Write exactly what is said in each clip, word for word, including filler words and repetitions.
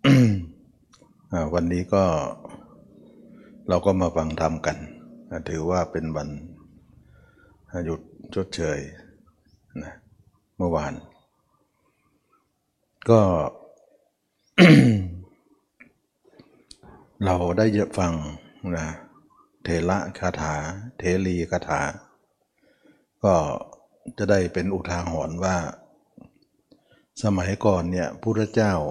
วันนี้ก็เราก็มาฟังธรรมกันถือว่าเป็นวันหยุดชดเชยนะเมื่อวานก็ เราได้ฟังนะเทระคาถาเทรีคาถาก็จะได้เป็นอุทาหรณ์ว่าสมัยก่อนเนี่ยพุทธเจ้า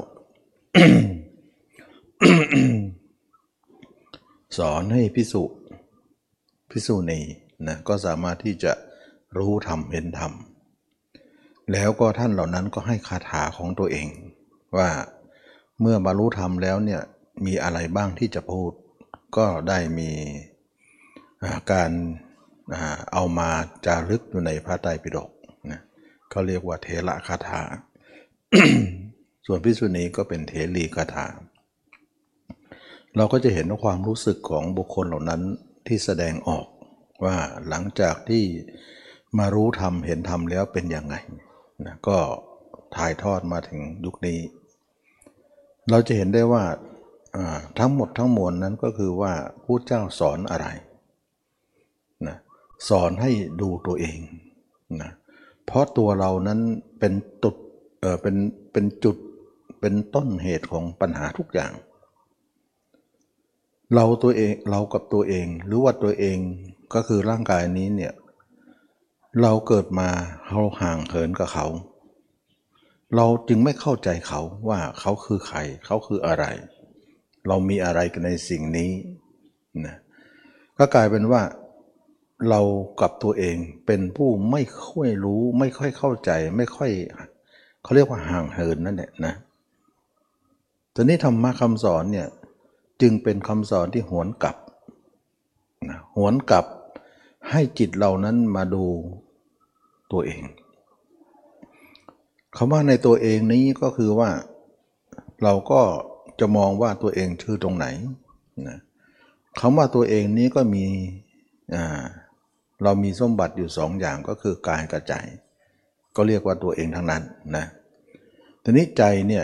สอนให้ภิกษุภิกษุณีนะก็สามารถที่จะรู้ธรรมเห็นธรรมแล้วก็ท่านเหล่านั้นก็ให้คาถาของตัวเองว่าเมื่อบรรลุธรรมแล้วเนี่ยมีอะไรบ้างที่จะพูดก็ได้มีการเอามาจารึกอยู่ในพระไตรปิฎกนะเขาเรียกว่าเทระคาถา ส่วนภิกษุณีก็เป็นเทรีคาถาเราก็จะเห็นความรู้สึกของบุคคลเหล่านั้นที่แสดงออกว่าหลังจากที่มารู้ธรรมเห็นธรรมแล้วเป็นยังไงนะก็ถ่ายทอดมาถึงยุคนี้เราจะเห็นได้ว่าทั้งหมดทั้งมวลนั้นก็คือว่าพุทธเจ้าสอนอะไรนะสอนให้ดูตัวเองนะเพราะตัวเรานั้นเป็นจุดเอ่อเป็นเป็นจุดเป็นต้นเหตุของปัญหาทุกอย่างเราตัวเองเรากับตัวเองหรือว่าตัวเองก็คือร่างกายนี้เนี่ยเราเกิดมาเราห่างเหินกับเขาเราจึงไม่เข้าใจเขาว่าเขาคือใครเขาคืออะไรเรามีอะไรกันในสิ่งนี้นะก็กลายเป็นว่าเรากับตัวเองเป็นผู้ไม่ค่อยรู้ไม่ค่อยเข้าใจไม่ค่อยเขาเรียกว่าห่างเหินนั่นแหละนะทีนี้ธรรมะคำสอนเนี่ยจึงเป็นคำสอนที่หวนกลับนะหวนกลับให้จิตเรานั้นมาดูตัวเองคำว่าในตัวเองนี้ก็คือว่าเราก็จะมองว่าตัวเองชื่อตรงไหนนะคำว่าตัวเองนี้ก็มีอ่าเรามีสมบัติอยู่สองอย่างก็คือกายกับใจก็เรียกว่าตัวเองทั้งนั้นนะทีนี้ใจเนี่ย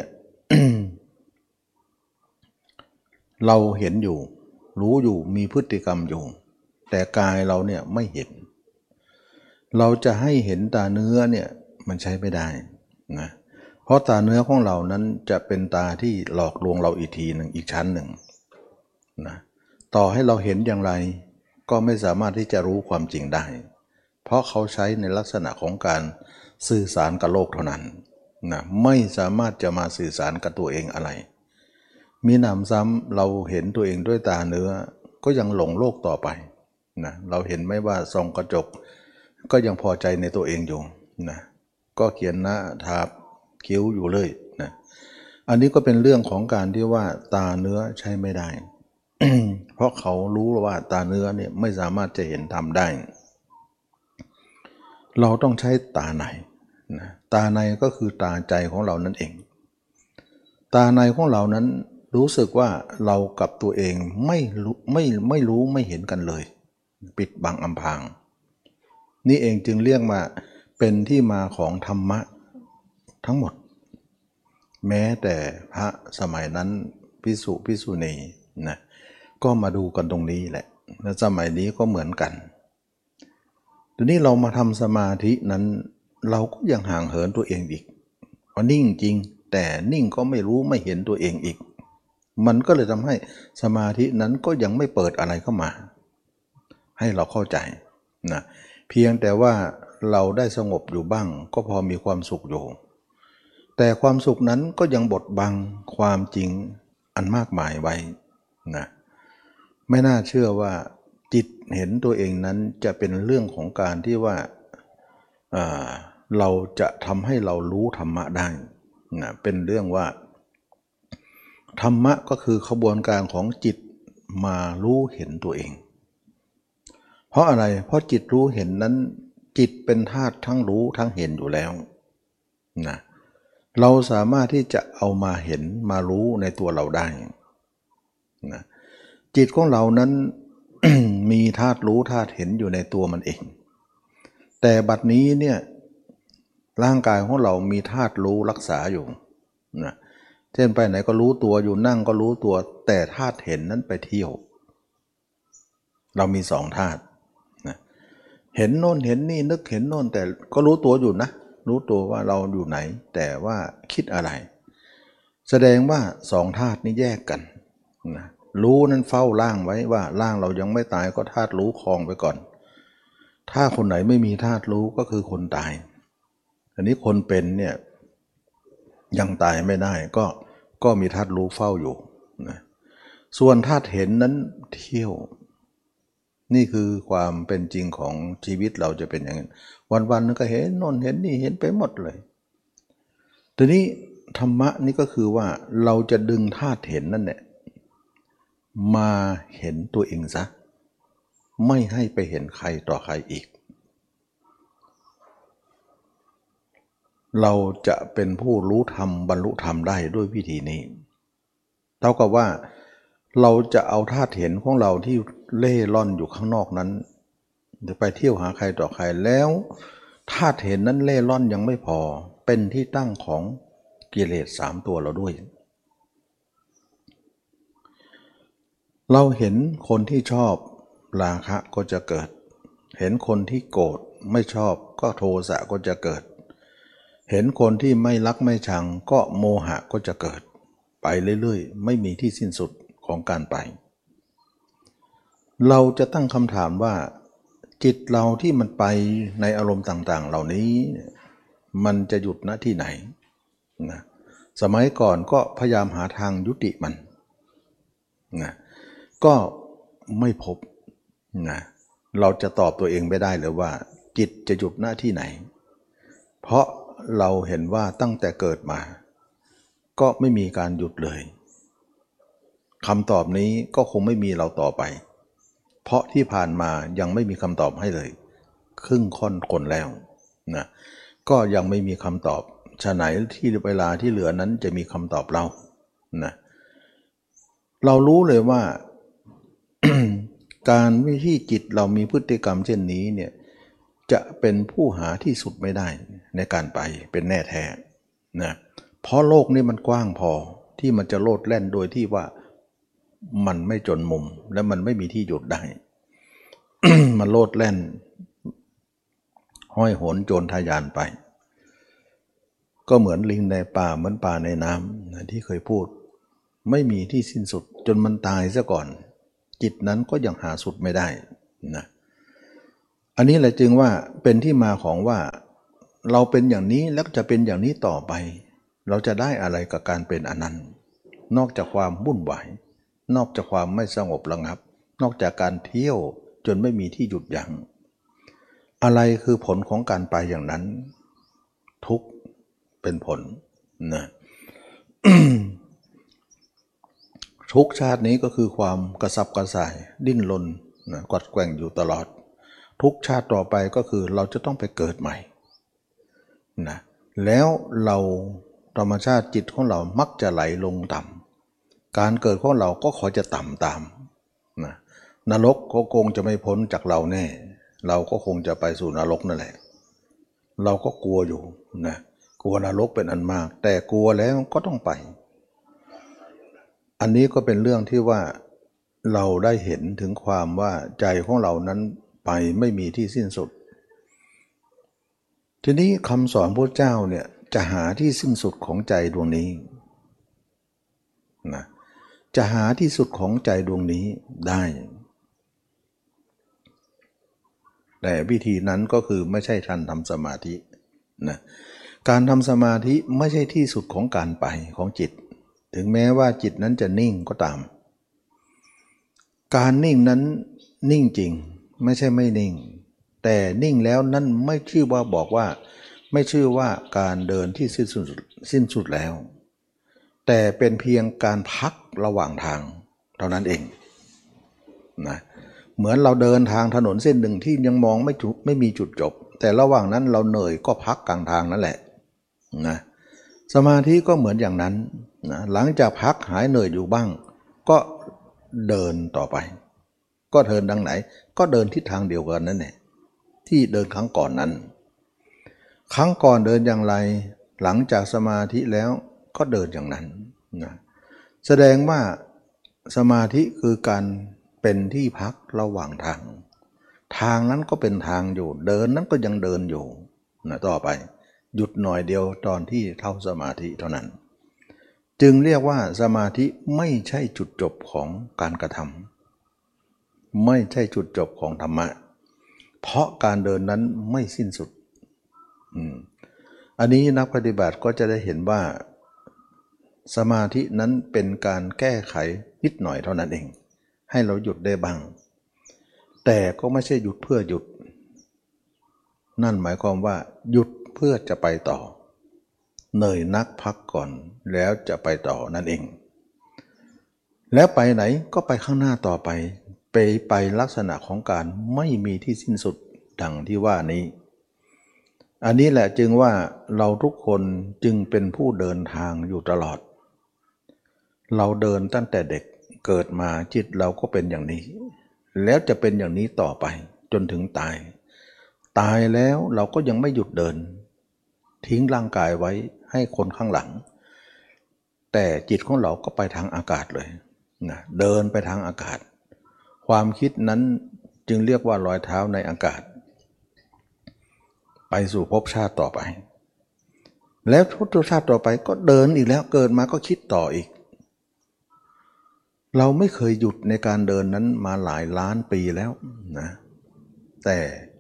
เราเห็นอยู่รู้อยู่มีพฤติกรรมอยู่แต่กายเราเนี่ยไม่เห็นเราจะให้เห็นตาเนื้อเนี่ยมันใช้ไม่ได้นะเพราะตาเนื้อของเรานั้นจะเป็นตาที่หลอกลวงเราอีกทีหนึ่งอีกชั้นหนึ่งนะต่อให้เราเห็นอย่างไรก็ไม่สามารถที่จะรู้ความจริงได้เพราะเขาใช้ในลักษณะของการสื่อสารกับโลกเท่านั้นนะไม่สามารถจะมาสื่อสารกับตัวเองอะไรมีหนำซ้ำเราเห็นตัวเองด้วยตาเนื้อก็ยังหลงโลกต่อไปนะเราเห็นไหมว่าส่องกระจกก็ยังพอใจในตัวเองอยู่นะก็เขียนหน้าทาคิ้วอยู่เลยนะอันนี้ก็เป็นเรื่องของการที่ว่าตาเนื้อใช้ไม่ได้ เพราะเขารู้ว่าตาเนื้อเนี่ยไม่สามารถจะเห็นธรรมได้เราต้องใช้ตาในนะตาในก็คือตาใจของเรานั่นเองตาในของเรานั้นรู้สึกว่าเรากับตัวเองไม่รู้ไม่ไม่รู้ไม่เห็นกันเลยปิดบังอำพรางนี่เองจึงเรียกมาเป็นที่มาของธรรมะทั้งหมดแม้แต่พระสมัยนั้นภิกษุภิกษุณีนะก็มาดูกันตรงนี้แหละและสมัยนี้ก็เหมือนกันทีนี้เรามาทำสมาธินั้นเราก็ยังห่างเหินตัวเองอีกว่านิ่งจริงแต่นิ่งก็ไม่รู้ไม่เห็นตัวเองอีกมันก็เลยทำให้สมาธินั้นก็ยังไม่เปิดอะไรเข้ามาให้เราเข้าใจนะเพียงแต่ว่าเราได้สงบอยู่บ้างก็พอมีความสุขอยู่แต่ความสุขนั้นก็ยังบดบังความจริงอันมากมายไว้นะไม่น่าเชื่อว่าจิตเห็นตัวเองนั้นจะเป็นเรื่องของการที่ว่าเราจะทำให้เรารู้ธรรมะได้นะเป็นเรื่องว่าธรรมะก็คือขบวนการของจิตมารู้เห็นตัวเองเพราะอะไรเพราะจิตรู้เห็นนั้นจิตเป็นธาตุทั้งรู้ทั้งเห็นอยู่แล้วนะเราสามารถที่จะเอามาเห็นมารู้ในตัวเราได้นะจิตของเรานั้น มีธาตุรู้ธาตุเห็นอยู่ในตัวมันเองแต่บัดนี้เนี่ยร่างกายของเรามีธาตุรู้รักษาอยู่นะเช่นไปไหนก็รู้ตัวอยู่นั่งก็รู้ตัวแต่ธาตุเห็นนั้นไปเที่ยวเรามีสองธาตุนะเห็นโน่นเห็นนี่นึกเห็นโน่นแต่ก็รู้ตัวอยู่นะรู้ตัวว่าเราอยู่ไหนแต่ว่าคิดอะไรแสดงว่าสองธาตุนี้แยกกันนะรู้นั้นเฝ้าร่างไว้ว่าร่างเรายังไม่ตายก็ธาตุรู้ครองไปก่อนถ้าคนไหนไม่มีธาตุรู้ก็คือคนตายอันนี้คนเป็นเนี่ยยังตายไม่ได้ก็ก็มีธาตุรู้เฝ้าอยู่นะส่วนธาตุเห็นนั้นเที่ยวนี่คือความเป็นจริงของชีวิตเราจะเป็นอย่างนั้นวันๆนึงก็เห็นโน่นเห็นนี่เห็นไปหมดเลยทีนี้ธรรมะนี่ก็คือว่าเราจะดึงธาตุเห็นนั่นแหละมาเห็นตัวเองซะไม่ให้ไปเห็นใครต่อใครอีกเราจะเป็นผู้รู้ธรรมบรรลุธรรมได้ด้วยวิธีนี้เท่ากับว่าเราจะเอาธาตุเห็นของเราที่เล่ร่อนอยู่ข้างนอกนั้นจะไปเที่ยวหาใครต่อใครแล้วธาตุเห็นนั้นเล่ร่อนยังไม่พอเป็นที่ตั้งของกิเลสสามตัวเราด้วยเราเห็นคนที่ชอบราคะก็จะเกิดเห็นคนที่โกรธไม่ชอบก็โทสะก็จะเกิดเห็นคนที่ไม่รักไม่ชังก็โมหะก็จะเกิดไปเรื่อยๆไม่มีที่สิ้นสุดของการไปเราจะตั้งคำถามว่าจิตเราที่มันไปในอารมณ์ต่างๆเหล่านี้มันจะหยุดณที่ไหนนะสมัยก่อนก็พยายามหาทางยุติมันนะก็ไม่พบนะเราจะตอบตัวเองไม่ได้เลยว่าจิตจะหยุดณที่ไหนเพราะเราเห็นว่าตั้งแต่เกิดมาก็ไม่มีการหยุดเลยคำตอบนี้ก็คงไม่มีเราต่อไปเพราะที่ผ่านมายังไม่มีคำตอบให้เลยครึ่งค่อนคนแล้วนะก็ยังไม่มีคำตอบฉะไหนที่เวลาที่เหลือนั้นจะมีคำตอบเรานะเรารู้เลยว่า การวิธีจิตเรามีพฤติกรรมเช่นนี้เนี่ยจะเป็นผู้หาที่สุดไม่ได้ในการไปเป็นแน่แท้นะเพราะโลกนี้มันกว้างพอที่มันจะโลดแล่นโดยที่ว่ามันไม่จนมุมและมันไม่มีที่หยุดได้ มันโลดแล่นห้อยโหนโจรทะยานไปก็เหมือนลิงในป่าเหมือนปลาในน้ำนะที่เคยพูดไม่มีที่สิ้นสุดจนมันตายซะก่อนจิตนั้นก็ยังหาสุดไม่ได้นะอันนี้แหละจึงว่าเป็นที่มาของว่าเราเป็นอย่างนี้แล้วจะเป็นอย่างนี้ต่อไปเราจะได้อะไรกับการเป็นอนันต์นอกจากความวุ่นวายนอกจากความไม่สงบระงับนอกจากการเที่ยวจนไม่มีที่หยุดยัง้งอะไรคือผลของการไปอย่างนั้นทุกข์เป็นผลนะ ทุกชาตินี้ก็คือความกระสับกระส่ายดิ้นรนนะกวัดแกว่งอยู่ตลอดทุกชาติต่อไปก็คือเราจะต้องไปเกิดใหม่นะแล้วเราธรรมชาติจิตของเรามักจะไหลลงต่ำการเกิดของเราก็ขอจะต่ำตามนะนรกก็คงจะไม่พ้นจากเราแน่เราก็คงจะไปสู่นรกนั่นแหละเราก็กลัวอยู่นะกลัวนรกเป็นอันมากแต่กลัวแล้วก็ต้องไปอันนี้ก็เป็นเรื่องที่ว่าเราได้เห็นถึงความว่าใจของเรานั้นไปไม่มีที่สิ้นสุดทีนี้คำสอนพระเจ้าเนี่ยจะหาที่สิ้นสุดของใจดวงนี้นะจะหาที่สุดของใจดวงนี้ได้แต่วิธีนั้นก็คือไม่ใช่การทำสมาธินะการทำสมาธิไม่ใช่ที่สุดของการไปของจิตถึงแม้ว่าจิตนั้นจะนิ่งก็ตามการนิ่งนั้นนิ่งจริงไม่ใช่ไม่นิ่งแต่นิ่งแล้วนั่นไม่ชื่อว่าบอกว่าไม่ชื่อว่าการเดินที่สิ้นสุดสิ้นสุดแล้วแต่เป็นเพียงการพักระหว่างทางเท่านั้นเองนะเหมือนเราเดินทางถนนเส้นหนึ่งที่ยังมองไม่จุไม่มีจุดจบแต่ระหว่างนั้นเราเหนื่อยก็พักกลางทางนั่นแหละนะสมาธิก็เหมือนอย่างนั้นนะหลังจากพักหายเหนื่อยอยู่บ้างก็เดินต่อไปก็เดินดังไหนก็เดินทิศทางเดียวกันนั่นแหละที่เดินครั้งก่อนนั้นครั้งก่อนเดินอย่างไรหลังจากสมาธิแล้วก็เดินอย่างนั้นนะแสดงว่าสมาธิคือการเป็นที่พักระหว่างทางทางนั้นก็เป็นทางอยู่เดินนั้นก็ยังเดินอยู่นะต่อไปหยุดหน่อยเดียวตอนที่เข้าสมาธิเท่านั้นจึงเรียกว่าสมาธิไม่ใช่จุดจบของการกระทำไม่ใช่จุดจบของธรรมะเพราะการเดินนั้นไม่สิ้นสุดอืมอันนี้นักปฏิบัติก็จะได้เห็นว่าสมาธินั้นเป็นการแก้ไขนิดหน่อยเท่านั้นเองให้เราหยุดได้บ้างแต่ก็ไม่ใช่หยุดเพื่อหยุดนั่นหมายความว่าหยุดเพื่อจะไปต่อเหนื่อยนักพักก่อนแล้วจะไปต่อนั่นเองแล้วไปไหนก็ไปข้างหน้าต่อไปไปไปลักษณะของการไม่มีที่สิ้นสุดดังที่ว่านี้อันนี้แหละจึงว่าเราทุกคนจึงเป็นผู้เดินทางอยู่ตลอดเราเดินตั้งแต่เด็กเกิดมาจิตเราก็เป็นอย่างนี้แล้วจะเป็นอย่างนี้ต่อไปจนถึงตายตายแล้วเราก็ยังไม่หยุดเดินทิ้งร่างกายไว้ให้คนข้างหลังแต่จิตของเราก็ไปทางอากาศเลยนะเดินไปทางอากาศความคิดนั้นจึงเรียกว่ารอยเท้าในอากาศไปสู่ภพชาติต่อไปแล้วภพชาติต่อไปก็เดินอีกแล้วเกิดมาก็คิดต่ออีกเราไม่เคยหยุดในการเดินนั้นมาหลายล้านปีแล้วนะแต่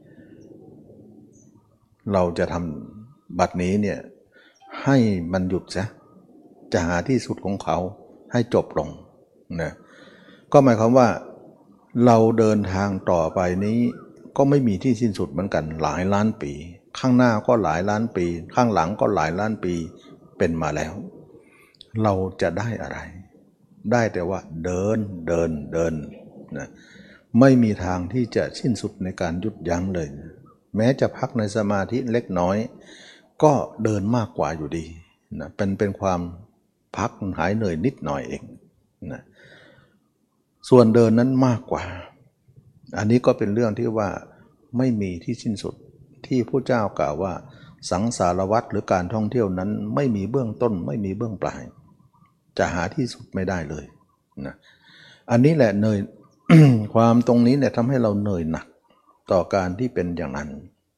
เราจะทำบัดนี้เนี่ยให้มันหยุดซะจะหาที่สุดของเขาให้จบลงนะก็หมายความว่าเราเดินทางต่อไปนี้ก็ไม่มีที่สิ้นสุดเหมือนกันหลายล้านปีข้างหน้าก็หลายล้านปีข้างหลังก็หลายล้านปีเป็นมาแล้วเราจะได้อะไรได้แต่ว่าเดินเดินเดินนะไม่มีทางที่จะสิ้นสุดในการหยุดยั้งเลยแม้จะพักในสมาธิเล็กน้อยก็เดินมากกว่าอยู่ดีนะเป็นเป็นความพักหายเหนื่อยนิดหน่อยเองนะส่วนเดินนั้นมากกว่าอันนี้ก็เป็นเรื่องที่ว่าไม่มีที่สิ้นสุดที่พระเจ้ากล่าวว่าสังสารวัฏหรือการท่องเที่ยวนั้นไม่มีเบื้องต้นไม่มีเบื้องปลายจะหาที่สุดไม่ได้เลยนะอันนี้แหละเหนื่อย ความตรงนี้เนี่ยทำให้เราเหนื่อยหนักต่อการที่เป็นอย่างนั้น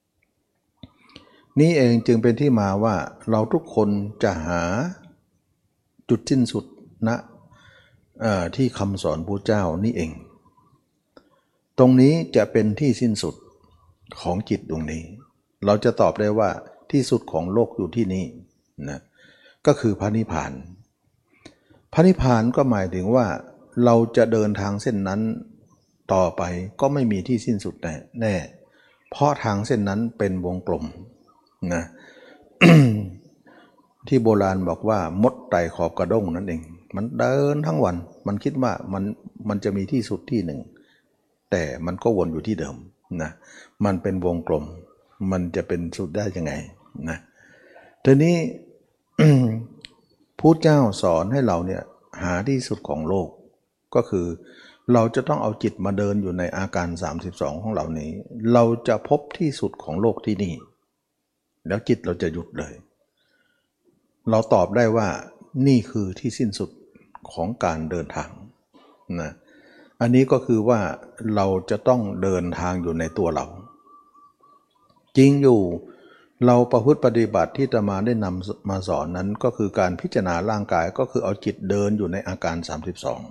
นี่เองจึงเป็นที่มาว่าเราทุกคนจะหาจุดสิ้นสุดณนะที่คำสอนพระเจ้านี่เองตรงนี้จะเป็นที่สิ้นสุดของจิตดวงนี้เราจะตอบได้ว่าที่สุดของโลกอยู่ที่นี่นะก็คือพระนิพพานพระนิพพานก็หมายถึงว่าเราจะเดินทางเส้นนั้นต่อไปก็ไม่มีที่สิ้นสุดแน่เพราะทางเส้นนั้นเป็นวงกลมนะ ที่โบราณบอกว่ามดไต่ขอบกระด้งนั่นเองมันเดินทั้งวันมันคิดว่ามันมันจะมีที่สุดที่หนึ่งแต่มันก็วนอยู่ที่เดิมนะมันเป็นวงกลมมันจะเป็นสุดได้ยังไงนะทีนี้ พุทธเจ้าสอนให้เราเนี่ยหาที่สุดของโลกก็คือเราจะต้องเอาจิตมาเดินอยู่ในอาการสามสิบสองของเรานี้เราจะพบที่สุดของโลกที่นี่แล้วจิตเราจะหยุดเลยเราตอบได้ว่านี่คือที่สิ้นสุดของการเดินทางนะอันนี้ก็คือว่าเราจะต้องเดินทางอยู่ในตัวเราจริงอยู่เราประพฤติปฏิบัติที่อาตมาได้นำมาสอนนั้นก็คือการพิจารณาร่างกายก็คือเอาจิตเดินอยู่ในอาการสามสิบสอง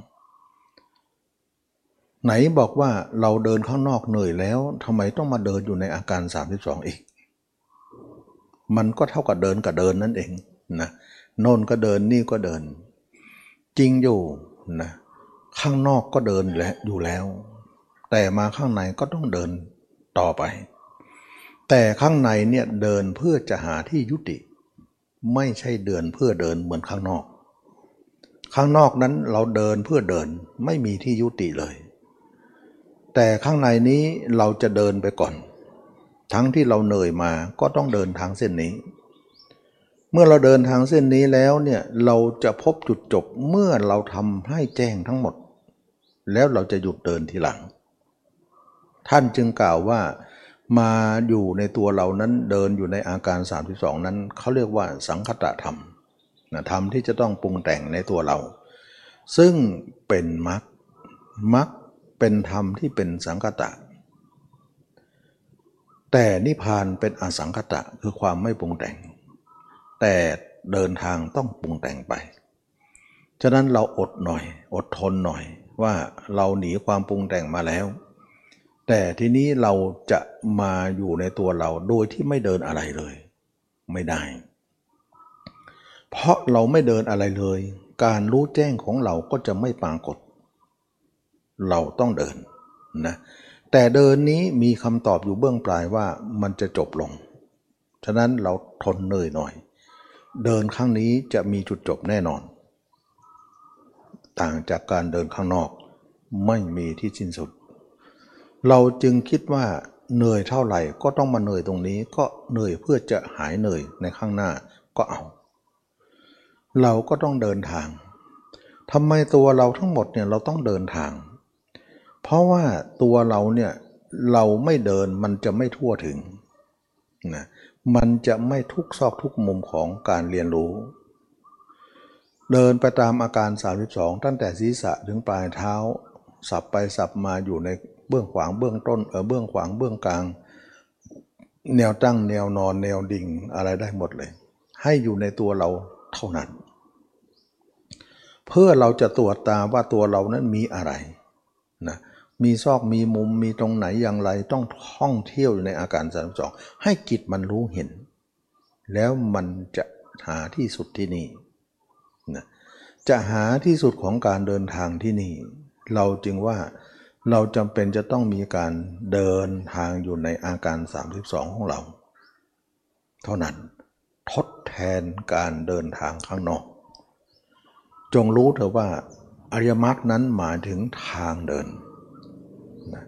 ไหนบอกว่าเราเดินข้างนอกเหนื่อยแล้วทำไมต้องมาเดินอยู่ในอาการสามสิบสองอีกมันก็เท่ากับเดินกับเดินนั่นเองนะโน่นก็เดินนี่ก็เดินจริงอยู่นะข้างนอกก็เดินและอยู่แล้วแต่มาข้างในก็ต้องเดินต่อไปแต่ข้างในเนี่ยเดินเพื่อจะหาที่ยุติไม่ใช่เดินเพื่อเดินเหมือนข้างนอกข้างนอกนั้นเราเดินเพื่อเดินไม่มีที่ยุติเลยแต่ข้างในนี้เราจะเดินไปก่อนทั้งที่เราเหนื่อยมาก็ต้องเดินทางเส้นนี้เมื่อเราเดินทางเส้นนี้แล้วเนี่ยเราจะพบจุดจบเมื่อเราทำให้แจ้งทั้งหมดแล้วเราจะหยุดเดินทีหลังท่านจึงกล่าวว่ามาอยู่ในตัวเรานั้นเดินอยู่ในอาการสามสิบสองนั้นเขาเรียกว่าสังคตธรรมนะธรรมที่จะต้องปรุงแต่งในตัวเราซึ่งเป็นมรรคมรรคเป็นธรรมที่เป็นสังคตะแต่นิพพานเป็นอสังคตะคือความไม่ปรุงแต่งแต่เดินทางต้องปรุงแต่งไปฉะนั้นเราอดหน่อยอดทนหน่อยว่าเราหนีความปรุงแต่งมาแล้วแต่ทีนี้เราจะมาอยู่ในตัวเราโดยที่ไม่เดินอะไรเลยไม่ได้เพราะเราไม่เดินอะไรเลยการรู้แจ้งของเราก็จะไม่ปรากฏเราต้องเดินนะแต่เดินนี้มีคำตอบอยู่เบื้องปลายว่ามันจะจบลงฉะนั้นเราทนเหนื่อยหน่อยเดินครั้งนี้จะมีจุดจบแน่นอนต่างจากการเดินข้างนอกไม่มีที่สิ้นสุดเราจึงคิดว่าเหนื่อยเท่าไหร่ก็ต้องมาเหนื่อยตรงนี้ก็เหนื่อยเพื่อจะหายเหนื่อยในข้างหน้าก็เอาเราก็ต้องเดินทางทำไมตัวเราทั้งหมดเนี่ยเราต้องเดินทางเพราะว่าตัวเราเนี่ยเราไม่เดินมันจะไม่ทั่วถึงนะมันจะไม่ทุกซอกทุกมุมของการเรียนรู้เดินไปตามอาการสามสิบสองตั้งแต่ศีรษะถึงปลายเท้าสับไปสับมาอยู่ในเบื้องขวางเบื้องต้นเออเบื้องขวางเบื้องกลางแนวตั้งแนวนอนแนวดิ่งอะไรได้หมดเลยให้อยู่ในตัวเราเท่านั้นเพื่อเราจะตรวจตาว่าตัวเรานั้นมีอะไรนะมีซอกมีมุมมีตรงไหนอย่างไรต้องท่องเที่ยวอยู่ในอาการสามสิบสองให้จิตมันรู้เห็นแล้วมันจะหาที่สุดที่นี่นะจะหาที่สุดของการเดินทางที่นี่เราจึงว่าเราจำเป็นจะต้องมีการเดินทางอยู่ในอาการสามสิบสองของเราเท่านั้นทดแทนการเดินทางข้างนอกจงรู้เถอะว่าอริยมรรคนั้นหมายถึงทางเดินนะ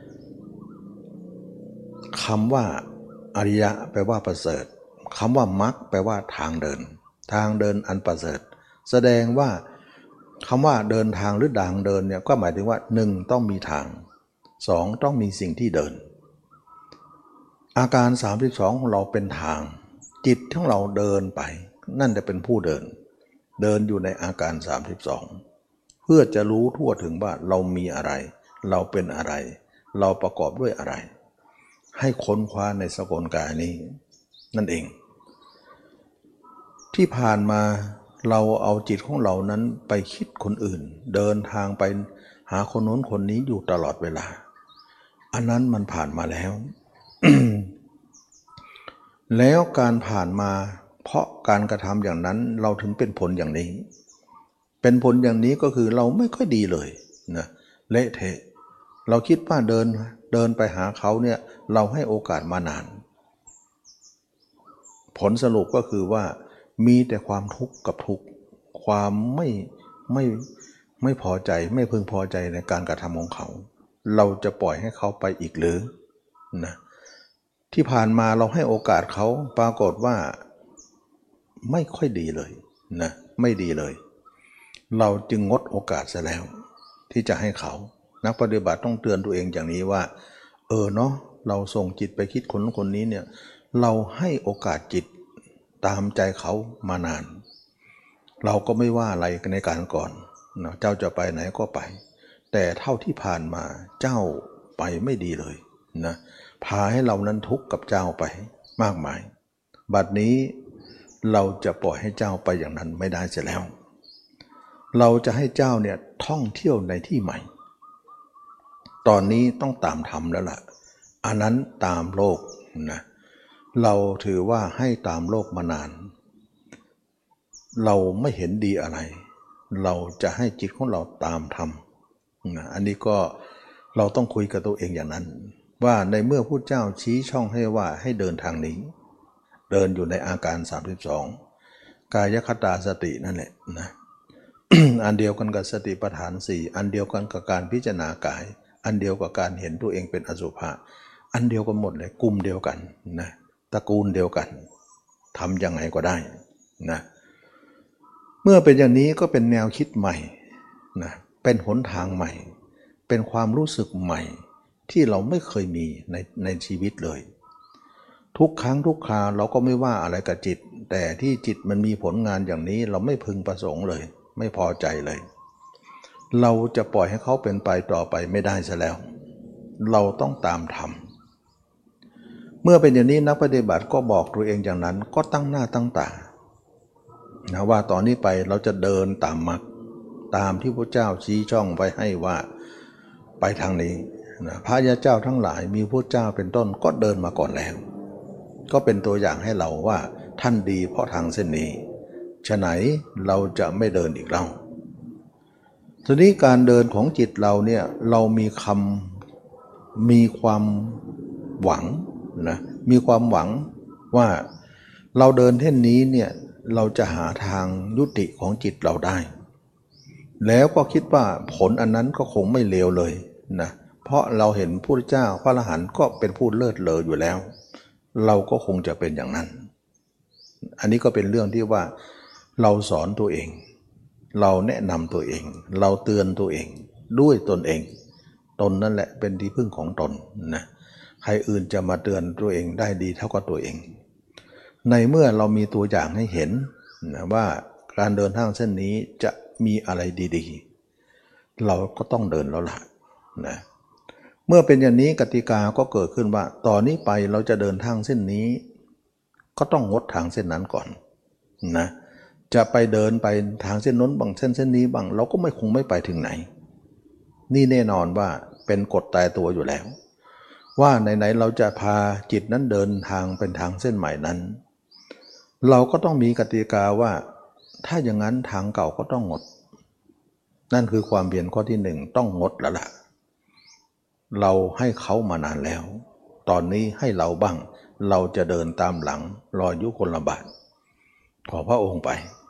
คำว่าอริยะแปลว่าประเสริฐคำว่ามรรคแปลว่าทางเดินทางเดินอันประเสริฐแสดงว่าคำว่าเดินทางหรือด่างเดินเนี่ยก็หมายถึงว่าหนึ่งต้องมีทางสองต้องมีสิ่งที่เดินอาการสามสิบสองของเราเป็นทางจิตของเราเดินไปนั่นจะเป็นผู้เดินเดินอยู่ในอาการสามสิบสองเพื่อจะรู้ทั่วถึงว่าเรามีอะไรเราเป็นอะไรเราประกอบด้วยอะไรให้ค้นคว้าในสกลกายนี้นั่นเองที่ผ่านมาเราเอาจิตของเรานั้นไปคิดคนอื่นเดินทางไปหาคนโน้นคนนี้อยู่ตลอดเวลาอันนั้นมันผ่านมาแล้ว แล้วการผ่านมาเพราะการกระทำอย่างนั้นเราถึงเป็นผลอย่างนี้เป็นผลอย่างนี้ก็คือเราไม่ค่อยดีเลยนะเละเทะเราคิดว่าเดินเดินไปหาเขาเนี่ยเราให้โอกาสมานานผลสรุปก็คือว่ามีแต่ความทุกข์กับทุกข์ความไม่ไม่ไม่พอใจไม่พึงพอใจในการกระทำของเขาเราจะปล่อยให้เขาไปอีกหรือนะที่ผ่านมาเราให้โอกาสเขาปรากฏว่าไม่ค่อยดีเลยนะไม่ดีเลยเราจึงงดโอกาสซะแล้วที่จะให้เขานักปฏิบัติต้องเตือนตัวเองอย่างนี้ว่าเออเนาะเราส่งจิตไปคิดคนคนนี้เนี่ยเราให้โอกาสจิตตามใจเขามานานเราก็ไม่ว่าอะไรในการก่อนนะเจ้าจะไปไหนก็ไปแต่เท่าที่ผ่านมาเจ้าไปไม่ดีเลยนะพาให้เรานั้นทุกข์กับเจ้าไปมากมายบัดนี้เราจะปล่อยให้เจ้าไปอย่างนั้นไม่ได้เสียแล้วเราจะให้เจ้าเนี่ยท่องเที่ยวในที่ใหม่ตอนนี้ต้องตามธรรมแล้วล่ะอันนั้นตามโลกนะเราถือว่าให้ตามโลกมานานเราไม่เห็นดีอะไรเราจะให้จิตของเราตามธรรมนะอันนี้ก็เราต้องคุยกับตัวเองอย่างนั้นว่าในเมื่อพุทธเจ้าชี้ช่องให้ว่าให้เดินทางนี้เดินอยู่ในอาการสามสิบสองกายคตาสตินั่นแหละนะ อันเดียวกันกับสติปัฏฐานสี่อันเดียวกันกับการพิจารณากายอันเดียวกับการเห็นตัวเองเป็นอสุภะอันเดียวกันหมดเลยกลุ่มเดียวกันนะตระกูลเดียวกันทำยังไงก็ได้นะเมื่อเป็นอย่างนี้ก็เป็นแนวคิดใหม่นะเป็นหนทางใหม่เป็นความรู้สึกใหม่ที่เราไม่เคยมีในในชีวิตเลยทุกครั้งทุกคราวเราก็ไม่ว่าอะไรกับจิตแต่ที่จิตมันมีผลงานอย่างนี้เราไม่พึงประสงค์เลยไม่พอใจเลยเราจะปล่อยให้เขาเป็นไปต่อไปไม่ได้ซะแล้วเราต้องตามทำเมื่อเป็นอย่างนี้นักปฏิบัติก็บอกตัวเองอย่างนั้นก็ตั้งหน้าตั้งตานะว่าตอนนี้ไปเราจะเดินตามมรรคตามที่พระเจ้าชี้ช่องไว้ให้ว่าไปทางนี้นะพระยาเจ้าทั้งหลายมีพระเจ้าเป็นต้นก็เดินมาก่อนแล้วก็เป็นตัวอย่างให้เราว่าท่านดีเพราะทางเส้นนี้ฉะไหนเราจะไม่เดินอีกเล่าทีนี้การเดินของจิตเราเนี่ยเรามีคำมีความหวังนะมีความหวังว่าเราเดินเท่นนี้เนี่ยเราจะหาทางยุติของจิตเราได้แล้วก็คิดว่าผลอันนั้นก็คงไม่เลวเลยนะเพราะเราเห็นพระพุทธเจ้าพระอรหันต์ก็เป็นผู้เลิศเลออยู่แล้วเราก็คงจะเป็นอย่างนั้นอันนี้ก็เป็นเรื่องที่ว่าเราสอนตัวเองเราแนะนำตัวเองเราเตือนตัวเองด้วยตนเองตนนั่นแหละเป็นที่พึ่งของตนนะใครอื่นจะมาเตือนตัวเองได้ดีเท่ากับตัวเองในเมื่อเรามีตัวอย่างให้เห็นนะว่าการเดินทางเส้นนี้จะมีอะไรดีๆเราก็ต้องเดินแล้วล่ะนะเมื่อเป็นอย่างนี้กติกาก็เกิดขึ้นว่าต่อนนี้ไปเราจะเดินทางเส้นนี้ก็ต้องงดทางเส้นนั้นก่อนนะจะไปเดินไปทางเส้นนู้นบางเส้นเส้นนี้บางเราก็ไม่คงไม่ไปถึงไหนนี่แน่นอนว่าเป็นกฎตายตัวอยู่แล้วว่าไหนๆเราจะพาจิตนั้นเดินทางเป็นทางเส้นใหม่นั้นเราก็ต้องมีกติกาว่าถ้าอย่างนั้นทางเก่าก็ต้องงดนั่นคือความเปลี่ยนข้อที่หนึ่งต้องงดแล้วล่ะเราให้เขามานานแล้วตอนนี้ให้เราบ้างเราจะเดินตามหลังรอยุคนละบาทขอพระองค์ไป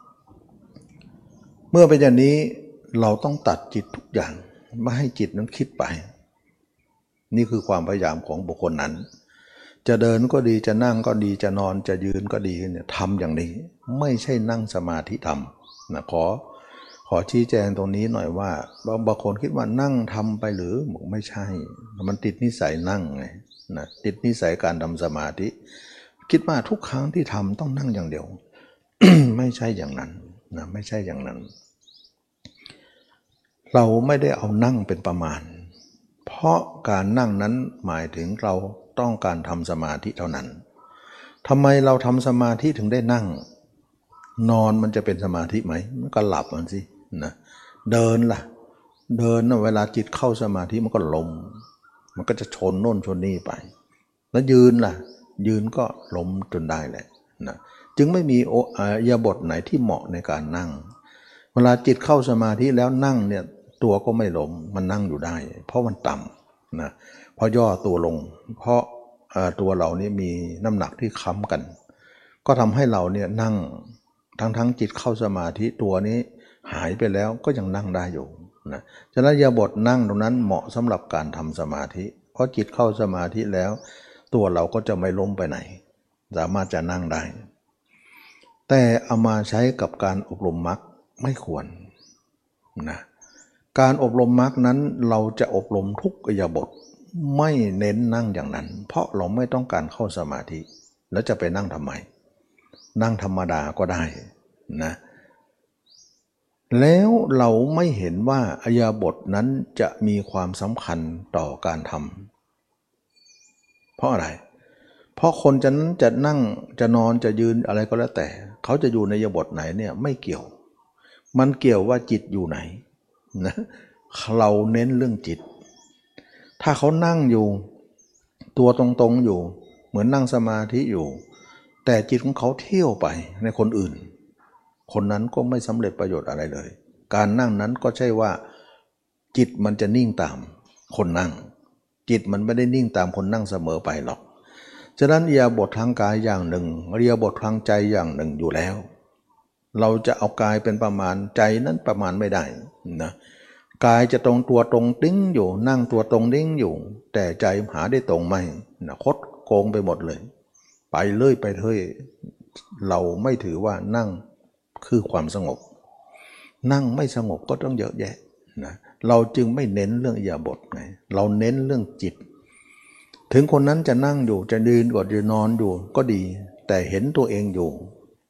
เมื่อเป็นอย่างนี้เราต้องตัดจิตทุกอย่างไม่ให้จิตนั้นคิดไปนี่คือความพยายามของบุคคลนั้นจะเดินก็ดีจะนั่งก็ดีจะนอนจะยืนก็ดีเนี่ยทำอย่างนี้ไม่ใช่นั่งสมาธิทำนะขอขอชี้แจงตรงนี้หน่อยว่าบางคนคิดว่านั่งทำไปหรือบอกไม่ใช่มันติดนิสัยนั่งไงนะติดนิสัยการทำสมาธิคิดว่าทุกครั้งที่ทำต้องนั่งอย่างเดียว ไม่ใช่อย่างนั้นนะไม่ใช่อย่างนั้นเราไม่ได้เอานั่งเป็นประมาณเพราะการนั่งนั้นหมายถึงเราต้องการทำสมาธิเท่านั้นทำไมเราทำสมาธิถึงได้นั่งนอนมันจะเป็นสมาธิไหมมันก็หลับมันสินะเดินล่ะเดินนะเวลาจิตเข้าสมาธิมันก็ล้มมันก็จะชนโน่นชนนี่ไปแล้วยืนล่ะยืนก็ล้มจนได้แหละนะจึงไม่มีอิริยาบถไหนที่เหมาะในการนั่งเวลาจิตเข้าสมาธิแล้วนั่งเนี่ยตัวก็ไม่ล้มมันนั่งอยู่ได้เพราะมันต่ำนะเพราะย่อตัวลงเพราะตัวเรานี่มีน้ำหนักที่ค้ำกันก็ทำให้เราเนี่ยนั่งทั้งทั้งจิตเข้าสมาธิตัวนี้หายไปแล้วก็ยังนั่งได้อยู่นะฉะนั้นอิริยาบถนั่งตรงนั้นเหมาะสำหรับการทำสมาธิเพราะจิตเข้าสมาธิแล้วตัวเราก็จะไม่ล้มไปไหนสามารถจะนั่งได้แต่เอามาใช้กับการอบรมมรรคไม่ควรนะการอบรมมรรคนั้นเราจะอบรมทุกอิริยาบถไม่เน้นนั่งอย่างนั้นเพราะเราไม่ต้องการเข้าสมาธิแล้วจะไปนั่งทำไมนั่งธรรมดาก็ได้นะแล้วเราไม่เห็นว่าอิริยาบถนั้นจะมีความสำคัญต่อการทำเพราะอะไรเพราะคนจะนั้นจะนั่งจะนอนจะยืนอะไรก็แล้วแต่เขาจะอยู่ในอิริยาบถไหนเนี่ยไม่เกี่ยวมันเกี่ยวว่าจิตอยู่ไหนนะเราเน้นเรื่องจิตถ้าเขานั่งอยู่ตัวตรงๆอยู่เหมือนนั่งสมาธิอยู่แต่จิตของเขาเที่ยวไปในคนอื่นคนนั้นก็ไม่สำเร็จประโยชน์อะไรเลยการนั่งนั้นก็ใช่ว่าจิตมันจะนิ่งตามคนนั่งจิตมันไม่ได้นิ่งตามคนนั่งเสมอไปหรอกฉะนั้นอิริยาบถทางกายอย่างหนึ่งอิริยาบถทางใจอย่างหนึ่งอยู่แล้วเราจะเอากายเป็นประมาณใจนั้นประมาณไม่ได้นะกายจะตรงตัวตรงติ้งอยู่นั่งตัวตรงติ้งอยู่แต่ใจหาได้ตรงไหมนะคดโกงไปหมดเลยไปเรื่อยไปเรื่อยเราไม่ถือว่านั่งคือความสงบนั่งไม่สงบก็ต้องเยอะแยะนะเราจึงไม่เน้นเรื่องอิริยาบถไงเราเน้นเรื่องจิตถึงคนนั้นจะนั่งอยู่จะยืนก็จะนอนอยู่ก็ดีแต่เห็นตัวเองอยู่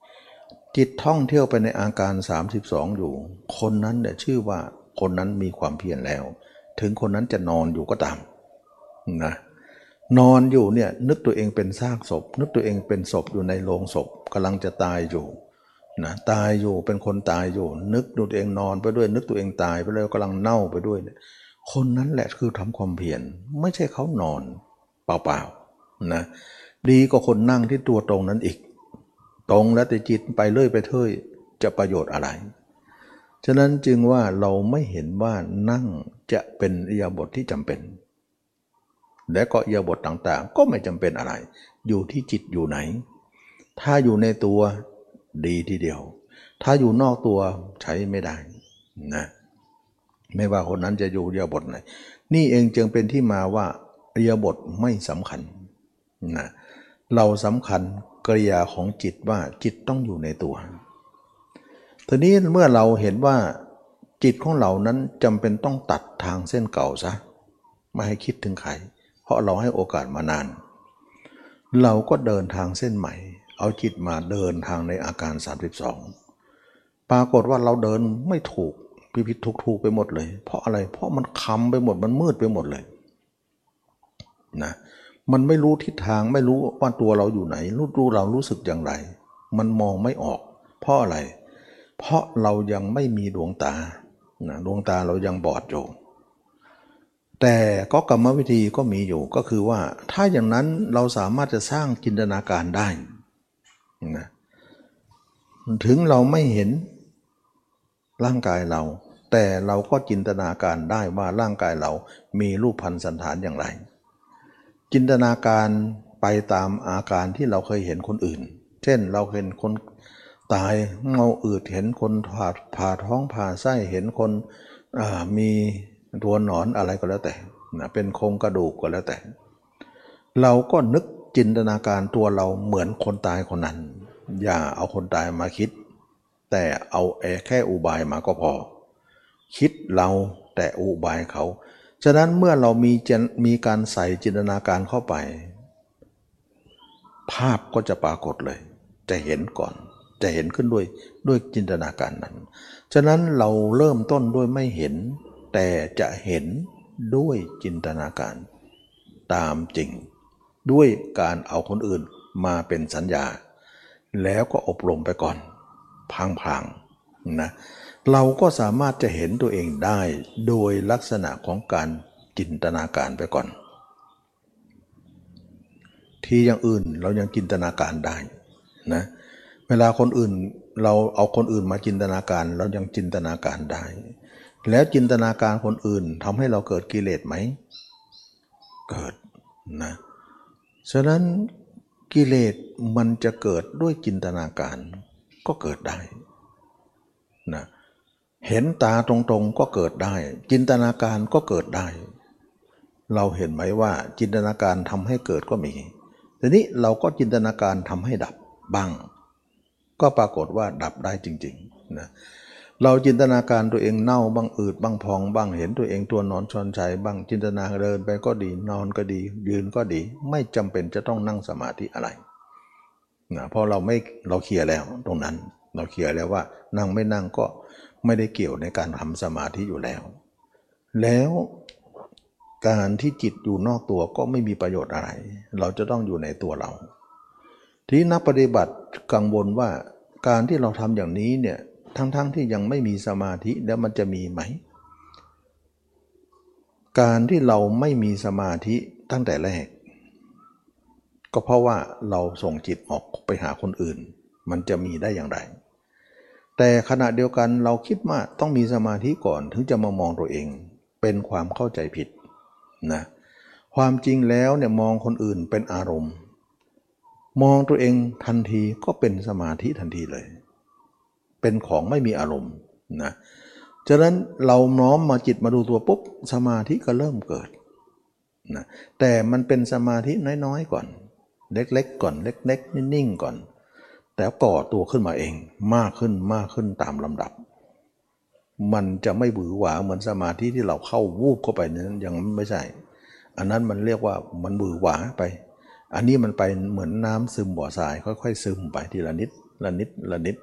จิตท่องเที่ยวไปในอาการสามสิบสองอยู่คนนั้นเนี่ยชื่อว่าคนนั้นมีความเพียรแล้วถึงคนนั้นจะนอนอยู่ก็ตามนะนอนอยู่เนี่ยนึกตัวเองเป็นซากศพนึกตัวเองเป็นศพอยู่ในโลงศพกำลังจะตายอยู่นะตายอยู่เป็นคนตายอยู่นึกตัวเองนอนไปด้วยนึกตัวเองตายไปแล้วกำลังเน่าไปด้วยเนี่ยคนนั้นแหละคือทำความเพียรไม่ใช่เขานอนเปล่าๆนะดีกว่าคนนั่งที่ตัวตรงนั้นอีกตรงแล้วแต่จิตไปเรื่อยไปเรื่อยจะประโยชน์อะไรฉะนั้นจึงว่าเราไม่เห็นว่านั่งจะเป็นอิริยาบถ ท, ที่จำเป็นและก็อิริยาบถต่างๆก็ไม่จำเป็นอะไรอยู่ที่จิตอยู่ไหนถ้าอยู่ในตัวดีทีเดียวถ้าอยู่นอกตัวใช้ไม่ได้นะไม่ว่าคนนั้นจะอยู่อิริยาบถไหนนี่เองจึงเป็นที่มาว่าอิริยาบถไม่สำคัญนะเราสำคัญกริยาของจิตว่าจิตต้องอยู่ในตัวทีนี้เมื่อเราเห็นว่าจิตของเรานั้นจำเป็นต้องตัดทางเส้นเก่าซะไม่ให้คิดถึงใครเพราะเราให้โอกาสมานานเราก็เดินทางเส้นใหม่เอาจิตมาเดินทางในอาการสามสิบสองปรากฏว่าเราเดินไม่ถูกพิพิธถูกๆไปหมดเลยเพราะอะไรเพราะมันคำไปหมดมันมืดไปหมดเลยนะมันไม่รู้ทิศทางไม่รู้ว่าตัวเราอยู่ไหนรู้รู้เรารู้สึกอย่างไรมันมองไม่ออกเพราะอะไรเพราะเรายังไม่มีดวงตานะดวงตาเรายังบอดอยู่แต่ก็กรรมวิธีก็มีอยู่ก็คือว่าถ้าอย่างนั้นเราสามารถจะสร้างจินตนาการได้นะถึงเราไม่เห็นร่างกายเราแต่เราก็จินตนาการได้ว่าร่างกายเรามีรูปพรรณสันฐานอย่างไรจินตนาการไปตามอาการที่เราเคยเห็นคนอื่นเช่นเราเห็นคนตายเมาอืดเห็นคนผ่าผ่าท้องผ่าไส้เห็นคนมีตัวหนอนอะไรก็แล้วแต่นะเป็นโครงกระดูกก็แล้วแต่เราก็นึกจินตนาการตัวเราเหมือนคนตายคนนั้นอย่าเอาคนตายมาคิดแต่เอาแค่อุบายมาก็พอคิดเราแต่อุบายเขาฉะนั้นเมื่อเรามีมีการใส่จินตนาการเข้าไปภาพก็จะปรากฏเลยจะเห็นก่อนจะเห็นขึ้นด้วยด้วยจินตนาการนั้นฉะนั้นเราเริ่มต้นด้วยไม่เห็นแต่จะเห็นด้วยจินตนาการตามจริงด้วยการเอาคนอื่นมาเป็นสัญญาแล้วก็อบรมไปก่อนพลางๆนะเราก็สามารถจะเห็นตัวเองได้โดยลักษณะของการจินตนาการไปก่อนที่อย่างอื่นเรายังจินตนาการได้นะเวลาคนอื่นเราเอาคนอื่นมาจินตนาการเรายังจินตนาการได้แล้วจินตนาการคนอื่นทำให้เราเกิดกิเลสไหมเกิดนะฉะนั้นกิเลสมันจะเกิดด้วยจินตนาการก็เกิดได้นะเห็นตาตรงๆก็เกิดได้จินตนาการก็เกิดได้เราเห็นไหมว่าจินตนาการทำให้เกิดก็มีทีนี้เราก็จินตนาการทำให้ดับบ้างก็ปรากฏว่าดับได้จริงๆนะเราจินตนาการตัวเองเน่าบ้างอืดบ้างพองบ้างเห็นตัวเองตัวนอนชอนชัยบ้างจินตนาเดินไปก็ดีนอนก็ดียืนก็ดีไม่จำเป็นจะต้องนั่งสมาธิอะไรนะเพราะเราไม่เราเคลียร์แล้วตรงนั้นเราเคลียร์แล้วว่านั่งไม่นั่งก็ไม่ได้เกี่ยวในการทำสมาธิอยู่แล้วแล้วการที่จิตอยู่นอกตัวก็ไม่มีประโยชน์อะไรเราจะต้องอยู่ในตัวเราที่นักปฏิบัติกังวลว่าการที่เราทำอย่างนี้เนี่ยทั้งๆ ท, ที่ยังไม่มีสมาธิแล้วมันจะมีไหมการที่เราไม่มีสมาธิตั้งแต่แรกก็เพราะว่าเราส่งจิตออกไปหาคนอื่นมันจะมีได้อย่างไรแต่ขณะเดียวกันเราคิดว่าต้องมีสมาธิก่อนถึงจะมามองตัวเองเป็นความเข้าใจผิดนะความจริงแล้วเนี่ยมองคนอื่นเป็นอารมณ์มองตัวเองทันทีก็เป็นสมาธิทันทีเลยเป็นของไม่มีอารมณ์นะฉะนั้นเราน้อมมาจิตมาดูตัวปุ๊บสมาธิก็เริ่มเกิดนะแต่มันเป็นสมาธิน้อยๆก่อนเล็กๆก่อนเล็กๆนิ่งๆก่อนแต่ก่อตัวขึ้นมาเองมากขึ้นมากขึ้นตามลำดับมันจะไม่หวือหวาเหมือนสมาธิที่เราเข้าวูบเข้าไปนั้นยังไม่ใช่อันนั้นมันเรียกว่ามันหวือหวาไปอันนี้มันไปเหมือนน้ำซึมบ่อทรายค่อยๆซึมไปทีละนิดละนิดละนิด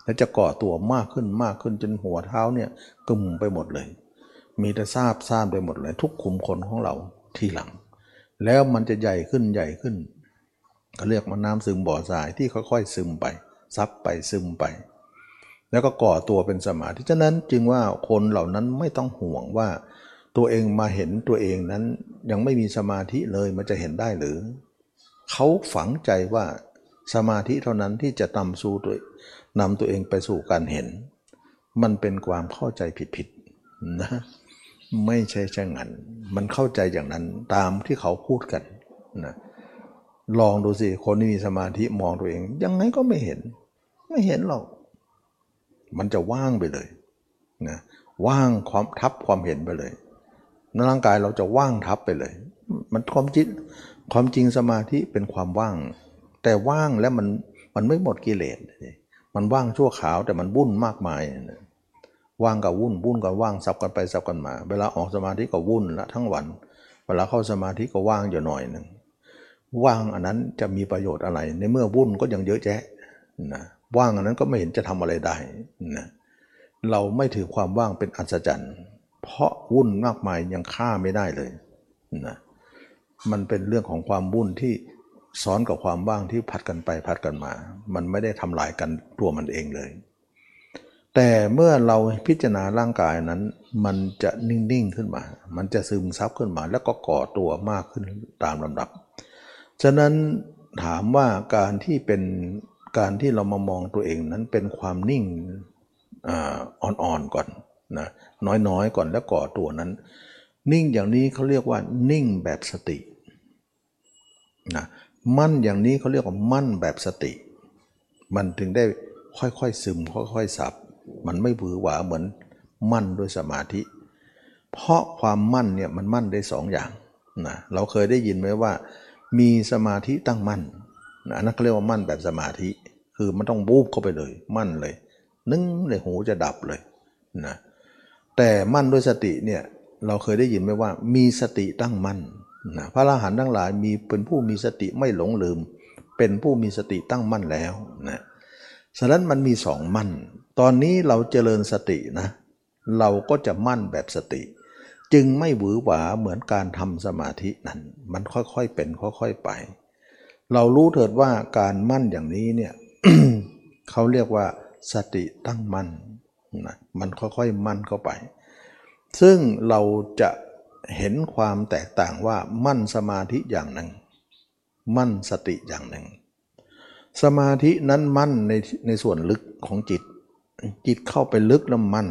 แล้วจะก่อตัวมากขึ้นมากขึ้นจนหัวเท้าเนี่ยกึ่มไปหมดเลยมีแต่ซาบซ่านไปหมดเลยทุกขุมขนของเราทีหลังแล้วมันจะใหญ่ขึ้นใหญ่ขึ้นเขาเรียกว่าน้ำซึมบ่อทรายที่ค่อยๆซึมไปซับไปซึมไปแล้วก็ก่อตัวเป็นสมาธิฉะนั้นจึงว่าคนเหล่านั้นไม่ต้องห่วงว่าตัวเองมาเห็นตัวเองนั้นยังไม่มีสมาธิเลยมันจะเห็นได้หรือเขาฝังใจว่าสมาธิเท่านั้นที่จะนำสู่ตัวนำตัวเองไปสู่การเห็นมันเป็นความเข้าใจผิดๆนะไม่ใช่เช่นนั้นมันเข้าใจอย่างนั้นตามที่เขาพูดกันนะลองดูสิคนที่มีสมาธิมองตัวเองยังไงก็ไม่เห็นไม่เห็นหรอกมันจะว่างไปเลยนะว่างความทับความเห็นไปเลยในร่างกายเราจะว่างทับไปเลยมันความจริงความจริงสมาธิเป็นความว่างแต่ว่างแล้วมันมันไม่หมดกิเลสมันว่างชั่วขาวแต่มันวุ่นมากมายนะว่างกับวุ่นวุ่นกับว่างซับกันไปซับกันมาเวลาออกสมาธิก็วุ่นละทั้งวันเวลาเข้าสมาธิก็ว่างอยู่หน่อยหนึ่งว่างอันนั้นจะมีประโยชน์อะไรในเมื่อวุ่นก็ยังเยอะแยะนะว่างอันนั้นก็ไม่เห็นจะทำอะไรได้นะเราไม่ถือความว่างเป็นอัศจรรย์เพราะวุ่นมากมายยังฆ่าไม่ได้เลยนะมันเป็นเรื่องของความวุ่นที่ซ้อนกับความว่างที่ผัดกันไปผัดกันมามันไม่ได้ทำลายกันตัวมันเองเลยแต่เมื่อเราพิจารณาร่างกายนั้นมันจะนิ่งๆขึ้นมามันจะซึมซับขึ้นมาแล้วก็ก่อตัวมากขึ้นตามลำดับฉะนั้นถามว่าการที่เป็นการที่เรามามองตัวเองนั้นเป็นความนิ่งอ่อนๆก่อนนะน้อยๆก่อนแล้วก่อตัวนั้นนิ่งอย่างนี้เขาเรียกว่านิ่งแบบสตินะมั่นอย่างนี้เขาเรียกว่ามั่นแบบสติมันถึงได้ค่อยๆซึมค่อยๆสับมันไม่บือหวาเหมือนมั่นด้วยสมาธิเพราะความมั่นเนี่ยมันมั่นได้สองอย่างนะเราเคยได้ยินไหมว่ามีสมาธิตั้งมั่นนะนั่นเขาเรียกว่ามั่นแบบสมาธิคือมันต้องบูบเข้าไปเลยมั่นเลยนึ่งเลยหูจะดับเลยนะแต่มั่นด้วยสติเนี่ยเราเคยได้ยินไหมว่ามีสติตั้งมั่นนะพระอรหันต์ทั้งหลายมีเป็นผู้มีสติไม่หลงลืมเป็นผู้มีสติตั้งมั่นแล้วนะฉะนั้นมันมีสองมั่นตอนนี้เราเจริญสตินะเราก็จะมั่นแบบสติจึงไม่หวือหวาเหมือนการทำสมาธินั้นมันค่อยๆเป็นค่อยๆไปเรารู้เถิดว่าการมั่นอย่างนี้เนี่ย เขาเรียกว่าสติตั้งมั่นนะมันค่อยๆมั่นเข้าไปซึ่งเราจะเห็นความแตกต่างว่ามั่นสมาธิอย่างหนึ่งมั่นสติอย่างหนึ่งสมาธินั้นมั่นในในส่วนลึกของจิตจิตเข้าไปลึกแล้วมั่น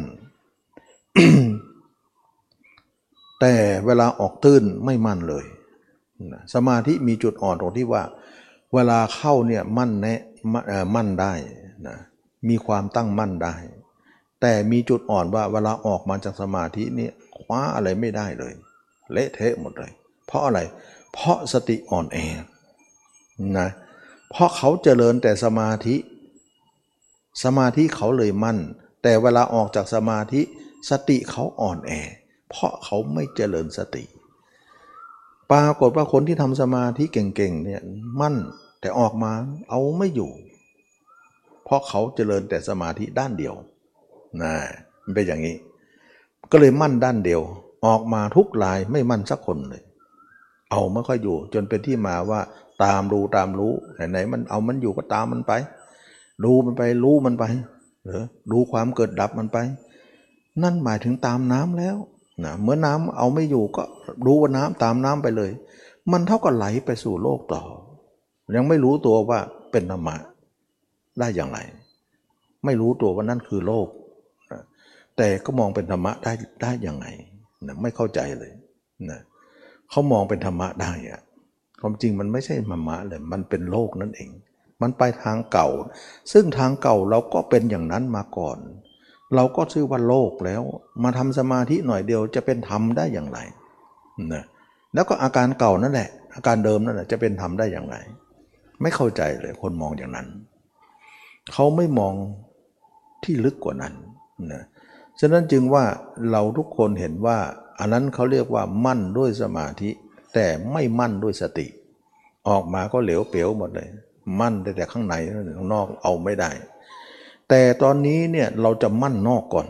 แต่เวลาออกตื้นไม่มั่นเลยนะสมาธิมีจุดอ่อนตรงที่ว่าเวลาเข้าเนี่ยมั่นแน่มั่นได้นะมีความตั้งมั่นได้แต่มีจุดอ่อนว่าเวลาออกมาจากสมาธินี่คว้าอะไรไม่ได้เลยเละเทะหมดเลยเพราะอะไรเพราะสติอ่อนแอนะเพราะเขาเจริญแต่สมาธิสมาธิเขาเลยมั่นแต่เวลาออกจากสมาธิสติเขาอ่อนแอเพราะเขาไม่เจริญสติปรากฏว่าคนที่ทำสมาธิเก่งๆเนี่ยมั่นแต่ออกมาเอาไม่อยู่เพราะเขาเจริญแต่สมาธิด้านเดียวนะมันเป็นอย่างนี้ก็เลยมั่นด้านเดียวออกมาทุกรายไม่มั่นสักคนเลยเอาไม่ค่อยอยู่จนเป็นที่มาว่าตามดูตามรู้ไหนๆมันเอามันอยู่ก็ตามมันไปดูมันไปรู้มันไปหรือดูความเกิดดับมันไปนั่นหมายถึงตามน้ำแล้วนะเมื่อน้ำเอาไม่อยู่ก็ดูว่าน้ำตามน้ำไปเลยมันเท่ากับไหลไปสู่โลกต่อยังไม่รู้ตัวว่าเป็นธรรมะได้อย่างไรไม่รู้ตัวว่านั่นคือโลกนะแต่ก็มองเป็นธรรมะได้ได้ยังไงนะไม่เข้าใจเลยนะเขามองเป็นธรรมะได้อะความจริงมันไม่ใช่ธรรมะเลยมันเป็นโลกนั่นเองมันไปทางเก่าซึ่งทางเก่าเราก็เป็นอย่างนั้นมาก่อนเราก็ชื่อว่าโลกแล้วมาทำสมาธิหน่อยเดียวจะเป็นธรรมได้อย่างไรนะแล้วก็อาการเก่านั่นแหละอาการเดิมนั่นแหละจะเป็นธรรมได้อย่างไรไม่เข้าใจเลยคนมองอย่างนั้นเขาไม่มองที่ลึกกว่านั้นนะฉะนั้นจึงว่าเราทุกคนเห็นว่าอันนั้นเขาเรียกว่ามั่นด้วยสมาธิแต่ไม่มั่นด้วยสติออกมาก็เหลวเป๋วหมดเลยมั่นแต่แต่ข้างในข้างนอกเอาไม่ได้แต่ตอนนี้เนี่ยเราจะมั่นนอกก่อน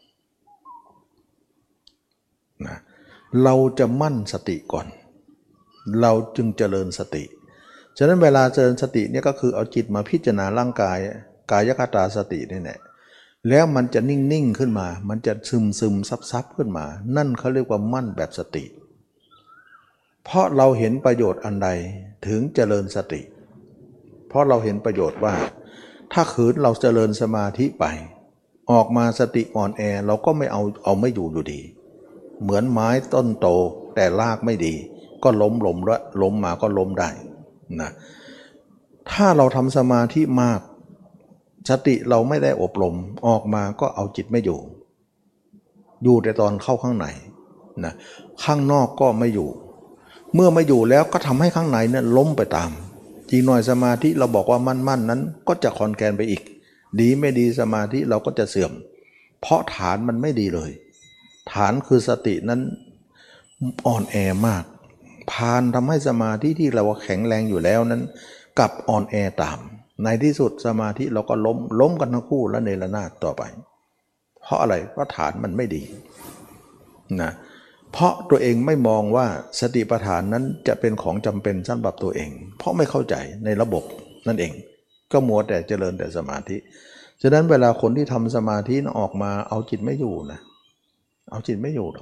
นะเราจะมั่นสติก่อนเราจึงเจริญสติฉะนั้นเวลาเจริญสติเนี่ยก็คือเอาจิตมาพิจารณาร่างกายกายคตาสตินี่แหละแล้วมันจะนิ่งๆขึ้นมามันจะซึมซึมซับซับขึ้นมานั่นเขาเรียกว่ามั่นแบบสติเพราะเราเห็นประโยชน์อันใดถึงเจริญสติเพราะเราเห็นประโยชน์ว่าถ้าขืนเราเจริญสมาธิไปออกมาสติอ่อนแอเราก็ไม่เอาเอาไม่อยู่อยู่ดีเหมือนไม้ต้นโตแต่รากไม่ดีก็ล้มล้มแล้วล้มมาก็ล้มได้นะถ้าเราทำสมาธิมากสติเราไม่ได้อบรมออกมาก็เอาจิตไม่อยู่อยู่แต่ตอนเข้าข้างในนะข้างนอกก็ไม่อยู่เมื่อไม่อยู่แล้วก็ทำให้ข้างในนั้นล้มไปตามจริงหน่อยสมาธิเราบอกว่ามั่นๆนั้นก็จะคอนแกนไปอีกดีไม่ดีสมาธิเราก็จะเสื่อมเพราะฐานมันไม่ดีเลยฐานคือสตินั้นอ่อนแอมากพานทำให้สมาธิที่เราแข็งแรงอยู่แล้วนั้นกลับอ่อนแอตามในที่สุดสมาธิเราก็ล้มล้มกันทั้งคู่และเนรนาถต่อไปเพราะอะไรเพราะฐานมันไม่ดีนะเพราะตัวเองไม่มองว่าสติปัฏฐานนั้นจะเป็นของจำเป็นสำหรับตัวเองเพราะไม่เข้าใจในระบบนั่นเองก็มัวแต่เจริญแต่สมาธิฉะนั้นเวลาคนที่ทำสมาธิออกมาเอาจิตไม่อยู่นะเอาจิตไม่อยู่หรอก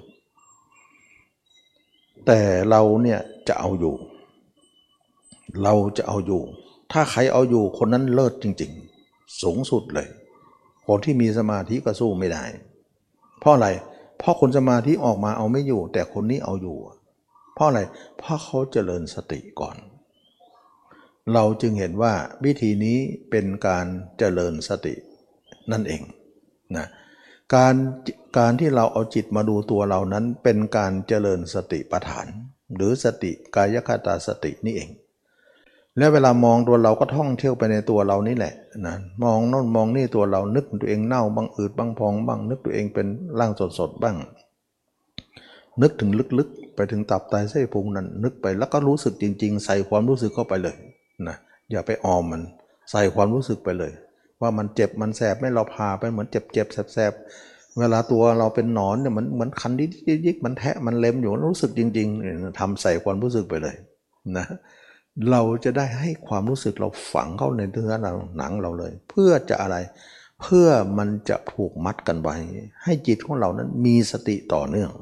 แต่เราเนี่ยจะเอาอยู่เราจะเอาอยู่ถ้าใครเอาอยู่คนนั้นเลิศจริงๆสูงสุดเลยคนที่มีสมาธิก็สู้ไม่ได้เพราะอะไรเพราะคนสมาธิออกมาเอาไม่อยู่แต่คนนี้เอาอยู่เพราะอะไรเพราะเขาเจริญสติก่อนเราจึงเห็นว่าวิธีนี้เป็นการเจริญสตินั่นเองนะการการที่เราเอาจิตมาดูตัวเรานั้นเป็นการเจริญสติปัฏฐานหรือสติกายคตาสตินี่เองแล้วเวลามองตัวเราก็ท่องเที่ยวไปในตัวเรานี่แหละนะมองโน่นมองนี่ตัวเรานึกตัวเองเน่าบ้างอืดบ้างพองบ้างนึกตัวเองเป็นร่างสดๆบ้างนึกถึงลึกๆไปถึงตับไตไส้พุงนั่นนึกไปแล้วก็รู้สึกจริงๆใส่ความรู้สึกเข้าไปเลยนะอย่าไปออมมันใส่ความรู้สึกไปเลยว่ามันเจ็บมันแสบไม่เราพาไปเหมือนเจ็บๆแสบๆเวลาตัวเราเป็นหนอนเนี่ยมันเหมือนคันยิกๆมันแทะมันเล็มอยู่รู้สึกจริงๆทำใส่ความรู้สึกไปเลยนะเราจะได้ให้ความรู้สึกเราฝังเข้าในเนื้อเราหนังเราเลยเพื่อจะอะไรเพื่อมันจะผูกมัดกันไว้ให้จิตของเรานั้นมีสติต่อเนื่อง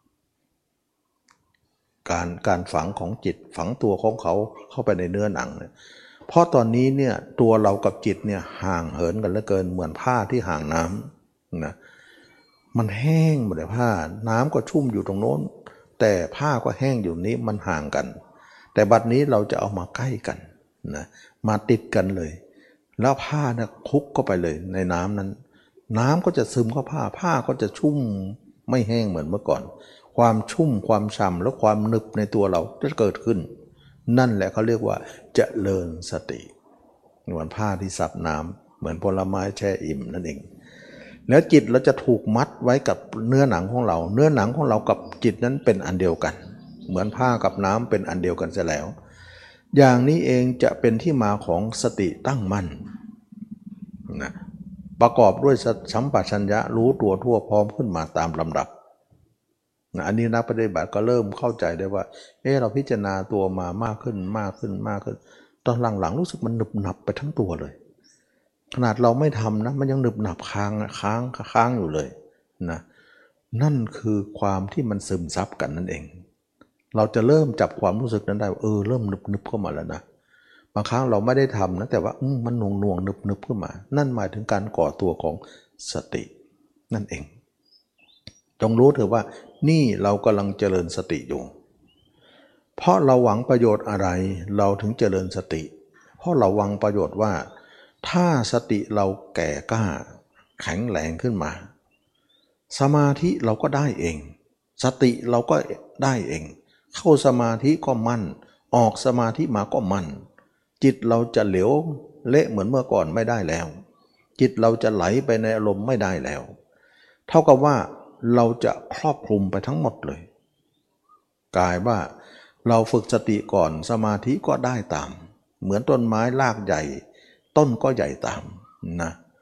การการฝังของจิตฝังตัวของเขาเข้าไปในเนื้อหนังเนี่ยเพราะตอนนี้เนี่ยตัวเรากับจิตเนี่ยห่างเหินกันเหลือเกินเหมือนผ้าที่ห่างน้ำนะมันแห้งหมดเลยผ้าน้ำก็ชุ่มอยู่ตรงโน้นแต่ผ้าก็แห้งอยู่นี้มันห่างกันแต่บัดนี้เราจะเอามาใกล้กันนะมาติดกันเลยแล้วผ้านะคลุกเข้าไปเลยในน้ำนั้นน้ำก็จะซึมเข้าผ้าผ้าก็จะชุ่มไม่แห้งเหมือนเมื่อก่อนความชุ่มความฉ่ำและความหนึบในตัวเราจะเกิดขึ้นนั่นแหละเขาเรียกว่าเจริญสติเหมือนผ้าที่ซับน้ำเหมือนผลไม้แช่อิ่มนั่นเองแล้วจิตเราจะถูกมัดไว้กับเนื้อหนังของเราเนื้อหนังของเรากับจิตนั้นเป็นอันเดียวกันเหมือนผ้ากับน้ำเป็นอันเดียวกันเสียแล้วอย่างนี้เองจะเป็นที่มาของสติตั้งมั่นนะประกอบด้วยสัมปชัญญะรู้ตัวทั่วพร้อมขึ้นมาตามลำดับนะอันนี้นักปฏิบัติก็เริ่มเข้าใจได้ว่าเออเราพิจารณาตัวมามากขึ้นมากขึ้นมากขึ้นตอนหลังๆรู้สึกมันหนึบหนับไปทั้งตัวเลยขนาดเราไม่ทำนะมันยังหนึบหนับค้างค้างค้างอยู่เลยนะนั่นคือความที่มันซึมซับกันนั่นเองเราจะเริ่มจับความรู้สึกนั้นได้เออเริ่มนึบนึบเข้ามาแล้วนะบางครั้งเราไม่ได้ทำนะแต่ว่ามันหน่วงหน่วงนึบนึบขึ้นมานั่นหมายถึงการก่อตัวของสตินั่นเองจงรู้เถอะว่านี่เรากำลังเจริญสติอยู่เพราะเราหวังประโยชน์อะไรเราถึงเจริญสติเพราะเราหวังประโยชน์ว่าถ้าสติเราแก่กล้าแข็งแรงขึ้นมาสมาธิเราก็ได้เองสติเราก็ได้เองเข้าสมาธิก็มั่นออกสมาธิมาก็มั่นจิตเราจะเหลวเละเหมือนเมื่อก่อนไม่ได้แล้วจิตเราจะไหลไปในอารมณ์ไม่ได้แล้วเท่ากับว่าเราจะครอบคลุมไปทั้งหมดเลยกลายว่าเราฝึกสติก่อนสมาธิก็ได้ตามเหมือนต้นไม้รากใหญ่ต้นก็ใหญ่ตามนะ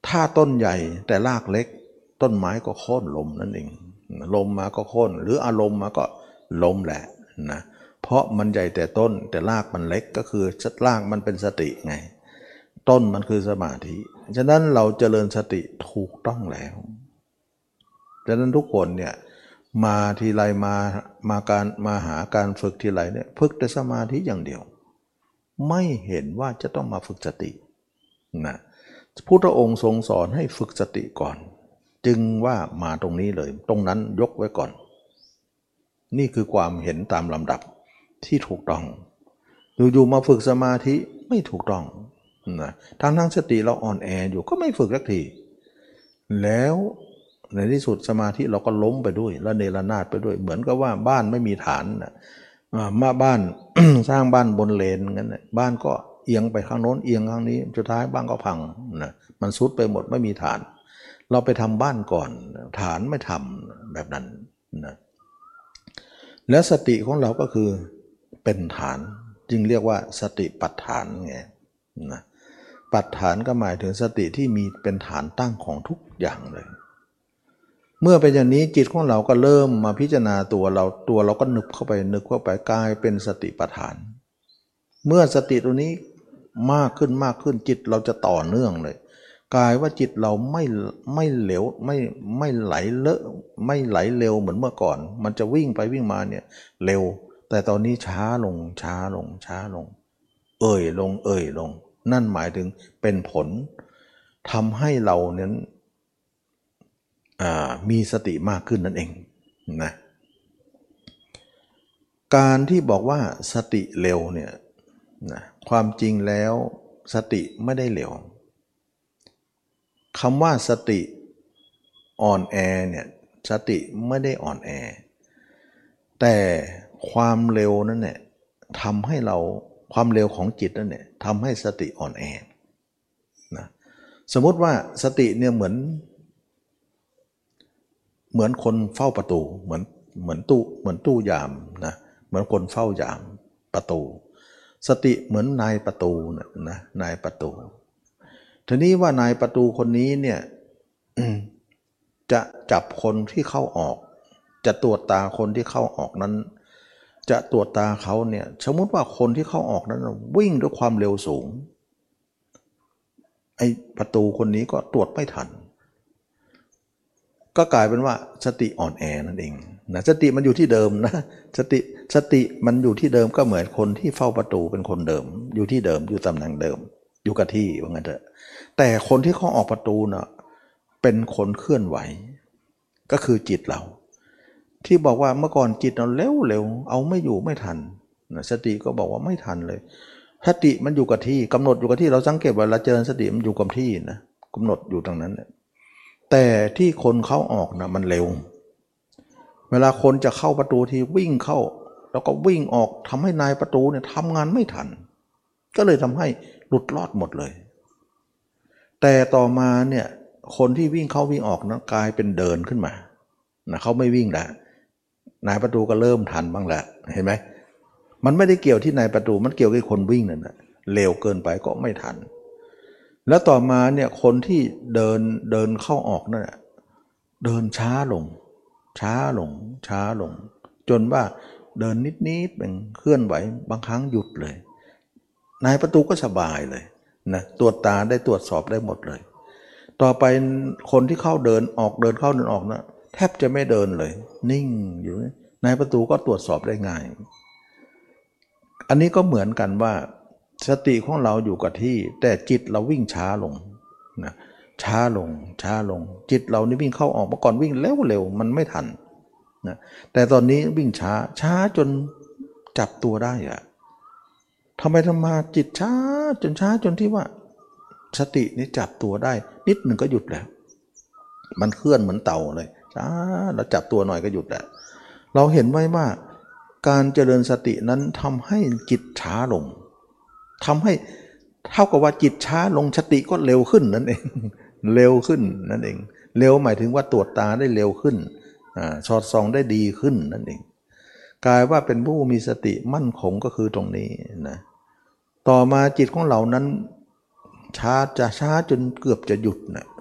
ถ้าต้นใหญ่แต่รากเล็กต้นไม้ก็โค่นลมนั่นเองลมมาก็โค่นหรืออารมณ์มาก็ล้มแหละนะเพราะมันใหญ่แต่ต้นแต่รากมันเล็กก็คือรากมันเป็นสติไงต้นมันคือสมาธิฉะนั้นเราเจริญสติถูกต้องแล้วฉะนั้นทุกคนเนี่ยมาทีไรมามาการมาหาการฝึกทีไรเนี่ยฝึกแต่สมาธิอย่างเดียวไม่เห็นว่าจะต้องมาฝึกสตินะพุทธองค์ทรงสอนให้ฝึกสติก่อนจึงว่ามาตรงนี้เลยตรงนั้นยกไว้ก่อนนี่คือความเห็นตามลำดับที่ถูกต้องอยู่ๆมาฝึกสมาธิไม่ถูกต้องนะทั้งทั้งสติเราอ่อนแออยู่ก็ไม่ฝึกสักทีแล้วในที่สุดสมาธิเราก็ล้มไปด้วยและเนรนาศไปด้วยเหมือนกับว่าบ้านไม่มีฐานนะมาบ้าน สร้างบ้านบนเลนงั้นนะบ้านก็เอียงไปข้างโน้นเอียงข้างนี้สุดท้ายบ้านก็พังนะมันซุดไปหมดไม่มีฐานเราไปทำบ้านก่อนฐานไม่ทำแบบนั้นนะและสติของเราก็คือเป็นฐานจึงเรียกว่าสติปัฏฐานไงนะปัฏฐานก็หมายถึงสติที่มีเป็นฐานตั้งของทุกอย่างเลยเมื่อเป็นอย่างนี้จิตของเราก็เริ่มมาพิจารณาตัวเราตัวเราก็นึกเข้าไปนึกเข้าไปกลายเป็นสติปัฏฐานเมื่อสติตัวนี้มากขึ้นมากขึ้นจิตเราจะต่อเนื่องเลยกลายว่าจิตเราไม่ไม่เหลวไม่ไม่ไหลเลอะไม่ไหลเร็วเหมือนเมื่อก่อนมันจะวิ่งไปวิ่งมาเนี่ยเร็วแต่ตอนนี้ช้าลงช้าลงช้าลงเอ่ยลงเอ่ยลงนั่นหมายถึงเป็นผลทำให้เรานั้นมีสติมากขึ้นนั่นเองนะการที่บอกว่าสติเร็วเนี่ยนะความจริงแล้วสติไม่ได้เร็วคำว่าสติอ่อนแอเนี่ยสติไม่ได้อ่อนแอแต่ความเร็วนั่นเนี่ยทำให้เราความเร็วของจิตนั่นเนี่ยทำให้สติอ่อนแอนะสมมติว่าสติเนี่ยเหมือนเหมือนคนเฝ้าประตูเหมือนเหมือนตู้เหมือนตู้ยามนะเหมือนคนเฝ้ายามประตูสติเหมือนนายประตูนะนะนายประตูทีนี้ว่านายประตูคนนี้เนี่ยจะจับคนที่เข้าออกจะตรวจตาคนที่เข้าออกนั้นจะตรวจตาเขาเนี่ยสมมติว่าคนที่เข้าออกนั้นวิ่งด้วยความเร็วสูงไอ้ประตูคนนี้ก็ตรวจไม่ทันก็กลายเป็นว่าสติอ่อนแอนั่นเองนะสติมันอยู่ที่เดิมนะสติสติมันอยู่ที่เดิมก็เหมือนคนที่เฝ้าประตูเป็นคนเดิมอยู่ที่เดิมอยู่ตำแหน่งเดิมอยู่กับที่ว่างั้นเถอะแต่คนที่เขาออกประตูน่ะเป็นคนเคลื่อนไหวก็คือจิตเราที่บอกว่าเมื่อก่อนจิตเราเร็วเร็วเอาไม่อยู่ไม่ทันนะสติก็บอกว่าไม่ทันเลยสติมันอยู่กับที่กำหนดอยู่กับที่เราสังเกตว่าเราเจริญสติมันอยู่กับที่นะกำหนดอยู่ตรงนั้นแต่ที่คนเขาออกนะมันเร็วเวลาคนจะเข้าประตูที่วิ่งเข้าแล้วก็วิ่งออกทำให้นายประตูเนี่ยทำงานไม่ทันก็เลยทำให้หลุดรอดหมดเลยแต่ต่อมาเนี่ยคนที่วิ่งเข้าวิ่งออกนั้นกลายเป็นเดินขึ้นมานะเขาไม่วิ่งแล้วนายประตูก็เริ่มทันบ้างแหละเห็นไหมมันไม่ได้เกี่ยวที่นายประตูมันเกี่ยวกับคนวิ่งนั่นแหละเร็วเกินไปก็ไม่ทันแล้วต่อมาเนี่ยคนที่เดินเดินเข้าออกนั่นเดินช้าลงช้าลงช้าลงจนว่าเดินนิดๆเป็นเคลื่อนไหวบางครั้งหยุดเลยนายประตูก็สบายเลยนะตรวจตาได้ตรวจสอบได้หมดเลยต่อไปคนที่เข้าเดินออกเดินเข้าเดินออกนะแทบจะไม่เดินเลยนิ่งอยู่นายประตูก็ตรวจสอบได้ง่ายอันนี้ก็เหมือนกันว่าสติของเราอยู่กับที่แต่จิตเราวิ่งช้าลงนะช้าลงช้าลงจิตเรานี่วิ่งเข้าออกเมื่อก่อนวิ่งเร็วเร็วมันไม่ทันนะแต่ตอนนี้วิ่งช้าช้าจนจับตัวได้อะทำไมทำมาจิตช้าจนช้าจนที่ว่าสตินี่จับตัวได้นิดหนึ่งก็หยุดแล้วมันเคลื่อนเหมือนเต่าเลยช้าเราจับตัวหน่อยก็หยุดแล้วเราเห็นไว้ว่าการเจริญสตินั้นทำให้จิตช้าลงทำให้เท่ากับว่าจิตช้าลงสติก็เร็วขึ้นนั่นเองเร็วขึ้นนั่นเองเร็วหมายถึงว่าตรวจตาได้เร็วขึ้นสอดส่องได้ดีขึ้นนั่นเองกลายว่าเป็นผู้มีสติมั่นคงก็คือตรงนี้นะต่อมาจิตของเรานั้นช้าจะช้าจนเกือบจะหยุดนะ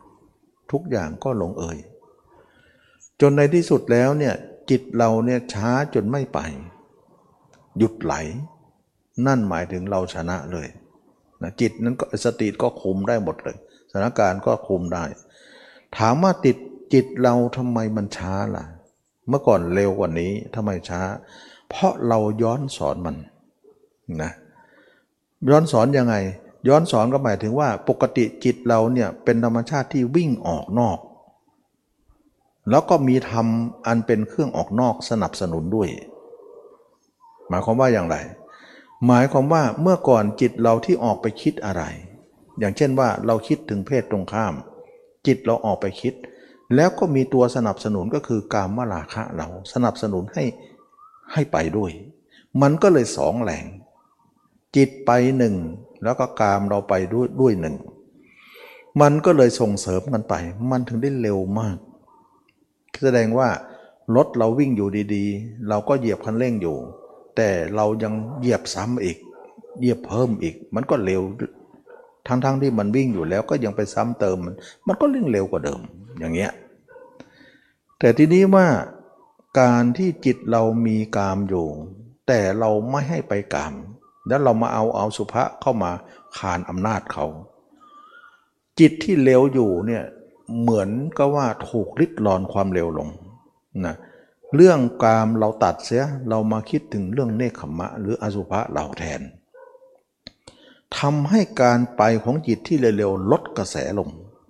ทุกอย่างก็ลงเอยจนในที่สุดแล้วเนี่ยจิตเราเนี่ยช้าจนไม่ไปหยุดไหลนั่นหมายถึงเราชนะเลยนะจิตนั้นก็สติก็คุมได้หมดเลยสถานการณ์ก็คุมได้ถามว่าติดจิตเราทำไมมันช้าล่ะเมื่อก่อนเร็วกว่านี้ทำไมช้าเพราะเราย้อนสอนมันนะย้อนสอนยังไงย้อนสอนก็หมายถึงว่าปกติจิตเราเนี่ยเป็นธรรมชาติที่วิ่งออกนอกแล้วก็มีธรรมอันเป็นเครื่องออกนอกสนับสนุนด้วยหมายความว่าอย่างไรหมายความว่าเมื่อก่อนจิตเราที่ออกไปคิดอะไรอย่างเช่นว่าเราคิดถึงเพศตรงข้ามจิตเราออกไปคิดแล้วก็มีตัวสนับสนุนก็คือกามราคะเราสนับสนุนให้ให้ไปด้วยมันก็เลยสองแหล่งจิตไปหนึ่งแล้วก็กามเราไปด้วยด้วยหนึ่งมันก็เลยส่งเสริมกันไปมันถึงได้เร็วมากแสดงว่ารถเราวิ่งอยู่ดีๆเราก็เหยียบคันเร่งอยู่แต่เรายังเหยียบซ้ำอีกเหยียบเพิ่มอีกมันก็เร็วทั้งๆ ท, ที่มันวิ่งอยู่แล้วก็ยังไปซ้ำเติมมันมันก็เร่งเร็วกว่าเดิมอย่างเงี้ยแต่ทีนี้ว่าการที่จิตเรามีกามอยู่แต่เราไม่ให้ไปกามแล้วเรามาเอาเอาสุภะเข้ามาขานอำนาจเขาจิตที่เร็วอยู่เนี่ยเหมือนก็ว่าถูกริดรอนความเร็วลงนะเรื่องกามเราตัดเสียเรามาคิดถึงเรื่องเนคขมมะหรืออสุภะเราแทนทำให้การไปของจิตที่เร็วๆลดกระแสลง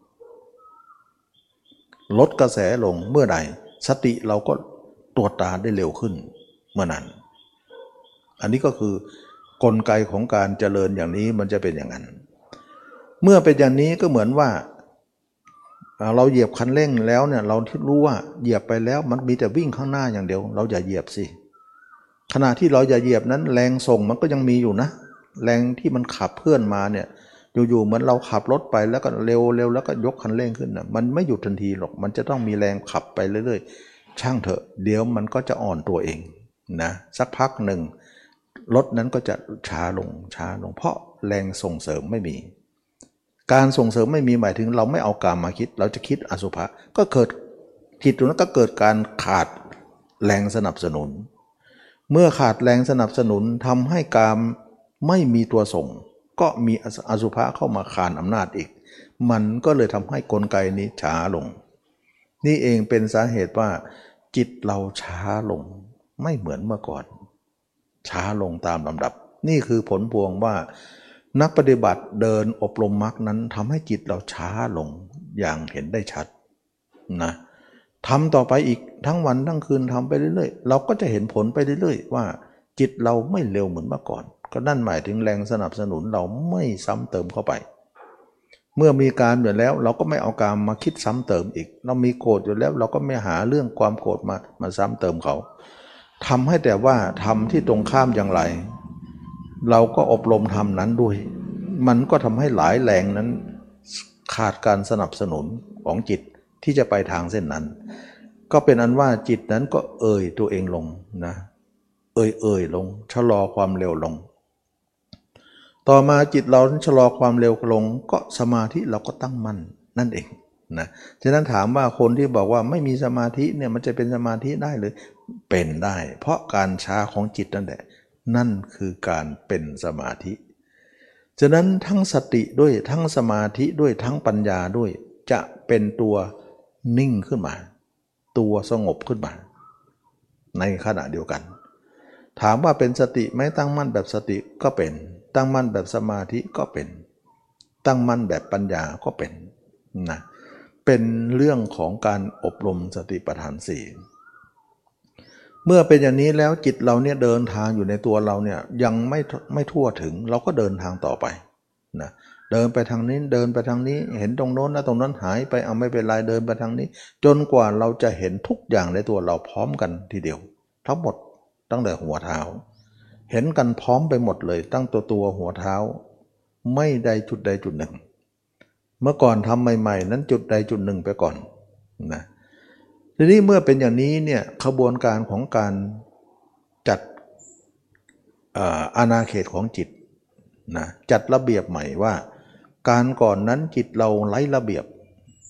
ลดกระแสลงเมื่อใดสติเราก็ตรวจตาได้เร็วขึ้นเมื่อนั้นอันนี้ก็คือกลไกของการเจริญอย่างนี้มันจะเป็นอย่างนั้นเมื่อเป็นอย่างนี้ก็เหมือนว่าเราเหยียบคันเร่งแล้วเนี่ยเรารู้ว่าเหยียบไปแล้วมันมีแต่วิ่งข้างหน้าอย่างเดียวเราอย่าเหยียบสิขณะที่เราอย่าเหยียบนั้นแรงส่งมันก็ยังมีอยู่นะแรงที่มันขับเพื่อนมาเนี่ยอยู่ๆเหมือนเราขับรถไปแล้วก็เร็วเร็วแล้วก็ยกคันเร่งขึ้นนะมันไม่หยุดทันทีหรอกมันจะต้องมีแรงขับไปเรื่อยๆช่างเถอะเดี๋ยวมันก็จะอ่อนตัวเองนะสักพักหนึ่งรถนั้นก็จะช้าลงช้าลงเพราะแรงส่งเสริมไม่มีการส่งเสริมไม่มีหมายถึงเราไม่เอากามมาคิดเราจะคิดอสุภะก็เกิดจิตตรงนั้นก็เกิดการขาดแรงสนับสนุนเมื่อขาดแรงสนับสนุนทำให้กามไม่มีตัวส่งก็มีอสุภะเข้ามาขานอำนาจอีกมันก็เลยทำให้กลไกนี้ช้าลงนี่เองเป็นสาเหตุว่าจิตเราช้าลงไม่เหมือนเมื่อก่อนช้าลงตามลำดับนี่คือผลพวงว่านักปฏิบัติเดินอบรมมรรคนั้นทำให้จิตเราช้าลงอย่างเห็นได้ชัดนะทำต่อไปอีกทั้งวันทั้งคืนทำไปเรื่อยๆเราก็จะเห็นผลไปเรื่อยๆว่าจิตเราไม่เร็วเหมือนเมื่อก่อนก็นั่นหมายถึงแรงสนับสนุนเราไม่ซ้ำเติมเข้าไปเมื่อมีการอยู่แล้วเราก็ไม่เอาการมาคิดซ้ำเติมอีกเรามีโกรธอยู่แล้วเราก็ไม่หาเรื่องความโกรธมามาซ้ำเติมเขาทำให้แต่ว่าทำที่ตรงข้ามอย่างไรเราก็อบรมทำนั้นด้วยมันก็ทำให้หลายแรงนั้นขาดการสนับสนุนของจิตที่จะไปทางเส้นนั้นก็เป็นอันว่าจิตนั้นก็เอ่ยตัวเองลงนะเอ่ยเอ่ยลงชะลอความเร็วลงต่อมาจิตเราชะลอความเร็วลงก็สมาธิเราก็ตั้งมั่นนั่นเองนะฉะนั้นถามว่าคนที่บอกว่าไม่มีสมาธิเนี่ยมันจะเป็นสมาธิได้หรือเป็นได้เพราะการช้าของจิตนั่นแหละนั่นคือการเป็นสมาธิฉะนั้นทั้งสติด้วยทั้งสมาธิด้วยทั้งปัญญาด้วยจะเป็นตัวนิ่งขึ้นมาตัวสงบขึ้นมาในขณะเดียวกันถามว่าเป็นสติไหมตั้งมั่นแบบสติก็เป็นตั้งมั่นแบบสมาธิก็เป็นตั้งมั่นแบบปัญญาก็เป็นนะเป็นเรื่องของการอบรมสติปัฏฐานสี่เมื่อเป็นอย่างนี้แล้วจิตเราเนี่ยเดินทางอยู่ในตัวเราเนี่ยยังไม่ไม่ทั่วถึงเราก็เดินทางต่อไปนะเดินไปทางนี้เดินไปทางนี้เห็นตรงโน้นนะตรงนั้นหายไปเอาไม่เป็นไรเดินไปทางนี้จนกว่าเราจะเห็นทุกอย่างในตัวเราพร้อมกันทีเดียวทั้งหมดตั้งแต่หัวเท้าเห็นกันพร้อมไปหมดเลยตั้งตัวตัวหัวเท้าไม่ใดจุดใดจุดหนึ่งเมื่อก่อนทำใหม่ๆนั้นจุดใดจุดหนึ่งไปก่อนนะทีนี้เมื่อเป็นอย่างนี้เนี่ยขบวนการของการจัดอาณาเขตของจิตนะจัดระเบียบใหม่ว่าการก่อนนั้นจิตเราไร้ระเบียบ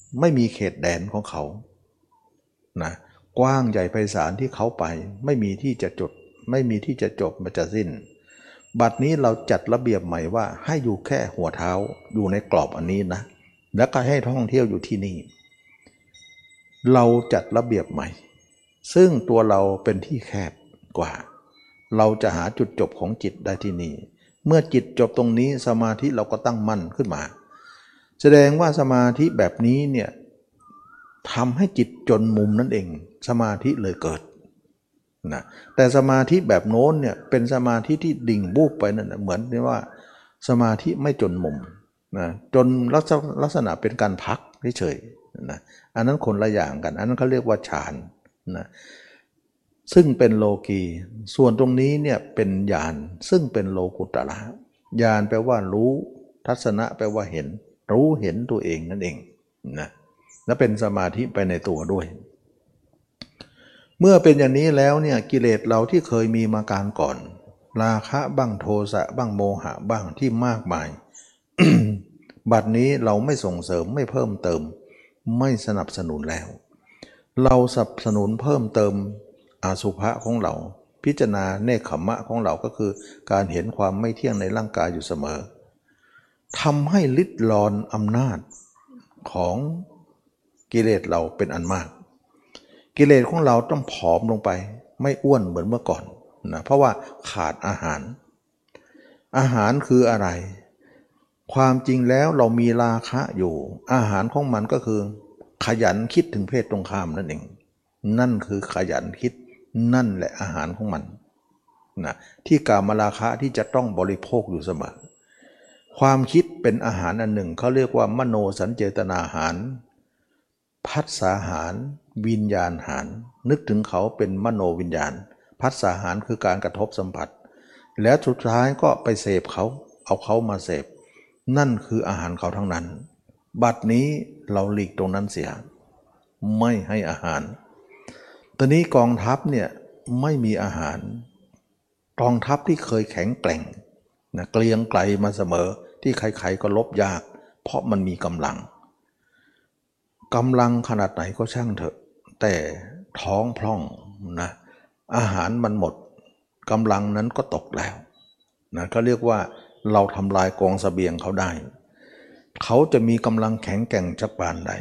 ไม่มีเขตแดนของเขานะกว้างใหญ่ไพศาลที่เขาไปไม่มีที่จะจดไม่มีที่จะจบมันจะสิ้นบัดนี้เราจัดระเบียบใหม่ว่าให้อยู่แค่หัวเท้าอยู่ในกรอบอันนี้นะแล้วก็ให้ท่องเที่ยวอยู่ที่นี่เราจัดระเบียบใหม่ซึ่งตัวเราเป็นที่แคบกว่าเราจะหาจุดจบของจิตได้ที่นี่เมื่อจิตจบตรงนี้สมาธิเราก็ตั้งมั่นขึ้นมาแสดงว่าสมาธิแบบนี้เนี่ยทำให้จิตจนมุมนั่นเองสมาธิเลยเกิดนะแต่สมาธิแบบโน้นเนี่ยเป็นสมาธิที่ดิ่งบูบไปนั่นนะเหมือนที่ว่าสมาธิไม่จนมุมนะจนลักษณะเป็นการพักเฉยๆนะอันนั้นคนละอย่างกันอันนั้นเขาเรียกว่าฌานนะซึ่งเป็นโลกีส่วนตรงนี้เนี่ยเป็นญาณซึ่งเป็นโลกุตระญาณแปลว่ารู้ทัศนะแปลว่าเห็นรู้เห็นตัวเองนั่นเองนะและเป็นสมาธิไปในตัวด้วยเมื่อเป็นอย่างนี้แล้วเนี่ยกิเลสเราที่เคยมีมาการก่อนราคะบ้างโทสะบ้างโมหะบ้างที่มากมาย บัดนี้เราไม่ส่งเสริมไม่เพิ่มเติมไม่สนับสนุนแล้วเราสนับสนุนเพิ่มเติมอาสุภะของเราพิจารณาเนคขมะของเราก็คือการเห็นความไม่เที่ยงในร่างกายอยู่เสมอทำให้ลิดรอนอำนาจของกิเลสเราเป็นอันมากกิเลสของเราต้องผอมลงไปไม่อ้วนเหมือนเมื่อก่อนนะเพราะว่าขาดอาหารอาหารคืออะไรความจริงแล้วเรามีราคะอยู่อาหารของมันก็คือขยันคิดถึงเพศตรงข้ามนั่นเองนั่นคือขยันคิดนั่นแหละอาหารของมันนะที่กามราคะที่จะต้องบริโภคอยู่เสมอความคิดเป็นอาหารอันหนึ่งเขาเรียกว่ามโนสัญเจตนาหารพัสสาหารวิญญาณหารนึกถึงเขาเป็นมโนวิญญาณพัสสาหารคือการกระทบสัมผัสแล้วสุดท้ายก็ไปเสพเขาเอาเขามาเสพนั่นคืออาหารเขาทั้งนั้นบัดนี้เราหลีกตรงนั้นเสียไม่ให้อาหารตอนนี้กองทัพเนี่ยไม่มีอาหารกองทัพที่เคยแข็งแกร่งนะเกรียงไกรมาเสมอที่ใครๆก็ลบยากเพราะมันมีกำลังกำลังขนาดไหนก็ช่างเถอะแต่ท้องพร่องนะอาหารมันหมดกำลังนั้นก็ตกแล้วนะเขาเรียกว่าเราทำลายกองเสบียงเขาได้เขาจะมีกำลังแข็งแกร่งจักปานใด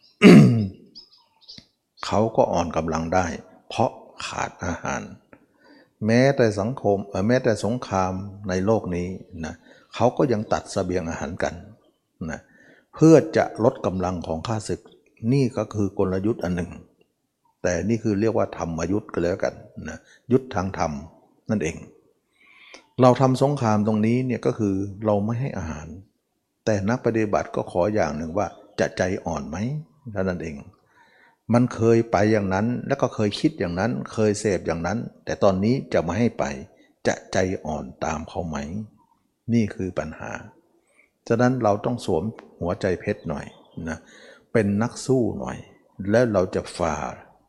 เขาก็อ่อนกำลังได้เพราะขาดอาหารแม้แต่สังคมแม้แต่สงครามในโลกนี้นะเขาก็ยังตัดเสบียงอาหารกันนะเพื่อจะลดกำลังของข้าศึกนี่ก็คือกลยุทธ์อันหนึ่งแต่นี่คือเรียกว่าธรรมยุทธ์ก็แล้วกันนะยุทธทางธรรมนั่นเองเราทำสงครามตรงนี้เนี่ยก็คือเราไม่ให้อาหารแต่นักปฏิบัติก็ขออย่างหนึ่งว่าจะใจอ่อนไหมเท่านั้นเองมันเคยไปอย่างนั้นแล้วก็เคยคิดอย่างนั้นเคยเสพอย่างนั้นแต่ตอนนี้จะมาให้ไปจะใจอ่อนตามเขาไหมนี่คือปัญหาฉะนั้นเราต้องสวมหัวใจเพชรหน่อยนะเป็นนักสู้หน่อยแล้วเราจะฝ่า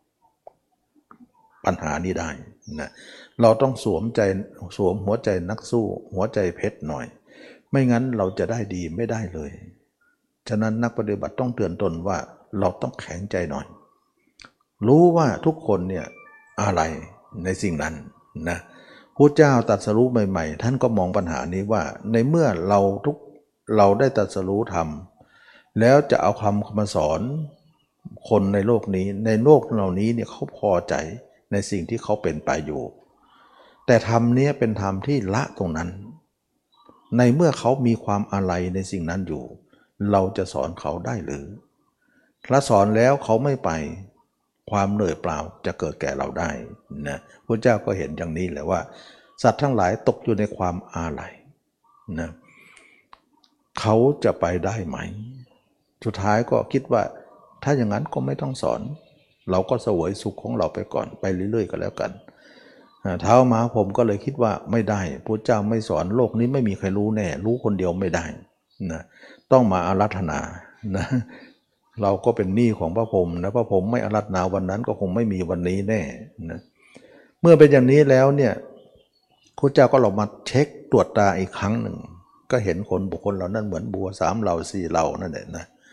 ปัญหานี้ได้นะเราต้องสวมใจสวมหัวใจนักสู้หัวใจเพชรหน่อยไม่งั้นเราจะได้ดีไม่ได้เลยฉะนั้นนักปฏิบัติต้องเตือนตนว่าเราต้องแข็งใจหน่อยรู้ว่าทุกคนเนี่ยอะไรในสิ่งนั้นนะพระเจ้าตรัสรู้ใหม่ๆท่านก็มองปัญหานี้ว่าในเมื่อเราทุกเราได้ตรัสรู้ธรรมแล้วจะเอาคำมาสอนคนในโลกนี้ในโลกเหล่านี้เนี่ยเขาพอใจในสิ่งที่เขาเป็นไปอยู่แต่ธรรมนี้เป็นธรรมที่ละตรงนั้นในเมื่อเขามีความอะไรในสิ่งนั้นอยู่เราจะสอนเขาได้หรือถ้าสอนแล้วเขาไม่ไปความเหนื่อยเปล่าจะเกิดแก่เราได้นะพระเจ้าก็เห็นอย่างนี้แหละว่าสัตว์ทั้งหลายตกอยู่ในความอาลัยนะเขาจะไปได้ไหมสุดท้ายก็คิดว่าถ้าอย่างนั้นก็ไม่ต้องสอนเราก็เสวยสุขของเราไปก่อนไปเรื่อยๆก็แล้วกันเท้ามาผมก็เลยคิดว่าไม่ได้พระเจ้าไม่สอนโลกนี้ไม่มีใครรู้แน่รู้คนเดียวไม่ได้นะต้องมาอาราธนานะเราก็เป็นหนี้ของพระพรหมนะพระพรหมไม่อาราธนาวันนั้นก็คงไม่มีวันนี้แน่นะเมื่อเป็นอย่างนี้แล้วเนี่ยพระเจ้าก็ลงมาเช็คตรวจตาอีกครั้งหนึ่งก็เห็นคนบุคคลเหล่านั้นเหมือนบัวสามเหล่าสี่เหล่านั่นแหละนะ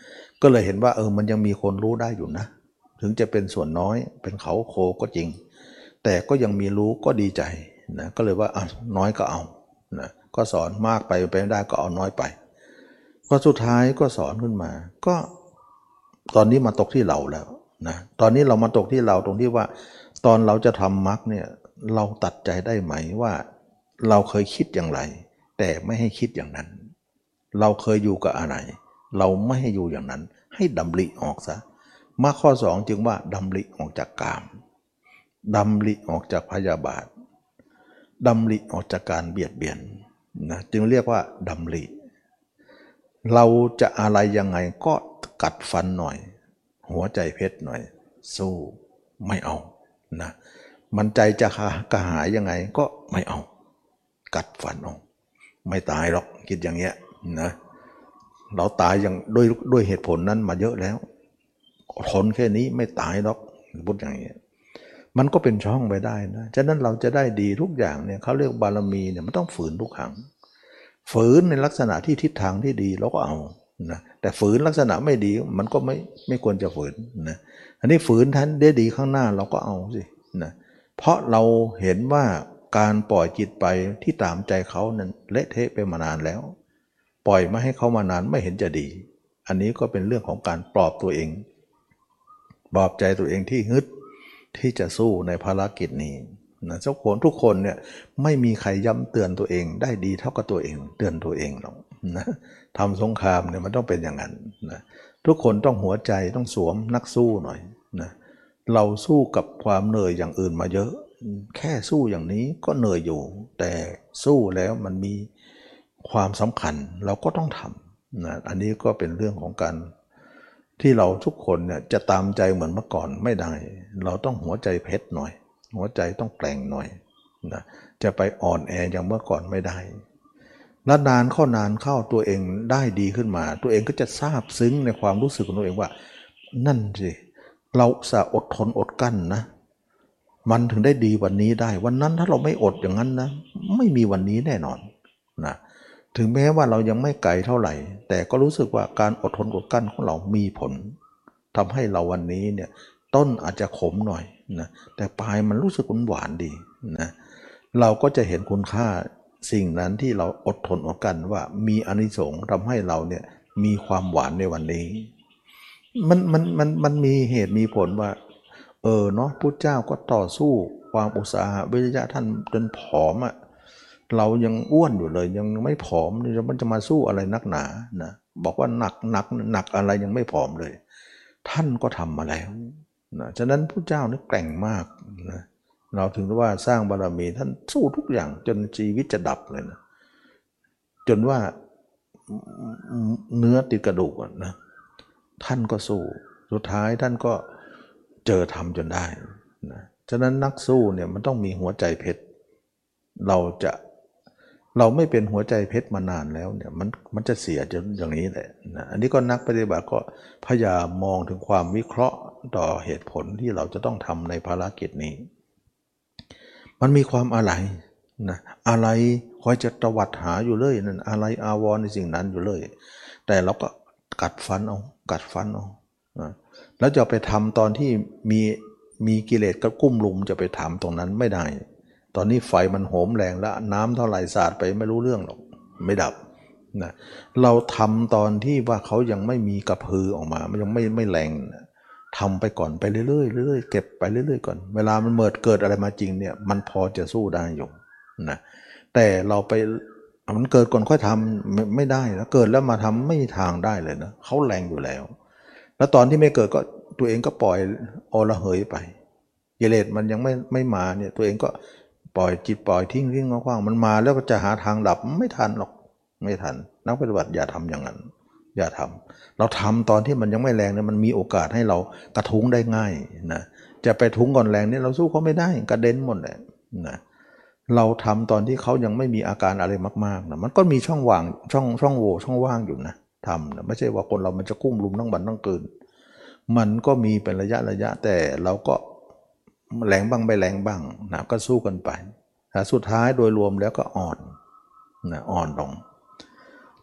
ก็เลยเห็นว่าเออมันยังมีคนรู้ได้อยู่นะถึงจะเป็นส่วนน้อยเป็นเขาโคก็จริงแต่ก็ยังมีรู้ก็ดีใจนะก็เลยว่าอ่ะน้อยก็เอานะก็สอนมากไปไปไม่ได้ก็เอาน้อยไปก็สุดท้ายก็สอนขึ้นมาก็ตอนนี้มาตกที่เราแล้วนะตอนนี้เรามาตกที่เราตรงที่ว่าตอนเราจะทำมรรคเนี่ยเราตัดใจได้ไหมว่าเราเคยคิดอย่างไรแต่ไม่ให้คิดอย่างนั้นเราเคยอยู่กับอะไรเราไม่ให้อยู่อย่างนั้นให้ดำริออกซะมรรคข้อสองจึงว่าดำริออกจากกามดำริออกจากพยาบาทดำริออกจากการเบียดเบียนนะจึงเรียกว่าดำริเราจะอะไรยังไงก็กัดฟันหน่อยหัวใจเพชรหน่อยสู้ไม่เอานะมันใจจะกระหายยังไงก็ไม่เอากัดฟันเอาไม่ตายหรอกคิดอย่างเงี้ยนะเราตายอย่างด้วยด้วยเหตุผลนั้นมาเยอะแล้วทนแค่นี้ไม่ตายหรอกพูดอย่างเงี้ยมันก็เป็นช่องไปได้นะฉะนั้นเราจะได้ดีทุกอย่างเนี่ยเขาเรียกบารมีเนี่ยมันต้องฝืนทุกครั้งฝืนในลักษณะที่ทิศทางที่ดีเราก็เอานะแต่ฝืนลักษณะไม่ดีมันก็ไม่ไม่ควรจะฝืนนะอันนี้ฝืนท่านได้ดีข้างหน้าเราก็เอาสินะเพราะเราเห็นว่าการปล่อยจิตไปที่ตามใจเขานั้นเละเทะไปมานานแล้วปล่อยมาให้เขามานานไม่เห็นจะดีอันนี้ก็เป็นเรื่องของการปลอบตัวเองปลอบใจตัวเองที่ฮึดที่จะสู้ในภารกิจนี้นะทุกคนทุกคนเนี่ยไม่มีใครย้ำเตือนตัวเองได้ดีเท่ากับตัวเองเตือนตัวเองหรอกนะทำสงครามเนี่ยมันต้องเป็นอย่างนั้นนะทุกคนต้องหัวใจต้องสวมนักสู้หน่อยนะเราสู้กับความเหนื่อยอย่างอื่นมาเยอะแค่สู้อย่างนี้ก็เหนื่อยอยู่แต่สู้แล้วมันมีความสำคัญเราก็ต้องทำนะอันนี้ก็เป็นเรื่องของการที่เราทุกคนเนี่ยจะตามใจเหมือนเมื่อก่อนไม่ได้เราต้องหัวใจเพชรหน่อยหัวใจต้องแกร่งหน่อยนะจะไปอ่อนแออย่างเมื่อก่อนไม่ได้แล้วนานเข้านานเข้าตัวเองได้ดีขึ้นมาตัวเองก็จะซาบซึ้งในความรู้สึกของตัวเองว่านั่นสิเราสะอดทนอดกั้นนะมันถึงได้ดีวันนี้ได้วันนั้นถ้าเราไม่อดอย่างนั้นนะไม่มีวันนี้แน่นอนนะถึงแม้ว่าเรายังไม่ไกลเท่าไหร่แต่ก็รู้สึกว่าการอดทนอดกั้นของเรามีผลทำให้เราวันนี้เนี่ยต้นอาจจะขมหน่อยนะแต่ปลายมันรู้สึกหวานดีนะเราก็จะเห็นคุณค่าสิ่งนั้นที่เราอดทนอดกั้นว่ามีอานิสงส์ทำให้เราเนี่ยมีความหวานในวันนี้มันมันมันมันมีเหตุมีผลว่าเออเนาะพุทธเจ้าก็ต่อสู้ความอุตสาหะวิริยะท่านจนผอมอะเรายังอ้วนอยู่เลยยังไม่ผอมมันจะมาสู้อะไรนักหนานะบอกว่าหนักหนักหนักอะไรยังไม่ผอมเลยท่านก็ทำมาแล้วนะฉะนั้นพุทธเจ้านี่แกร่งมากนะเราถึงว่าสร้างบารมีท่านสู้ทุกอย่างจนชีวิตจะดับเลยนะจนว่าเนื้อติดกระดูกนะท่านก็สู้สุดท้ายท่านก็เจอธรรมจนได้นะฉะนั้นนักสู้เนี่ยมันต้องมีหัวใจเพชรเราจะเราไม่เป็นหัวใจเพชรมานานแล้วเนี่ยมันมันจะเสียจนอย่างนี้แหละนะอันนี้ก็นักปฏิบัติก็พยายามมองถึงความวิเคราะห์ต่อเหตุผลที่เราจะต้องทำในภารกิจนี้มันมีความอะไรนะอะไรคอยจะตวัดหาอยู่เลยนั่นอะไรอาวรณ์ในสิ่งนั้นอยู่เลยแต่เราก็กัดฟันเอากัดฟันเอานะแล้วจะไปทำตอนที่มีมีกิเลสก็กุ้มลุมจะไปทำตรงนั้นไม่ได้ตอนนี้ไฟมันโหมแรงแล้วน้ำเท่าไหร่สาดไปไม่รู้เรื่องหรอกไม่ดับนะเราทำตอนที่ว่าเขายังไม่มีกระพือออกมามันยังไม่ไม่แรงนะทำไปก่อนไปเรื่อยๆเรื่อยๆเก็บไปเรื่อยๆก่อนเวลามันเมิดเกิดอะไรมาจริงเนี่ยมันพอจะสู้ได้อยู่นะแต่เราไปมันเกิดก่อนค่อยทำไม่ไม่ได้แล้วเกิดแล้วมาทำไม่มีทางได้เลยนะเขาแรงอยู่แล้วแล้วตอนที่ไม่เกิดก็ตัวเองก็ปล่อยอระเหยไปกิเลสมันยังไม่ไม่มาเนี่ยตัวเองก็ปล่อยจิตปล่อยทิ้งทิ้งกว้างๆมันมาแล้วก็จะหาทางดับไม่ทันหรอกไม่ทันนักปฏิบัติอย่าทำอย่างนั้นอย่าทำเราทำตอนที่มันยังไม่แรงเนี่ยมันมีโอกาสให้เรากระทุ้งได้ง่ายนะจะไปทุ้งก่อนแรงเนี่ยเราสู้เขาไม่ได้กระเด็นหมดเลยนะเราทำตอนที่เขายังไม่มีอาการอะไรมากๆนะมันก็มีช่องว่างช่องช่องโหว่ช่องว่างอยู่นะทำนะไม่ใช่ว่าคนเรามันจะกุ้มลุมทั้งวันทั้งคืนมันก็มีเป็นระยะระยะแต่เราก็แรงบ้างไม่แรงบ้างนะก็สู้กันไปแต่สุดท้ายโดยรวมแล้วก็อ่อนนะอ่อนลง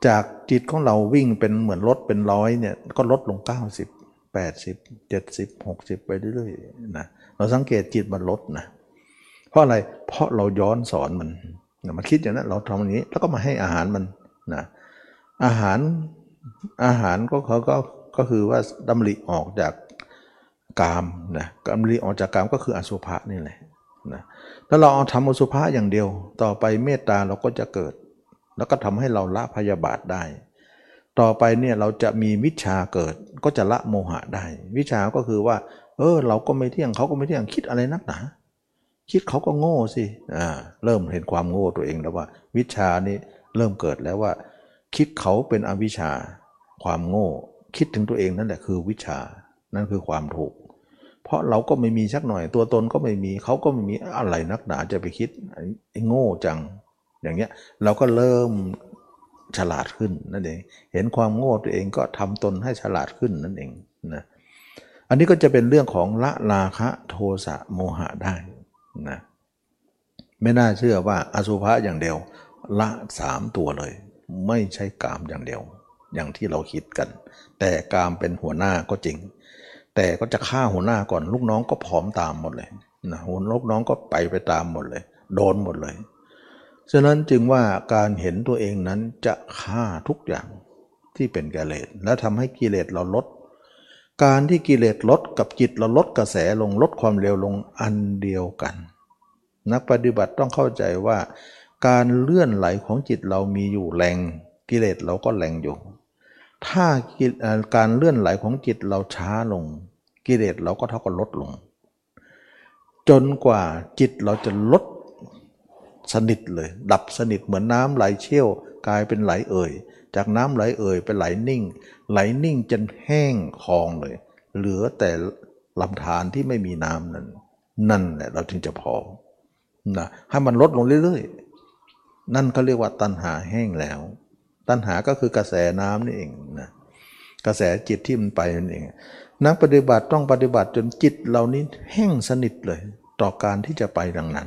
จากจิตของเราวิ่งเป็นเหมือนรถเป็นร้อยเนี่ยก็ลดลงเก้าสิบ แปดสิบ เจ็ดสิบ หกสิบไปเรื่อยๆนะเราสังเกตจิตมันลดนะเพราะอะไรเพราะเราย้อนสอนมันมันคิดอย่างนั้นเราทำอย่างนี้แล้วก็มาให้อาหารมันนะอาหารอาหารก็เขาก็ก็คือว่าดำริออกจากกามนะดำริออกจากกามก็คืออสุภะนี่แหละนะถ้าเราเอาทำอสุภะอย่างเดียวต่อไปเมตตาเราก็จะเกิดแล้วก็ทำให้เราละพยาบาทได้ต่อไปเนี่ยเราจะมีวิชาเกิดก็จะละโมหะได้วิชาก็คือว่าเออเราก็ไม่เที่ยงเขาก็ไม่เที่ยงคิดอะไรนักหนาคิดเขาก็โง่สิอ่าเริ่มเห็นความโง่ตัวเองแล้วว่าวิชานี้เริ่มเกิดแล้วว่าคิดเขาเป็นอวิชชาความโง่คิดถึงตัวเองนั่นแหละคือวิชานั่นคือความถูกเพราะเราก็ไม่มีสักหน่อยตัวตนก็ไม่มีเขาก็ไม่มีอะไรนักหนาจะไปคิดไอ้โง่จังอย่างเงี้ยเราก็เริ่มฉลาดขึ้นนั่นเองเห็นความโง่ตัวเองก็ทำตนให้ฉลาดขึ้นนั่นเองนะอันนี้ก็จะเป็นเรื่องของละราคะโทสะโมหะได้นะไม่น่าเชื่อว่าอสุภะอย่างเดียวละสามตัวเลยไม่ใช่กามอย่างเดียวอย่างที่เราคิดกันแต่กามเป็นหัวหน้าก็จริงแต่ก็จะฆ่าหัวหน้าก่อนลูกน้องก็ผอมตามหมดเลยนะหัวลูกน้องก็ไปไปตามหมดเลยโดนหมดเลยฉะนั้นจึงว่าการเห็นตัวเองนั้นจะฆ่าทุกอย่างที่เป็นกิเลสและทำให้กิเลสเราลดการที่กิเลสลดกับจิตเราลดกระแสลงลดความเร็วลงอันเดียวกันนักปฏิบัติต้องเข้าใจว่าการเลื่อนไหลของจิตเรามีอยู่แรงกิเลสเราก็แรงอยู่ถ้าการเลื่อนไหลของจิตเราช้าลงกิเลสเราก็เท่ากับลดลงจนกว่าจิตเราจะลดสนิทเลยดับสนิทเหมือนน้ำไหลเชี่ยวกลายเป็นไหลเอ่ยจากน้ำไหลเอ่ยเป็นไหลนิ่งไหลนิ่งจนแห้งคลองเลยเหลือแต่ลำธารที่ไม่มีน้ำนั้นนั่นแหละเราถึงจะพอนะให้มันลดลงเรื่อยๆนั่นเขาเรียกว่าตัณหาแห้งแล้วตัณหาก็คือกระแสน้ำนี่เองนะกระแสจิตที่มันไปนั่นเองนักปฏิบัติต้องปฏิบัติจนจิตเรานี้แห้งสนิทเลยต่อการที่จะไปดังนั้น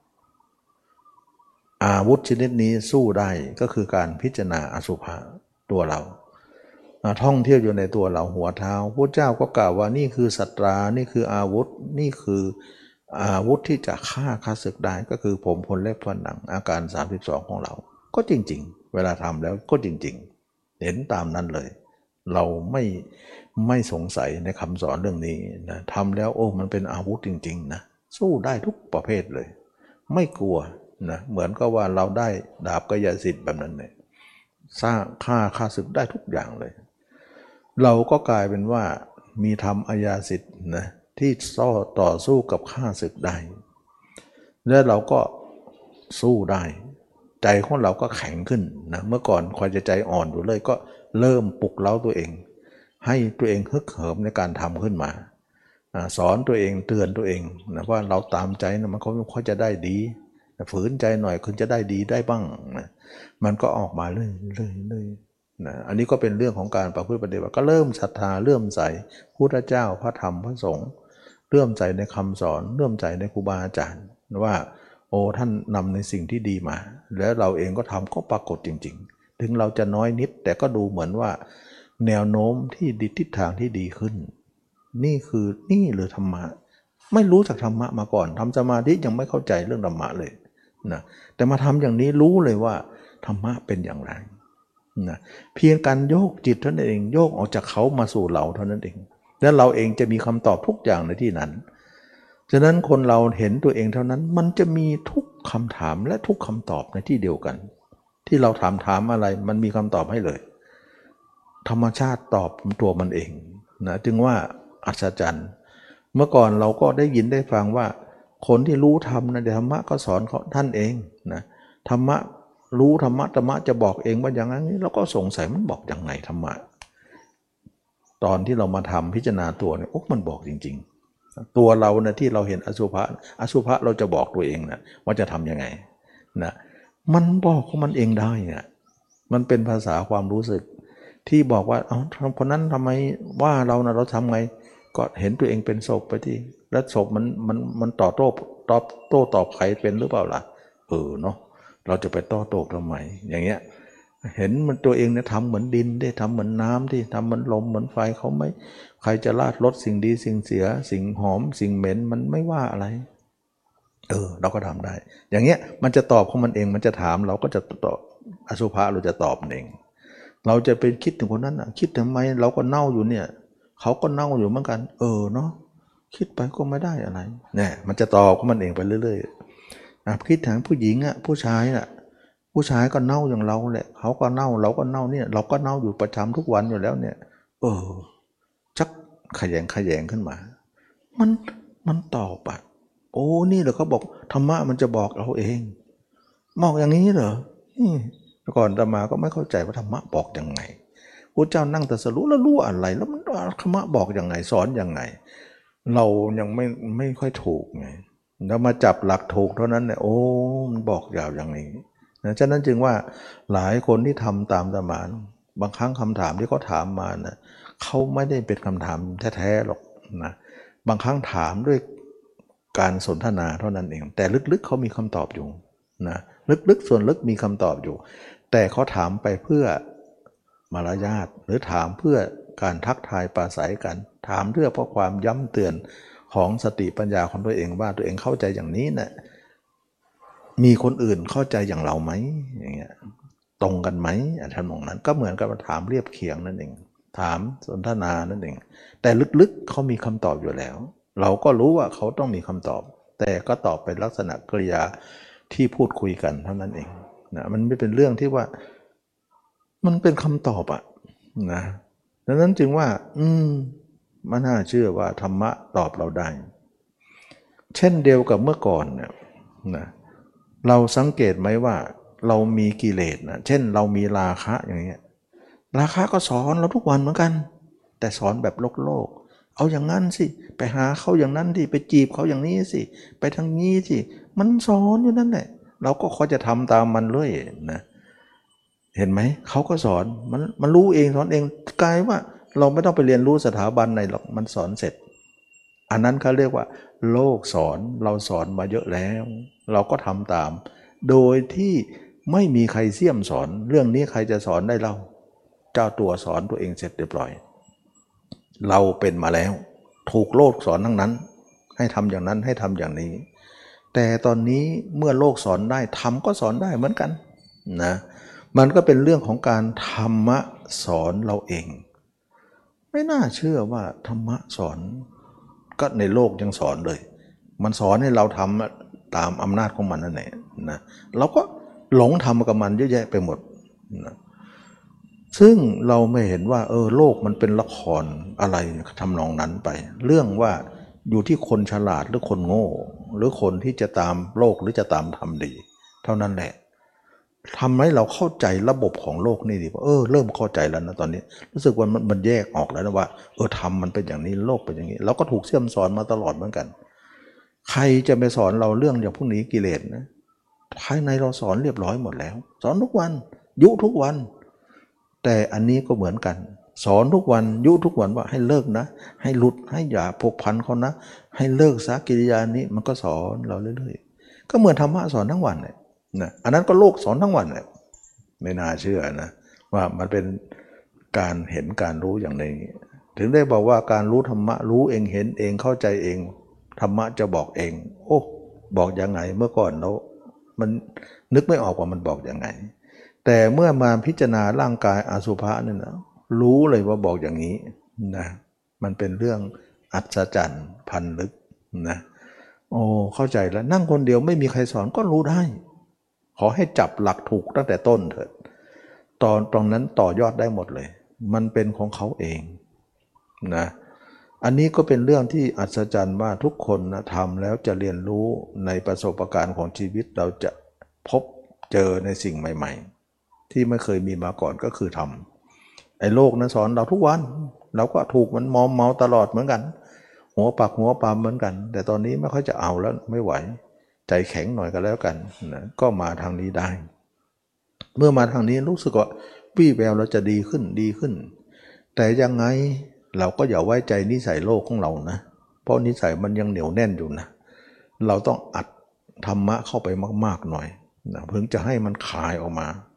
อาวุธชนิดนี้สู้ได้ก็คือการพิจารณาอสุภะตัวเราท่องเที่ยวอยู่ในตัวเราหัวเท้าพระเจ้าก็กล่าวว่านี่คือสัตรานี่คืออาวุธนี่คืออาวุธที่จะฆ่าข้าศึกได้ก็คือผมพลเล็บฟันหนังอาการสามสิบสองของเราก็จริงๆเวลาทำแล้วก็จริงๆเห็นตามนั้นเลยเราไม่ไม่สงสัยในคำสอนเรื่องนี้นะทำแล้วโอ้มันเป็นอาวุธจริงๆนะสู้ได้ทุกประเภทเลยไม่กลัวนะเหมือนกับว่าเราได้ดาบกายสิทธิ์แบบนั้นเลยสร้างฆ่าฆ่าศึกได้ทุกอย่างเลยเราก็กลายเป็นว่ามีธรรมอาญาสิทธิ์นะที่ต่อต่อสู้กับฆ่าศึกได้และเราก็สู้ได้ใจของเราก็แข็งขึ้นนะเมื่อก่อนคอยจะใจอ่อนอยู่เลยก็เริ่มปลุกเร้าตัวเองให้ตัวเองฮึกเหิมในการทำขึ้นมาสอนตัวเองเตือนตัวเองนะว่าเราตามใจนะมันก็ค่อยจะได้ดีฝืนใจหน่อยคุณจะได้ดีได้บ้างนะมันก็ออกมาเรื่อยๆเรื่อยๆนะอันนี้ก็เป็นเรื่องของการประพฤติปฏิบัติก็เริ่มศรัทธาเลื่อมใสพุทธเจ้าพระธรรมพระสงฆ์เลื่อมใสในคำสอนเลื่อมใสในครูบาอาจารย์ว่าโอ้ท่านนำในสิ่งที่ดีมาแล้วเราเองก็ทำก็ปรากฏจริงๆถึงเราจะน้อยนิดแต่ก็ดูเหมือนว่าแนวโน้มที่ดีทิศทางที่ดีขึ้นนี่คือนี่หรือธรรมะไม่รู้จักธรรมะมาก่อนทำสมาธิยังไม่เข้าใจเรื่องธรรมะเลยนะแต่มาทำอย่างนี้รู้เลยว่าธรรมะเป็นอย่างไรนะเพียงการโยกจิตเท่านั้นเองโยกออกจากเขามาสู่เราเท่านั้นเองแล้วเราเองจะมีคำตอบทุกอย่างในที่นั้นฉะนั้นคนเราเห็นตัวเองเท่านั้นมันจะมีทุกคำถามและทุกคำตอบในที่เดียวกันที่เราถามถามอะไรมันมีคำตอบให้เลยธรรมชาติตอบตัวมันเองนะจึงว่าอัศจรรย์เมื่อก่อนเราก็ได้ยินได้ฟังว่าคนที่รู้ธรรมนะธรรมะก็สอนเขาท่านเองนะธรรมะรู้ธรรมะธรรมะจะบอกเองว่าอย่างนั้นเราก็สงสัยมันบอกอย่างไงธรรมะตอนที่เรามาทำพิจารณาตัวเนี่ยโอ้มันบอกจริงๆตัวเรานะที่เราเห็นอสุภะอสุภะเราจะบอกตัวเองนะว่าจะทำยังไงนะมันบอกของมันเองได้เนี่ยมันเป็นภาษาความรู้สึกที่บอกว่าเอ้าคนนั้นทำไมว่าเรานะเราทำไงก็เห็นตัวเองเป็นศพไปที่แล้วศพมันมันมันต่อโต้ตอบโต้ตอบใครเป็นหรือเปล่าล่ะเออเนาะเราจะไปต่อโต้ทำไมอย่างเงี้ยเห็นมันตัวเองเนี่ยทำเหมือนดินได้ทำเหมือนน้ำที่ทำเหมือนลมเหมือนไฟเขาไม่ใครจะลาดลดสิ่งดีสิ่งเสียสิ่งหอมสิ่งเหม็นมันไม่ว่าอะไรเออเราก็ทำได้อย่างเงี้ยมันจะตอบของมันเองมันจะถามเราก็จะตอบอสุภะเราจะตอบเองเราจะไปคิดถึงคนนั้นอ่ะคิดทำไมเราก็เน่าอยู่เนี่ยเขาก็เน่าอยู่เหมือนกันเออเนาะคิดไปก็ไม่ได้อะไรเนี่ยมันจะตอบของมันเองไปเรื่อยๆอ่ะคิดถึงผู้หญิงอ่ะผู้ชายอ่ะผู้ชายก็เน่าอย่างเราแหละเขาก็เน่าเราก็เน่าเนี่ยเราก็เน่าอยู่ประจำทุกวันอยู่แล้วเนี่ยเออชักขยงขยงขึ้นมามันมันตอบอ่ะโอ้นี่เหรอเขาบอกธรรมะมันจะบอกเราเองบอกอย่างนี้เหรอแต่ก่อนอาตมาก็ไม่เข้าใจว่าธรรมะบอกยังไงพระเจ้านั่งตรัสรู้แล้วรู้อะไรแล้วมันธรรมะบอกยังไงสอนยังไงเรายังไม่ไม่ค่อยถูกไงแล้วมาจับหลักถูกเท่านั้นเนี่ยโอ้มันบอกยาวอย่างนี้นะฉะนั้นจึงว่าหลายคนที่ทำตามอาตมาบางครั้งคำถามที่เขาถามมานะเขาไม่ได้เป็นคำถามแท้ๆหรอกนะบางครั้งถามด้วยการสนทนาเท่านั้นเองแต่ลึกๆเขามีคำตอบอยู่นะลึกๆส่วนลึกมีคำตอบอยู่แต่เขาถามไปเพื่อมารยาทหรือถามเพื่อการทักทายปราศัยกันถามเพื่อเพราะความย้ำเตือนของสติปัญญาของตัวเองว่าตัวเองเข้าใจอย่างนี้นะมีคนอื่นเข้าใจอย่างเราไหมอย่างเงี้ยตรงกันไหมอันทำนองนั้นก็เหมือนกับถามเรียบเคียงนั่นเองถามสนทนานั่นเองแต่ลึกๆเขามีคำตอบอยู่แล้วเราก็รู้ว่าเขาต้องมีคำตอบแต่ก็ตอบเป็นลักษณะกริยาที่พูดคุยกันเท่านั้นเองนะมันไม่เป็นเรื่องที่ว่ามันเป็นคำตอบอะนะดังนั้นจึงว่าอืมไม่น่าเชื่อว่าธรรมะตอบเราได้เช่นเดียวกับเมื่อก่อนเนี่ยนะเราสังเกตไหมว่าเรามีกิเลสนะเช่นเรามีราคะอย่างเงี้ยราคะก็สอนเราทุกวันเหมือนกันแต่สอนแบบโลกโลกเอาอย่างนั้นสิไปหาเขาอย่างนั้นดิไปจีบเขาอย่างนี้สิไปทางนี้สิมันสอนอยู่นั่นแหละเราก็คอยจะทำตามมันเลยนะเห็นไหมเขาก็สอนมันมันรู้เองสอนเองกลายว่าเราไม่ต้องไปเรียนรู้สถาบันไหนหรอกมันสอนเสร็จอันนั้นเขาเรียกว่าโลกสอนเราสอนมาเยอะแล้วเราก็ทำตามโดยที่ไม่มีใครเสี่ยมสอนเรื่องนี้ใครจะสอนได้เราเจ้าตัวสอนตัวเองเสร็จเรียบร้อยเราเป็นมาแล้วถูกโลกสอนทั้งนั้นให้ทำอย่างนั้นให้ทำอย่างนี้แต่ตอนนี้เมื่อโลกสอนได้ธรรมก็สอนได้เหมือนกันนะมันก็เป็นเรื่องของการธรรมะสอนเราเองไม่น่าเชื่อว่าธรรมะสอนก็ในโลกยังสอนเลยมันสอนให้เราทำตามอำนาจของมันนั่นแหละนะเราก็หลงทำกับมันเยอะแยะไปหมดนะซึ่งเราไม่เห็นว่าเออโลกมันเป็นละครอะไรทำนองนั้นไปเรื่องว่าอยู่ที่คนฉลาดหรือคนโง่หรือคนที่จะตามโลกหรือจะตามทำดีเท่านั้นแหละทำให้เราเข้าใจระบบของโลกนี่ดีว่าเออเริ่มเข้าใจแล้วนะตอนนี้รู้สึกว่ามันมันแยกออกแล้วนะว่าเออทำมันเป็นอย่างนี้โลกเป็นอย่างนี้เราก็ถูกเสี่ยมสอนมาตลอดเหมือนกันใครจะไปสอนเราเรื่องอย่างพวกนี้กิเลสนะภายในเราสอนเรียบร้อยหมดแล้วสอนทุกวันยุทุกวันแต่อันนี้ก็เหมือนกันสอนทุกวันยุทุกวันว่าให้เลิกนะให้หลุดให้อย่าผูกพันเขานะให้เลิกซะกิริยานี้มันก็สอนเราเรื่อยๆก็เหมือนธรรมะสอนทั้งวันเลยนะอันนั้นก็โลกสอนทั้งวันเลยไม่น่าเชื่อนะว่ามันเป็นการเห็นการรู้อย่างนี้ถึงได้บอกว่าการรู้ธรรมะรู้เองเห็นเองเข้าใจเองธรรมะจะบอกเองโอ้บอกยังไงเมื่อก่อนเรามันนึกไม่ออกว่ามันบอกยังไงแต่เมื่อมาพิจารณาร่างกายอสุภะนี่นะรู้เลยว่าบอกอย่างนี้นะมันเป็นเรื่องอัศจรรย์พันลึกนะโอ้เข้าใจแล้วนั่งคนเดียวไม่มีใครสอนก็รู้ได้ขอให้จับหลักถูกตั้งแต่ต้นเถิดตอนตรงนั้นต่อยอดได้หมดเลยมันเป็นของเขาเองนะอันนี้ก็เป็นเรื่องที่อัศจรรย์ว่าทุกคนนะทำแล้วจะเรียนรู้ในประสบการณ์ของชีวิตเราจะพบเจอในสิ่งใหม่ๆที่ไม่เคยมีมาก่อนก็คือทำไอ้โลกนั้นสอนเราทุกวันเราก็ถูกมันมอมเมาตลอดเหมือนกันหัวปักหัวปามเหมือนกันแต่ตอนนี้ไม่ค่อยจะเอาแล้วไม่ไหวใจแข็งหน่อยก็แล้วกันนะก็มาทางนี้ได้เมื่อมาทางนี้รู้สึกว่าวี่แววเราจะดีขึ้นดีขึ้นแต่ยังไงเราก็อย่าไว้ใจนิสัยโลกของเรานะเพราะนิสัยมันยังเหนียวแน่นอยู่นะเราต้องอัดธรรมะเข้าไปมากๆหน่อยนะเพิ่งจะให้มันคายออกมา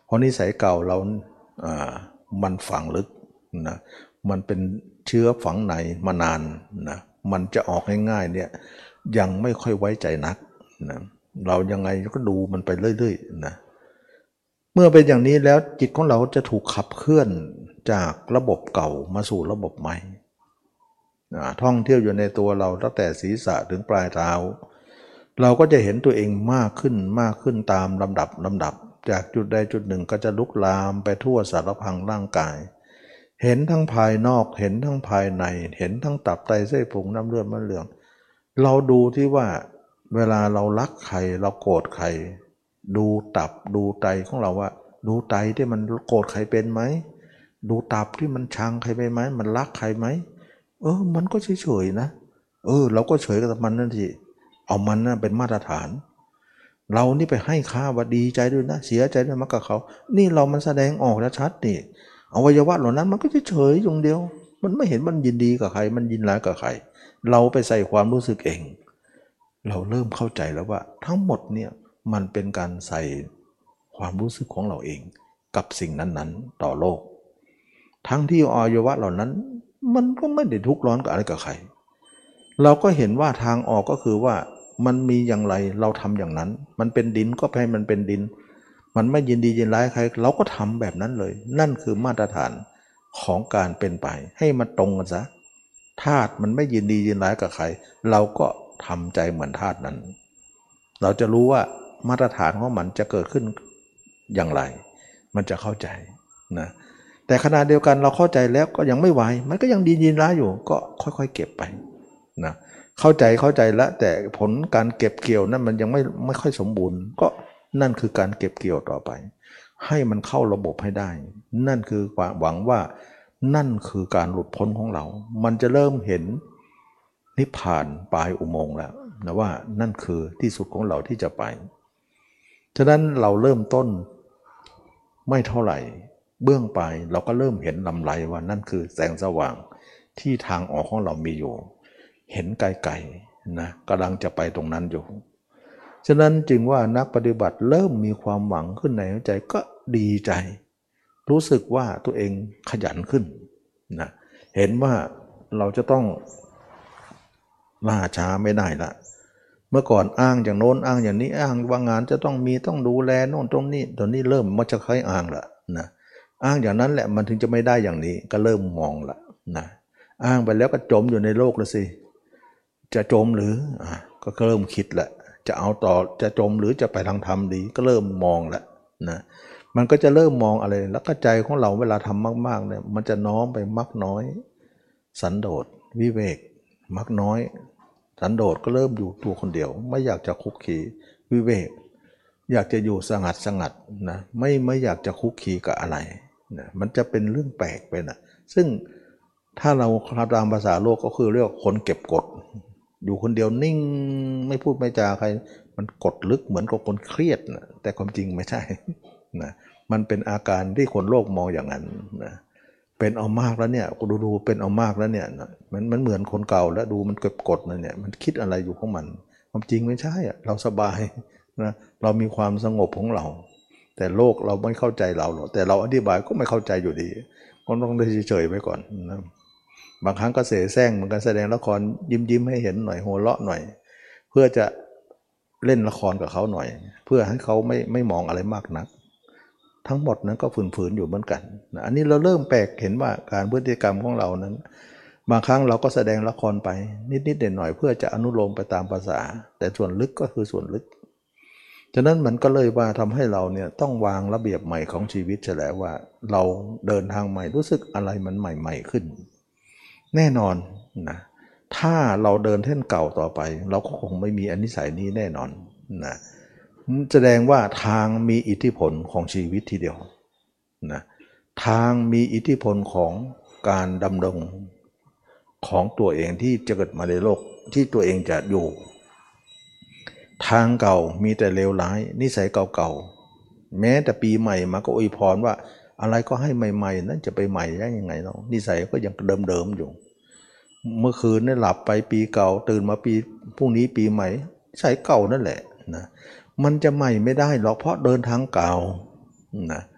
เพราะนิสัยเก่าเราอ่ามันฝังลึกนะมันเป็นเชื้อฝังในมานานนะมันจะออกง่ายๆเนี่ยยังไม่ค่อยไว้ใจนักนะเรายังไงก็ดูมันไปเรื่อยๆนะเมื่อเป็นอย่างนี้แล้วจิตของเราจะถูกขับเคลื่อนจากระบบเก่ามาสู่ระบบใหม่นะท่องเที่ยวอยู่ในตัวเราตั้งแต่ศีรษะถึงปลายเท้าเราก็จะเห็นตัวเองมากขึ้นมากขึ้นตามลำดับลำดับจากจุดใดจุดหนึ่งก็จะลุกลามไปทั่วสารพังร่างกายเห็นทั้งภายนอกเห็นทั้งภายในเห็นทั้งตับไตเส้นพุงน้ำเลือดมันเหลืองเราดูที่ว่าเวลาเรารักใครเราโกรธใครดูตับดูไตของเราว่าดูไตที่มันโกรธใครเป็นไหมดูตับที่มันชังใครไปไหมมันรักใครไหมเออมันก็เฉยๆนะเออเราก็เฉยกับมันนั่นสิเอามันนะเป็นมาตรฐานเรานี่ไปให้ค่าว่าดีใจด้วยนะเสียใจด้วยมั้งกับเขานี่เรามันแสดงออกแล้วชัดนี่อวัยวะเหล่านั้นมันก็เฉยๆอย่างเดียวมันไม่เห็นมันยินดีกับใครมันยินร้ายกับใครเราไปใส่ความรู้สึกเองเราเริ่มเข้าใจแล้วว่าทั้งหมดเนี่ยมันเป็นการใส่ความรู้สึกของเราเองกับสิ่งนั้นๆต่อโลกทั้งที่อวัยวะเหล่านั้นมันก็ไม่ได้ทุกข์ร้อนกับอะไรกับใครเราก็เห็นว่าทางออกก็คือว่ามันมีอย่างไรเราทำอย่างนั้นมันเป็นดินก็ให้มันเป็นดินมันไม่ยินดียินร้ายใครเราก็ทำแบบนั้นเลยนั่นคือมาตรฐานของการเป็นไปให้มันตรงกันซะธาตุมันไม่ยินดียินร้ายกับใครเราก็ทำใจเหมือนธาตุนั้นเราจะรู้ว่ามาตรฐานของมันจะเกิดขึ้นอย่างไรมันจะเข้าใจนะแต่ขณะเดียวกันเราเข้าใจแล้วก็ยังไม่ไหวมันก็ยังดียินร้ายอยู่ก็ค่อยๆเก็บไปนะเข้าใจเข้าใจแล้วแต่ผลการเก็บเกี่ยวนั้นมันยังไม่ไม่ค่อยสมบูรณ์ก็นั่นคือการเก็บเกี่ยวต่อไปให้มันเข้าระบบให้ได้นั่นคือความหวังว่านั่นคือการหลุดพ้นของเรามันจะเริ่มเห็นนิพพานปลายอุโมงค์แล้วนะว่านั่นคือที่สุดของเราที่จะไปฉะนั้นเราเริ่มต้นไม่เท่าไหร่เบื้องปลายเราก็เริ่มเห็นลำไรว่านั่นคือแสงสว่างที่ทางออกของเรามีอยู่เห็นไกลๆนะกำลังจะไปตรงนั้นอยู่ฉะนั้นจึงว่านักปฏิบัติเริ่มมีความหวังขึ้นในหัวใจก็ดีใจรู้สึกว่าตัวเองขยันขึ้นนะเห็นว่าเราจะต้องล่าช้าไม่ได้ละเมื่อก่อนอ้างอย่างโน้นอ้างอย่างนี้อ้างว่างานจะต้องมีต้องดูแลโน่นตรงนี้ตอนนี้เริ่มมันจะค่อยอ้างละนะอ้างอย่างนั้นแหละมันถึงจะไม่ได้อย่างนี้ก็เริ่มมองละนะอ้างไปแล้วก็จมอยู่ในโลกแล้วสิจะจมหรืออ่ะก็เริ่มคิดละจะเอาต่อจะจมหรือจะไปทางธรรมดีก็เริ่มมองละนะมันก็จะเริ่มมองอะไรแล้วก็ใจของเราเวลาทำมากๆเนี่ยมันจะน้อมไปมักน้อยสันโดษวิเวกมักน้อยสันโดษก็เริ่มอยู่ตัวคนเดียวไม่อยากจะคุกคีวิเวกอยากจะอยู่สงัดสงัดนะไม่ไม่อยากจะคุกคีกับอะไรนะมันจะเป็นเรื่องแปลกไปนะซึ่งถ้าเราตามภาษาโลกก็คือเรียกคนเก็บกดอยู่คนเดียวนิ่งไม่พูดไม่จาใครมันกดลึกเหมือนกับคนเครียดนะแต่ความจริงไม่ใช่นะมันเป็นอาการที่คนโลกมองอย่างนั้นนะเป็นเอามากแล้วเนี่ยดูดูเป็นเอามากแล้วเนี่ยมันมันเหมือนคนเก่าแล้วดูมันเก็บกดนะเนี่ยมันคิดอะไรอยู่ของมันความจริงไม่ใช่อะเราสบายนะเรามีความสงบของเราแต่โลกเราไม่เข้าใจเราหรอกแต่เราอธิบายก็ไม่เข้าใจอยู่ดีก็ต้องได้เฉยๆไว้ก่อนนะบางครั้งก็เสแสร้งเหมือนกันแสดงละครยิ้มยิ้มให้เห็นหน่อยหัวเราะหน่อยเพื่อจะเล่นละครกับเขาหน่อยเพื่อให้เขาไม่ไม่มองอะไรมากนักทั้งหมดนั้นก็ฝืนๆอยู่เหมือนกันนะอันนี้เราเริ่มแปลกเห็นว่าการพฤติกรรมของเรานั้นบางครั้งเราก็แสดงละครไปนิดๆหน่อยๆเพื่อจะอนุโลมไปตามภาษาแต่ส่วนลึกก็คือส่วนลึกฉะนั้นมันก็เลยว่าทำให้เราเนี่ยต้องวางระเบียบใหม่ของชีวิตเฉลยว่าเราเดินทางใหม่รู้สึกอะไรมันใหม่ๆขึ้นแน่นอนนะถ้าเราเดินเส้นเก่าต่อไปเราก็คงไม่มีอนิสัยนี้แน่นอนนะแสดงว่าทางมีอิทธิพลของชีวิตทีเดียวนะทางมีอิทธิพลของการดำรงของตัวเองที่จะเกิดมาในโลกที่ตัวเองจะอยู่ทางเก่ามีแต่เลวร้ายนิสัยเก่าๆแม้แต่ปีใหม่มาก็อวยพรว่าอะไรก็ให้ใหม่ๆนั่นจะไปใหม่ได้ยังไงเนาะนิสัยก็ยังเดิมๆอยู่เมื่อคืนนี่หลับไปปีเก่าตื่นมาปีพรุ่งนี้ปีใหม่นิสัยเก่านั่นแหละนะมันจะใหม่ไม่ได้หรอกเพราะเดินทางเก่านะ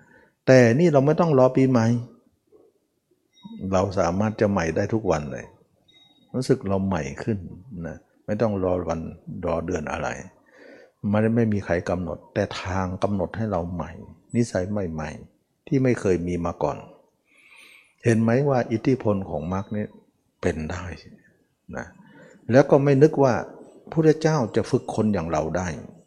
แต่นี่เราไม่ต้องรอปีใหม่เราสามารถจะใหม่ได้ทุกวันเลยรู้สึกเราใหม่ขึ้นนะไม่ต้องรอวันรอเดือนอะไรมันไม่มีใครกำหนดแต่ทางกำหนดให้เราใหม่นิสัยใหม่ๆที่ไม่เคยมีมาก่อนเห็นไหมว่าอิทธิพลของมรรคนี้เป็นได้นะแล้วก็ไม่นึกว่าพระเจ้าจะฝึกคนอย่างเราได้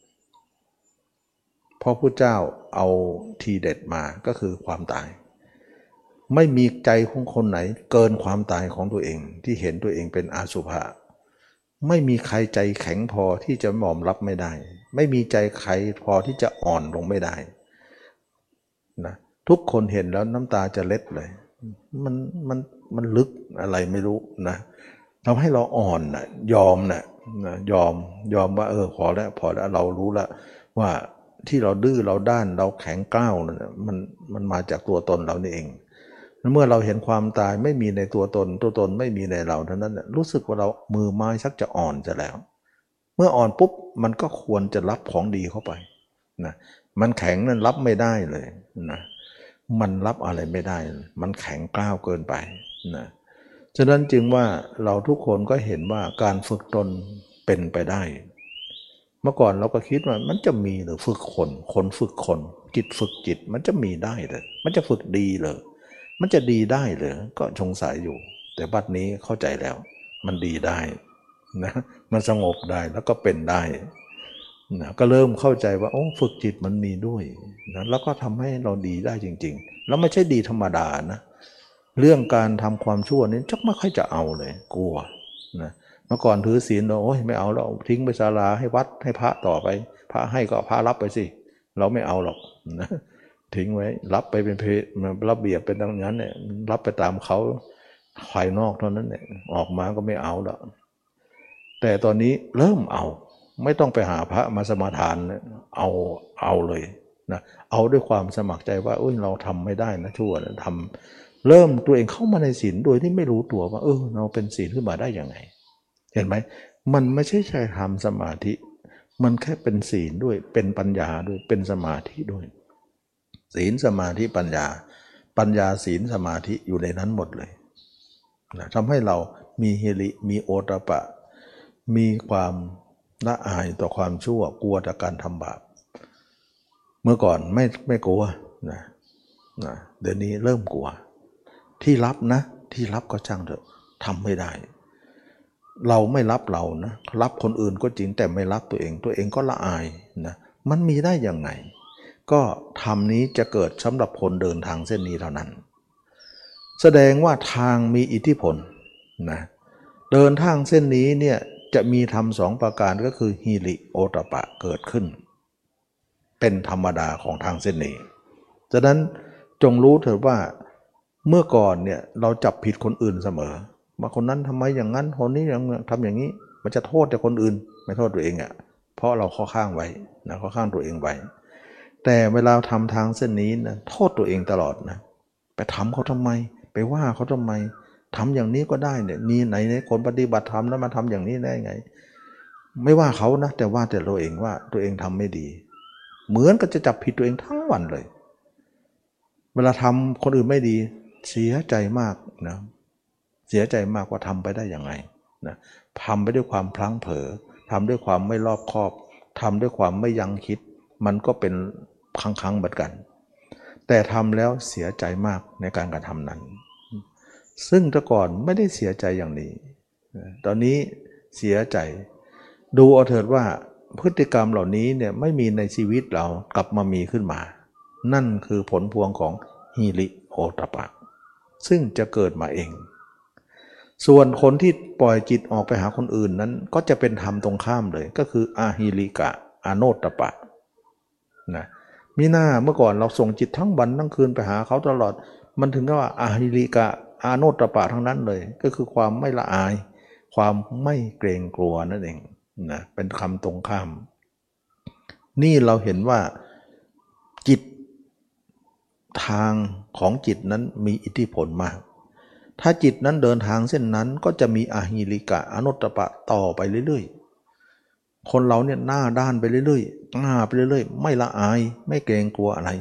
เพราะพระเจ้าเอาทีเด็ดมาก็คือความตายไม่มีใจของคนไหนเกินความตายของตัวเองที่เห็นตัวเองเป็นอสุภะไม่มีใครใจแข็งพอที่จะยอมรับไม่ได้ไม่มีใจใครพอที่จะอ่อนลงไม่ได้นะทุกคนเห็นแล้วน้ำตาจะเล็ดเลยมันมันมันลึกอะไรไม่รู้นะทำให้เราอ่อนนะยอมนะนะยอมยอมว่าเออพอแล้วพอแล้วเรารู้แล้วว่าที่เราดื้อเราด้านเราแข็งกร้าวนะมันมันมาจากตัวตนเรานี่เองเมื่อเราเห็นความตายไม่มีในตัวตนตัวตนไม่มีในเราเท่านั้นนะรู้สึกว่าเรามือไม้ชักจะอ่อนจะแล้ว เมื่ออ่อนปุ๊บมันก็ควรจะรับของดีเข้าไปนะมันแข็งนั้นรับไม่ได้เลยนะมันรับอะไรไม่ได้มันแข็งกร้าวเกินไปนะฉะนั้นจึงว่าเราทุกคนก็เห็นว่าการฝึกตนเป็นไปได้เมื่อก่อนเราก็คิดว่ามันจะมีหรือฝึกคนคนฝึกคนจิตฝึกจิตมันจะมีได้เลยมันจะฝึกดีเลยมันจะดีได้เลยก็สงสัยอยู่แต่บัดนี้เข้าใจแล้วมันดีได้นะมันสงบได้แล้วก็เป็นได้นะก็เริ่มเข้าใจว่าโอ้ฝึกจิตมันมีด้วยนะแล้วก็ทำให้เราดีได้จริงๆแล้วไม่ใช่ดีธรรมดานะเรื่องการทำความชั่วนี้จักไม่ค่อยจะเอาเลยกลัวนะเมื่อก่อนถือศีลเราโอ้ยไม่เอาเราทิ้งไปศาลาให้วัดให้พระต่อไปพระให้ก็พระรับไปสิเราไม่เอาหรอกนะทิ้งไว้รับไปเป็นเพระเบียบเป็นดังนั้นเนี่ยรับไปตามเขาภายนอกเท่านั้นเนี่ยออกมาก็ไม่เอาหรอกแต่ตอนนี้เริ่มเอาไม่ต้องไปหาพระมาสมาทานเอาเอาเลยนะเอาด้วยความสมัครใจว่าเอ้ยเราทำไม่ได้นะชั่วนะทำเริ่มตัวเองเข้ามาในศีลโดยที่ไม่รู้ตัวว่าเออเราเป็นศีลขึ้นมาได้ยังไงเห็นไหมมันไม่ใช่แค่ทำสมาธิมันแค่เป็นศีลด้วยเป็นปัญญาด้วยเป็นสมาธิด้วยศีลสมาธิปัญญาปัญญาศีลสมาธิอยู่ในนั้นหมดเลยนะทำให้เรามีฮิริมีโอตปะมีความละอายต่อความชั่วกลัวต่อการทำบาปเมื่อก่อนไม่ไม่กลัวนะนะเดี๋ยวนี้เริ่มกลัวที่รับนะที่รับก็ช่างเถอะทำไม่ได้เราไม่รับเรานะรับคนอื่นก็จริงแต่ไม่รับตัวเองตัวเองก็ละอายนะมันมีได้ยังไงก็ธรรมนี้จะเกิดสำหรับคนเดินทางเส้นนี้เท่านั้นแสดงว่าทางมีอิทธิพลนะเดินทางเส้นนี้เนี่ยจะมีธรรมสองประการก็คือฮิริโอตปะเกิดขึ้นเป็นธรรมดาของทางเส้นนี้ฉะนั้นจงรู้เถิดว่าเมื่อก่อนเนี่ยเราจับผิดคนอื่นเสมอว่าคนนั้นทำไมอย่างนั้นคนนี้ยังทำอย่างนี้มันจะโทษแต่คนอื่นไม่โทษตัวเองอ่ะเพราะเราข้อข้างไว้นะข้อข้างตัวเองไว้แต่เวลาทำทางเส้นนี้นะโทษตัวเองตลอดนะไปทำเขาทำไมไปว่าเขาทำไมทำอย่างนี้ก็ได้เนี่ยนี่ไหนในคนปฏิบัติธรรมแล้วมาทำอย่างนี้ได้ไงไม่ว่าเขานะแต่ว่าแต่ตัวเองว่าตัวเองทำไม่ดีเหมือนก็จะจับผิดตัวเองทั้งวันเลยเวลาทำคนอื่นไม่ดีเสียใจมากนะเสียใจมากว่าทำไปได้ยังไงนะทำไปด้วยความพลั้งเผลอทำด้วยความไม่รอบคอบทำด้วยความไม่ยั้งคิดมันก็เป็นครั้งๆเหมือนกันแต่ทำแล้วเสียใจมากในการกระทำนั้นซึ่งแต่ก่อนไม่ได้เสียใจอย่างนี้ตอนนี้เสียใจดูเอาเถิดว่าพฤติกรรมเหล่านี้เนี่ยไม่มีในชีวิตเรากลับมามีขึ้นมานั่นคือผลพวงของฮิริโอตปะซึ่งจะเกิดมาเองส่วนคนที่ปล่อยจิตออกไปหาคนอื่นนั้นก็จะเป็นธรรมตรงข้ามเลยก็คืออาหิริกะอโนตปะนะมิน่าเมื่อก่อนเราส่งจิตทั้งวันทั้งคืนไปหาเขาตลอดมันถึงกับว่าอาหิริกะอโนตปะทั้งนั้นเลยก็คือความไม่ละอายความไม่เกรงกลัวนั่นเองนะเป็นคำตรงข้ามนี่เราเห็นว่าจิตทางของจิตนั้นมีอิทธิพลมากถ้าจิตนั้นเดินทางเส้นนั้นก็จะมีอาหิริกะอนุตตปะต่อไปเรื่อยๆคนเราเนี่ยหน้าด้านไปเรื่อยๆหน้าไปเรื่อยๆไม่ละอายไม่เกรงกลัวอะไร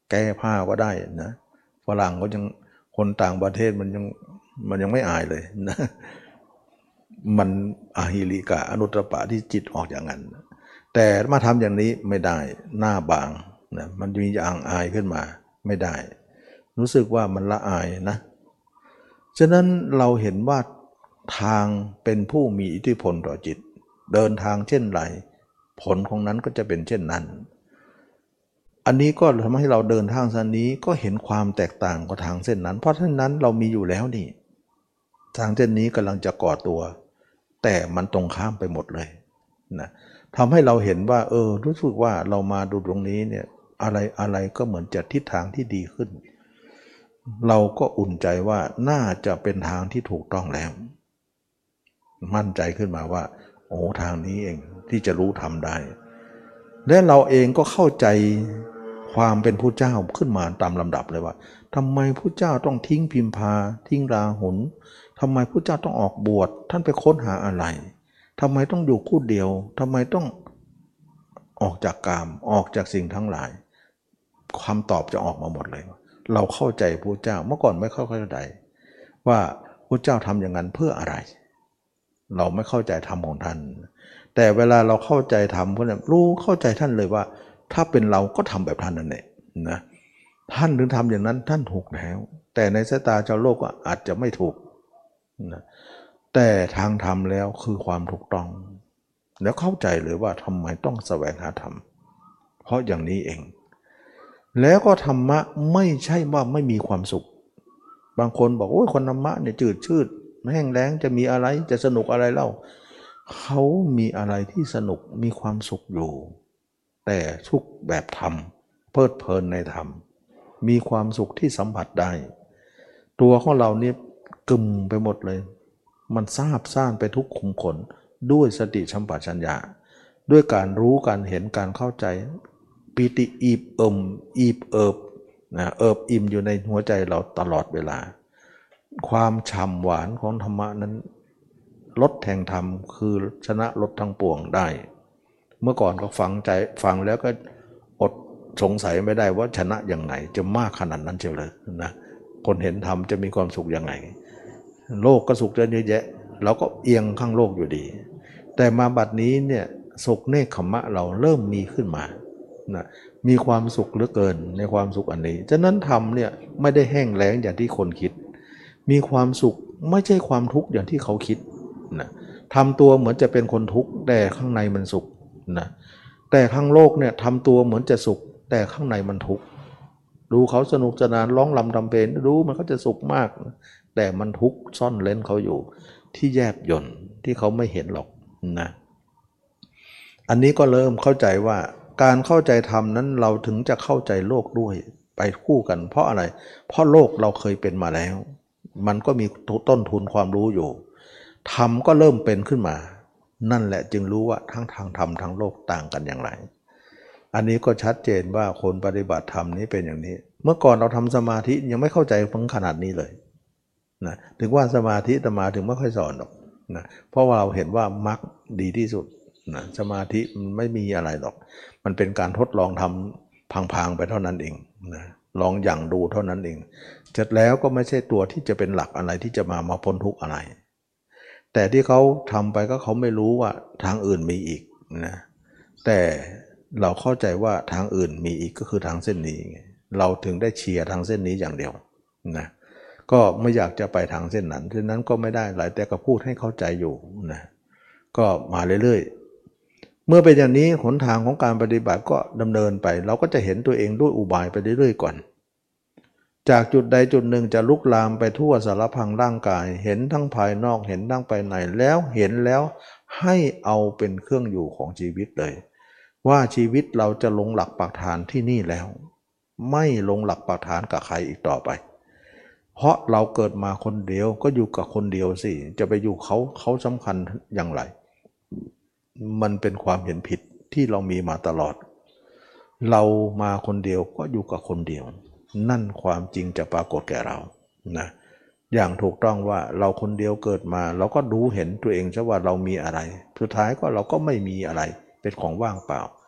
แก้ผ้าก็ได้นะฝรั่งก็ยังคนต่างประเทศมันยังมันยังไม่อายเลยนะมันอหิริกะอนุตตรปะที่จิตออกอย่างนั้นแต่มาทำอย่างนี้ไม่ได้หน้าบางนะมันมีอย่างอายขึ้นมาไม่ได้รู้สึกว่ามันละอายนะฉะนั้นเราเห็นว่าทางเป็นผู้มีอิทธิพลต่อจิตเดินทางเช่นไรผลของนั้นก็จะเป็นเช่นนั้นอันนี้ก็ทำให้เราเดินทางเส้นนี้ก็เห็นความแตกต่างกับทางเส้นนั้นเพราะฉะนั้นเรามีอยู่แล้วนี่ทางเส้นนี้กำลังจะก่อตัวแต่มันตรงข้ามไปหมดเลยนะทำให้เราเห็นว่าเออรู้สึกว่าเรามาดูตรงนี้เนี่ยอะไรอะไรก็เหมือนจะทิศทางที่ดีขึ้นเราก็อุ่นใจว่าน่าจะเป็นทางที่ถูกต้องแล้วมั่นใจขึ้นมาว่าโอ้ทางนี้เองที่จะรู้ทำได้และเราเองก็เข้าใจความเป็นผู้เจ้าขึ้นมาตามลำดับเลยว่าทำไมผู้เจ้าต้องทิ้งพิมพาทิ้งราหุลทำไมผู้เจ้าต้องออกบวชท่านไปค้นหาอะไรทำไมต้องอยู่คู่เดียวทำไมต้องออกจากกามออกจากสิ่งทั้งหลายคำตอบจะออกมาหมดเลยเราเข้าใจพระเจ้าเมื่อก่อนไม่เข้าใจว่าพระเจ้าทำอย่างนั้นเพื่ออะไรเราไม่เข้าใจธรรมของท่านแต่เวลาเราเข้าใจธรรมเพราะนั้นรู้เข้าใจท่านเลยว่าถ้าเป็นเราก็ทำแบบท่านนั่นแหละนะท่านถึงทำอย่างนั้นท่านถูกแล้วแต่ในสายตาชาวโลกก็อาจจะไม่ถูกนะแต่ทางธรรมแล้วคือความถูกต้องแล้วเข้าใจเลยว่าทำไมต้องแสวงหาธรรมเพราะอย่างนี้เองแล้วก็ธรรมะไม่ใช่ว่าไม่มีความสุขบางคนบอกโอ้ยคนธรรมะเนี่ยจืดชืดแห้งแล้งจะมีอะไรจะสนุกอะไรเล่าเขามีอะไรที่สนุกมีความสุขอยู่แต่ทุกแบบธรรมเพลิดเพลินในธรรมมีความสุขที่สัมผัสได้ตัวของเราเนี่ยกึ่มไปหมดเลยมันซาบซ่านไปทุกขุมขนด้วยสติสัมปชัญญะด้วยการรู้การเห็นการเข้าใจปิติอีบเอิมอีบเอิบนะเอิบอิ่มอยู่ในหัวใจเราตลอดเวลาความฉ่ำหวานของธรรมะนั้นรสแห่งธรรมคือชนะรสทั้งปวงได้เมื่อก่อนก็ฟังใจฟังแล้วก็อดสงสัยไม่ได้ว่าชนะอย่างไงจะมากขนาดนั้นเชียวเลยนะคนเห็นธรรมจะมีความสุขอย่างไงโลกก็สุขเยอะแยะเราก็เอียงข้างโลกอยู่ดีแต่มาบัดนี้เนี่ยสุขเนกขมะเราเริ่มมีขึ้นมานะมีความสุขเหลือเกินในความสุขอันนี้ฉะนั้นธรรมเนี่ยไม่ได้แห้งแล้งอย่างที่คนคิดมีความสุขไม่ใช่ความทุกข์อย่างที่เขาคิดนะทำตัวเหมือนจะเป็นคนทุกข์แต่ข้างในมันสุขนะแต่ข้างโลกเนี่ยทำตัวเหมือนจะสุขแต่ข้างในมันทุกข์ดูเขาสนุกสนานร้องรำทำเพลงดูมันเขาจะสุขมากแต่มันทุกข์ซ่อนเร้นเขาอยู่ที่แยบยลที่เขาไม่เห็นหรอกนะอันนี้ก็เริ่มเข้าใจว่าการเข้าใจธรรมนั้นเราถึงจะเข้าใจโลกด้วยไปคู่กันเพราะอะไรเพราะโลกเราเคยเป็นมาแล้วมันก็มีต้นทุนความรู้อยู่ธรรมก็เริ่มเป็นขึ้นมานั่นแหละจึงรู้ว่าทั้งทางธรรมทางโลกต่างกันอย่างไรอันนี้ก็ชัดเจนว่าคนปฏิบัติธรรมนี้เป็นอย่างนี้เมื่อก่อนเราทำสมาธิยังไม่เข้าใจถึงขนาดนี้เลยนะถึงว่าสมาธิอาตมาถึงไม่ค่อยสอนหรอกนะเพราะว่าเราเห็นว่ามรรคดีที่สุดนะสมาธิมันไม่มีอะไรหรอกมันเป็นการทดลองทำพังๆไปเท่านั้นเองนะลองอย่างดูเท่านั้นเองเสร็จแล้วก็ไม่ใช่ตัวที่จะเป็นหลักอะไรที่จะมามาพ้นทุกข์อะไรแต่ที่เขาทำไปก็เขาไม่รู้ว่าทางอื่นมีอีกนะแต่เราเข้าใจว่าทางอื่นมีอีกก็คือทางเส้นนี้เราถึงได้เชียร์ทางเส้นนี้อย่างเดียวนะก็ไม่อยากจะไปทางเส้นนั้นฉะนั้นก็ไม่ได้หลายแต่ก็พูดให้เข้าใจอยู่นะก็มาเรื่อยๆเมื่อเป็นอย่างนี้หนทางของการปฏิบัติก็ดำเนินไปเราก็จะเห็นตัวเองด้วยอุบายไปเรื่อยๆก่อนจากจุดใดจุดหนึ่งจะลุกลามไปทั่วสารพังร่างกายเห็นทั้งภายนอกเห็นทั้งภายในแล้วเห็นแล้วให้เอาเป็นเครื่องอยู่ของชีวิตเลยว่าชีวิตเราจะลงหลักปักฐานที่นี่แล้วไม่ลงหลักปักฐานกับใครอีกต่อไปเพราะเราเกิดมาคนเดียวก็อยู่กับคนเดียวสิจะไปอยู่เขาเขาสำคัญอย่างไรมันเป็นความเห็นผิดที่เรามีมาตลอดเรามาคนเดียวก็อยู่กับคนเดียวนั่นความจริงจะปรากฏแก่เรานะอย่างถูกต้องว่าเราคนเดียวเกิดมาเราก็รู้เห็นตัวเองซะว่าเรามีอะไรสุดท้ายก็เราก็ไม่มีอะไรเป็นของว่างเปล่า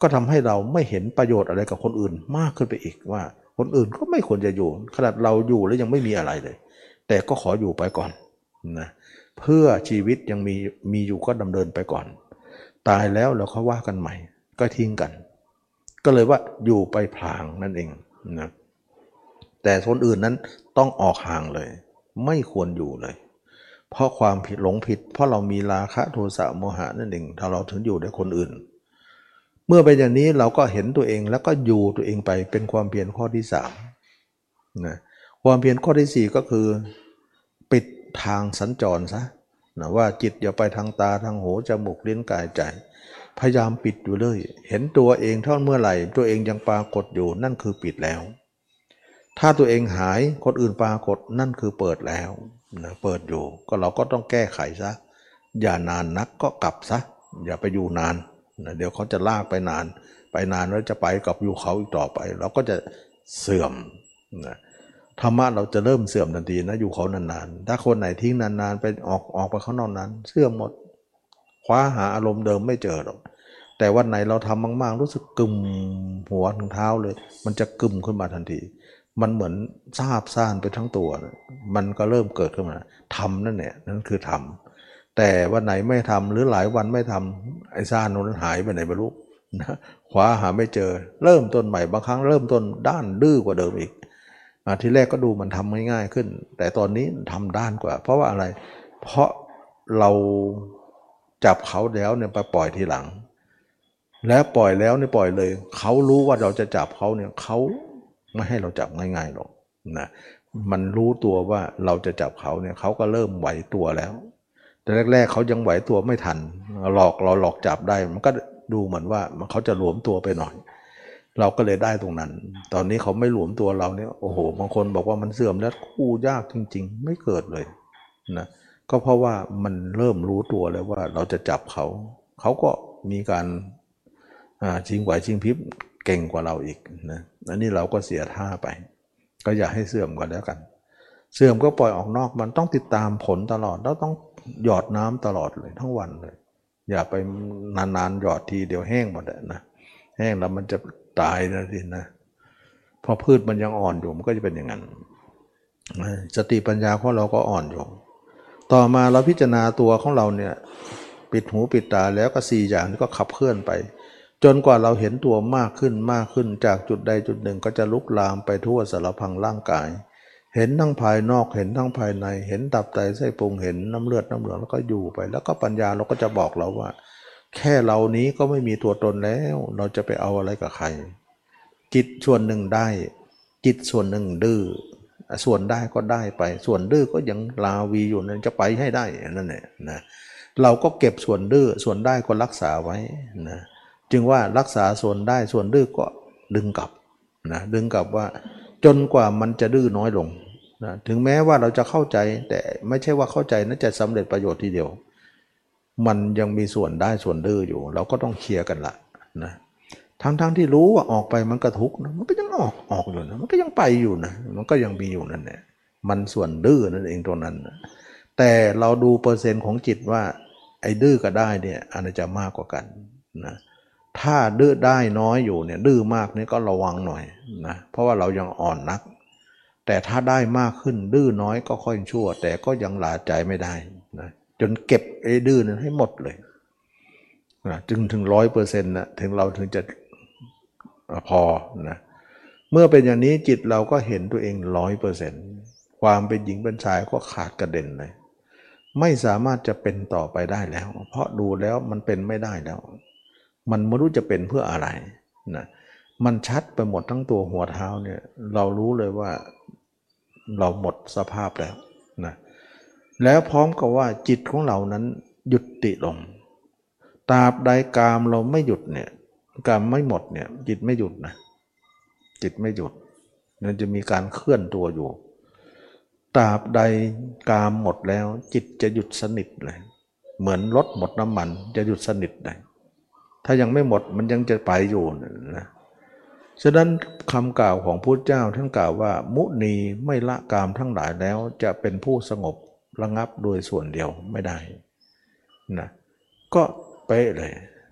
ก็ทำให้เราไม่เห็นประโยชน์อะไรกับคนอื่นมากขึ้นไปอีกว่าคนอื่นก็ไม่ควรจะอยู่ขนาดเราอยู่แล้วยังไม่มีอะไรเลยแต่ก็ขออยู่ไปก่อนนะเพื่อชีวิตยังมีมีอยู่ก็ดำเนินไปก่อนตายแล้วเราเขาว่ากันใหม่ก็ทิ้งกันก็เลยว่าอยู่ไปพลางนั่นเองนะแต่คนอื่นนั้นต้องออกห่างเลยไม่ควรอยู่เลยเพราะความผิดหลงผิดเพราะเรามีราคะโทสะโมหะนั่นเองถ้าเราถึงอยู่ด้วยคนอื่นเมื่อเป็นอย่างนี้เราก็เห็นตัวเองแล้วก็อยู่ตัวเองไปเป็นความเพียรข้อที่สามนะความเพียรข้อที่สี่ก็คือปิดทางสัญจรซะนะว่าจิตอย่าไปทางตาทางหูจมูกลิ้นกายใจพยายามปิดอยู่เลยเห็นตัวเองเท่าเมื่อไหร่ตัวเองยังปรากฏอยู่นั่นคือปิดแล้วถ้าตัวเองหายคนอื่นปรากฏนั่นคือเปิดแล้วนะเปิดอยู่ก็เราก็ต้องแก้ไขซะอย่านานนักก็กลับซะอย่าไปอยู่นานนะเดี๋ยวเขาจะลากไปนานไปนานแล้วจะไปกับอยู่เขาอีกต่อไปเราก็จะเสื่อมนะธรรมะเราจะเริ่มเสื่อมทันทีนะอยู่เขานานๆถ้าคนไหนทิ้งนานๆไปออกออกไปข้างนอกนั้นเสื่อมหมดคว้าหาอารมณ์เดิมไม่เจอหรอกแต่วันไหนเราทำมากๆรู้สึกกึ่มหัวถึงเท้าเลยมันจะกึ่มขึ้นมาทันทีมันเหมือนซาบซ่านไปทั้งตัวนะมันก็เริ่มเกิดขึ้นมาทำนั่นแหละนั่นคือทำแต่วันไหนไม่ทำหรือหลายวันไม่ทำไอ้ซ่านนั้นหายไปไหนไม่รู้นะคว้าหาไม่เจอเริ่มต้นใหม่บางครั้งเริ่มต้นด้านดื้อกว่าเดิมอีกทีแรกก็ดูมันทำง่ายๆขึ้นแต่ตอนนี้ทำด้านกว่าเพราะว่าอะไรเพราะเราจับเขาแล้วเนี่ยไปปล่อยทีหลังแล้วปล่อยแล้วเนี่ยปล่อยเลยเขารู้ว่าเราจะจับเขาเนี่ยเขาไม่ให้เราจับง่ายๆหรอกนะมันรู้ตัวว่าเราจะจับเขาเนี่ยเขาก็เริ่มไหวตัวแล้วแต่แรกๆเขายังไหวตัวไม่ทันหลอกเราหลอกจับได้มันก็ดูเหมือนว่ามันเขาจะหลวมตัวไปหน่อยเราก็เลยได้ตรงนั้นตอนนี้เขาไม่หลวมตัวเราเนี่ยโอ้โหบางคนบอกว่ามันเสื่อมแล้วคู่ยากจริงๆไม่เกิดเลยนะก็เพราะว่ามันเริ่มรู้ตัวแล้วว่าเราจะจับเขาเขาก็มีการชิงไหวชิงพริบเก่งกว่าเราอีกนะอันนี้เราก็เสียท่าไปก็อย่าให้เสื่อมก่อนแล้วกันเสื่อมก็ปล่อยออกนอกมันต้องติดตามผลตลอดแล้วต้องหยอดน้ำตลอดเลยทั้งวันเลยอย่าไปนานๆหยอดทีเดียวแห้งหมดนะแห้งแล้วมันจะตายนะทีนะพอพืชมันยังอ่อนอยู่มันก็จะเป็นอย่างนั้นสติปัญญาของเราก็อ่อนอยู่ต่อมาเราพิจารณาตัวของเราเนี่ยปิดหูปิดตาแล้วก็สี่อย่างนี้ก็ขับเคลื่อนไปจนกว่าเราเห็นตัวมากขึ้นมากขึ้นจากจุดใดจุดหนึ่งก็จะลุกลามไปทั่วสารพังร่างกายเห็นทั้งภายนอกเห็นทั้งภายในเห็นตับไตไส้พุงเห็นน้ำเลือดน้ำเหลืองแล้วก็อยู่ไปแล้วก็ปัญญาเราก็จะบอกเราว่าแค่เรานี้ก็ไม่มีตัวตนแล้วเราจะไปเอาอะไรกับใครจิตส่วนหนึ่งได้จิตส่วนหนึ่งดื้อส่วนได้ก็ได้ไปส่วนดื้อก็ยังลาวีอยู่นั่นจะไปให้ได้นั่นแหละนะเราก็เก็บส่วนดื้อส่วนได้ก็รักษาไว้นะจึงว่ารักษาส่วนได้ส่วนดื้อก็ดึงกลับนะดึงกลับว่าจนกว่ามันจะดื้อน้อยลงนะถึงแม้ว่าเราจะเข้าใจแต่ไม่ใช่ว่าเข้าใจนั้นจะสำเร็จประโยชน์ทีเดียวมันยังมีส่วนได้ส่วนดื้ออยู่เราก็ต้องเคลียร์กันละนะทั้งๆ ท, ที่รู้ว่าออกไปมันก็ทุกข์นะมันก็ยังออกออกอยู่นะมันก็ยังไปอยู่นะมันก็ยังมีอยู่นั่นแหละมันส่วนดื้อนั่นเองตรงนั้นนะแต่เราดูเปอร์เซ็นต์ของจิตว่าไอ้ดื้อกับได้เนี่ยอันไหนจะมากกว่ากันนะถ้าดื้อได้น้อยอยู่เนี่ยดื้อมากนี่ก็ระวังหน่อยนะเพราะว่าเรายังอ่อนนักแต่ถ้าได้มากขึ้นดื้อน้อยก็ค่อยชั่วแต่ก็ยังหลาใจไม่ได้นะจนเก็บไอ้ดื้อนั้นให้หมดเลยนะจึงถึงร้อยเปอร์เซ็นต์นะถึงเราถึงจะพอนะเมื่อเป็นอย่างนี้จิตเราก็เห็นตัวเองร้อยเปอร์เซ็นต์ความเป็นหญิงเป็นชายก็ขาดกระเด็นเลยไม่สามารถจะเป็นต่อไปได้แล้วเพราะดูแล้วมันเป็นไม่ได้แล้วมันไม่รู้จะเป็นเพื่ออะไรนะมันชัดไปหมดทั้งตัวหัวเท้าเนี่ยเรารู้เลยว่าเราหมดสภาพแล้วนะแล้วพร้อมกับว่าจิตของเรานั้นหยุดติลงตราบใดกามเราไม่หยุดเนี่ยกามไม่หมดเนี่ยจิตไม่หยุดนะจิตไม่หยุดมันจะมีการเคลื่อนตัวอยู่ตราบใดกามหมดแล้วจิตจะหยุดสนิทเลยเหมือนรถหมดน้ำมันจะหยุดสนิทเลยถ้ายังไม่หมดมันยังจะไปอยู่นะฉะนั้นคำกล่าวของพุทธเจ้าท่านกล่าวว่ามุนีไม่ละกามทั้งหลายแล้วจะเป็นผู้สงบระงับโดยส่วนเดียวไม่ได้นะก็เป๊ะเลยนะ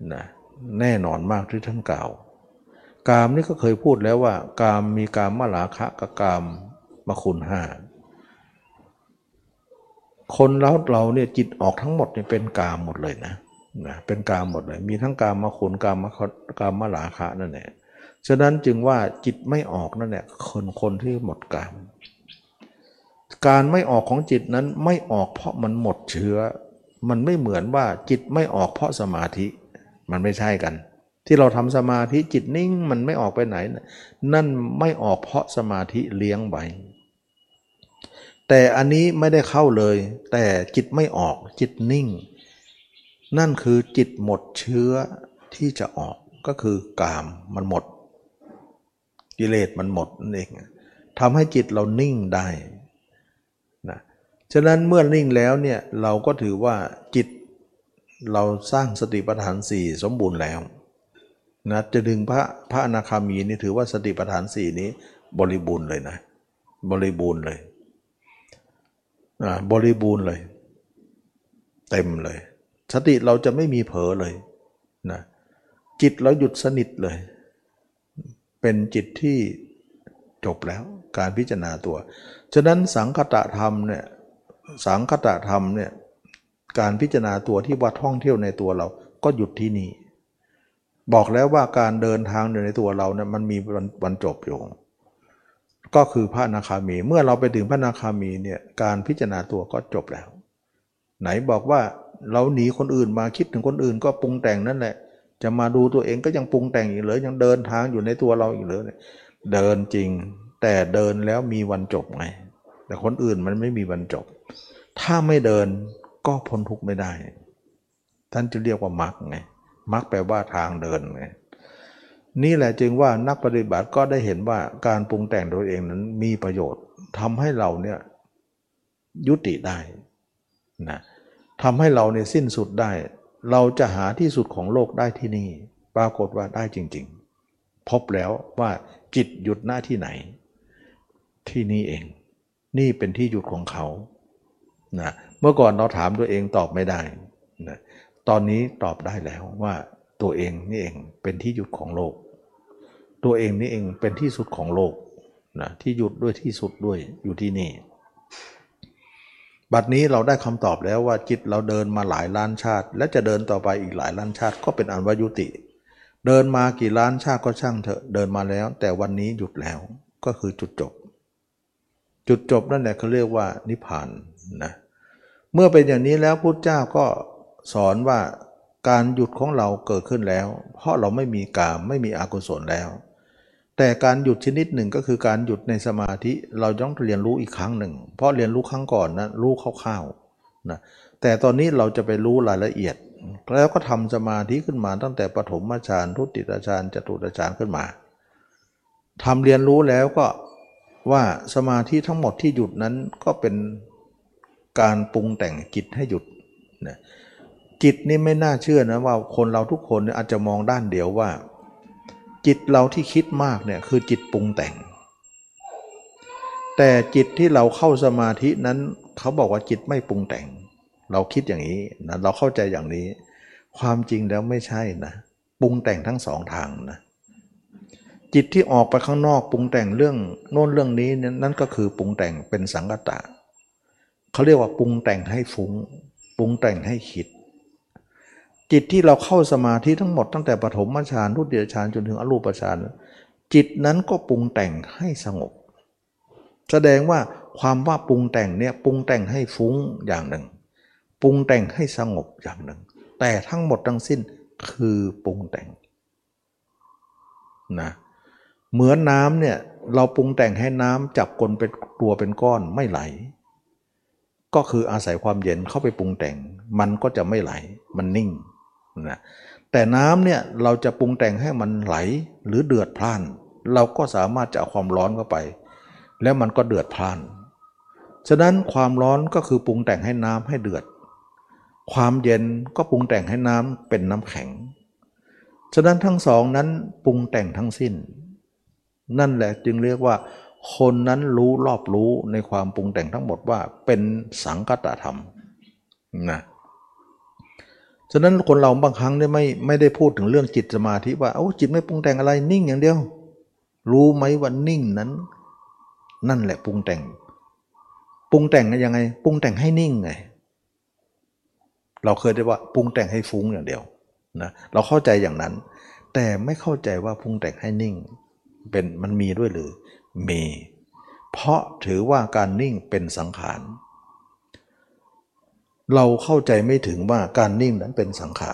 แน่นอนมากที่ท่านกล่าวกามนี่ก็เคยพูดแล้วว่ากามมีกามมลาคะกับกามมคุณห้าคนเราเราเนี่ยจิตออกทั้งหมดเนี่ยเป็นกามหมดเลยนะนะเป็นกามหมดเลยมีทั้งกามมคุณกามมกามมลาคะนั่นแหละฉะนั้นจึงว่าจิตไม่ออกนั่นแหละคนคนที่หมดกามการไม่ออกของจิตนั้นไม่ออกเพราะมันหมดเชื้อมันไม่เหมือนว่าจิตไม่ออกเพราะสมาธิมันไม่ใช่กันที่เราทำสมาธิจิตนิ่งมันไม่ออกไปไหนนั่นไม่ออกเพราะสมาธิเลี้ยงไว้แต่อันนี้ไม่ได้เข้าเลยแต่จิตไม่ออกจิตนิ่งนั่นคือจิตหมดเชื้อที่จะออกก็คือกามมันหมดกิเลสมันหมดนั่นเองทำให้จิตเรานิ่งได้นะฉะนั้นเมื่อนิ่งแล้วเนี่ยเราก็ถือว่าจิตเราสร้างสติปัฏฐานสี่สมบูรณ์แล้วนะจะดึงพระพระอนาคามีนี่ถือว่าสติปัฏฐานสี่นี้บริบูรณ์เลยนะบริบูรณ์เลยบริบูรณ์เลยเต็มเลยสติเราจะไม่มีเผลอเลยนะจิตเราหยุดสนิทเลยเป็นจิตที่จบแล้วการพิจารณาตัวฉะนั้นสังคตธรรมเนี่ยสังคตธรรมเนี่ยการพิจารณาตัวที่ว่าท่องเที่ยวในตัวเราก็หยุดที่นี่บอกแล้วว่าการเดินทางในตัวเราเนี่ยมันมีวันวันจบอยู่ก็คือพระอนาคามีเมื่อเราไปถึงพระอนาคามีเนี่ยการพิจารณาตัวก็จบแล้วไหนบอกว่าเราหนีคนอื่นมาคิดถึงคนอื่นก็ปรุงแต่งนั่นแหละจะมาดูตัวเองก็ยังปรุงแต่งอีกเลยยังเดินทางอยู่ในตัวเราอีกเลยเดินจริงแต่เดินแล้วมีวันจบไงแต่คนอื่นมันไม่มีวันจบถ้าไม่เดินก็พ้นทุกข์ไม่ได้ท่านจะเรียกว่ามรรคไงมรรคแปลว่าทางเดินไงนี่แหละจึงว่านักปฏิบัติก็ได้เห็นว่าการปรุงแต่งตัวเองนั้นมีประโยชน์ทำให้เราเนี่ยยุติได้นะทำให้เราเนี่ยสิ้นสุดได้เราจะหาที่สุดของโลกได้ที่นี่ปรากฏว่าได้จริงๆพบแล้วว่าจิตหยุดหน้าที่ไหนที่นี่เองนี่เป็นที่หยุดของเขานะเมื่อก่อนเราถามตัวเองตอบไม่ได้นะตอนนี้ตอบได้แล้วว่าตัวเองนี่เองเป็นที่หยุดของโลกตัวเองนี่เองเป็นที่สุดของโลกนะที่หยุดด้วยที่สุดด้วยอยู่ที่นี่บัดนี้เราได้คำตอบแล้วว่าจิตเราเดินมาหลายล้านชาติและจะเดินต่อไปอีกหลายล้านชาติก็เป็นอันว่ายุติเดินมากี่ล้านชาติก็ช่างเถอะเดินมาแล้วแต่วันนี้หยุดแล้วก็คือจุดจบจุดจบนั่นแหละเขาเรียกว่านิพพานนะเมื่อเป็นอย่างนี้แล้วพุทธเจ้าก็สอนว่าการหยุดของเราเกิดขึ้นแล้วเพราะเราไม่มีกามไม่มีอกุศลแล้วแต่การหยุดชนิดหนึ่งก็คือการหยุดในสมาธิเราต้องเรียนรู้อีกครั้งหนึ่งเพราะเรียนรู้ครั้งก่อนนะรู้คร่าวๆนะแต่ตอนนี้เราจะไปรู้รายละเอียดแล้วก็ทำสมาธิขึ้นมาตั้งแต่ปฐมฌานทุติยฌานจตุตฌานขึ้นมาทำเรียนรู้แล้วก็ว่าสมาธิทั้งหมดที่หยุดนั้นก็เป็นการปรุงแต่งจิตให้หยุดนะจิตนี่ไม่น่าเชื่อนะว่าคนเราทุกคนอาจจะมองด้านเดียวว่าจิตเราที่คิดมากเนี่ยคือจิตปรุงแต่งแต่จิตที่เราเข้าสมาธินั้นเขาบอกว่าจิตไม่ปรุงแต่งเราคิดอย่างนี้นะเราเข้าใจอย่างนี้ความจริงแล้วไม่ใช่นะปรุงแต่งทั้งสองทางนะจิตที่ออกไปข้างนอกปรุงแต่งเรื่องโน้นเรื่องนี้นั่นก็คือปรุงแต่งเป็นสังคตะเขาเรียกว่าปรุงแต่งให้ฟุ้งปรุงแต่งให้คิดจิตที่เราเข้าสมาธิทั้งหมดตั้งแต่ปฐมฌานทุติยฌานจนถึงอรูปฌานจิตนั้นก็ปรุงแต่งให้สงบแสดงว่าความว่าปรุงแต่งเนี่ยปรุงแต่งให้ฟุ้งอย่างหนึ่งปรุงแต่งให้สงบอย่างหนึ่งแต่ทั้งหมดทั้งสิ้นคือปรุงแต่งนะเหมือนน้ำเนี่ยเราปรุงแต่งให้น้ำจับกลเป็นตัวเป็นก้อนไม่ไหลก็คืออาศัยความเย็นเข้าไปปรุงแต่งมันก็จะไม่ไหลมันนิ่งนะแต่น้ำเนี่ยเราจะปรุงแต่งให้มันไหลหรือเดือดพล่านเราก็สามารถจะเอาความร้อนเข้าไปแล้วมันก็เดือดพล่านฉะนั้นความร้อนก็คือปรุงแต่งให้น้ำให้เดือดความเย็นก็ปรุงแต่งให้น้ำเป็นน้ำแข็งฉะนั้นทั้งสองนั้นปรุงแต่งทั้งสิ้นนั่นแหละจึงเรียกว่าคนนั้นรู้รอบรู้ในความปรุงแต่งทั้งหมดว่าเป็นสังคตธรรมนะฉะนั้นคนเราบางครั้งเนี่ยไม่ไม่ได้พูดถึงเรื่องจิตสมาธิว่าโอ้จิตไม่ปรุงแต่งอะไรนิ่งอย่างเดียวรู้ไหมว่านิ่งนั้นนั่นแหละปรุงแต่งปรุงแต่งยังไงปรุงแต่งให้นิ่งไงเราเคยได้ว่าปรุงแต่งให้ฟุ้งอย่างเดียวนะเราเข้าใจอย่างนั้นแต่ไม่เข้าใจว่าปรุงแต่งให้นิ่งเป็นมันมีด้วยหรือมีเพราะถือว่าการนิ่งเป็นสังขารเราเข้าใจไม่ถึงว่าการนิ่งนั้นเป็นสังขาร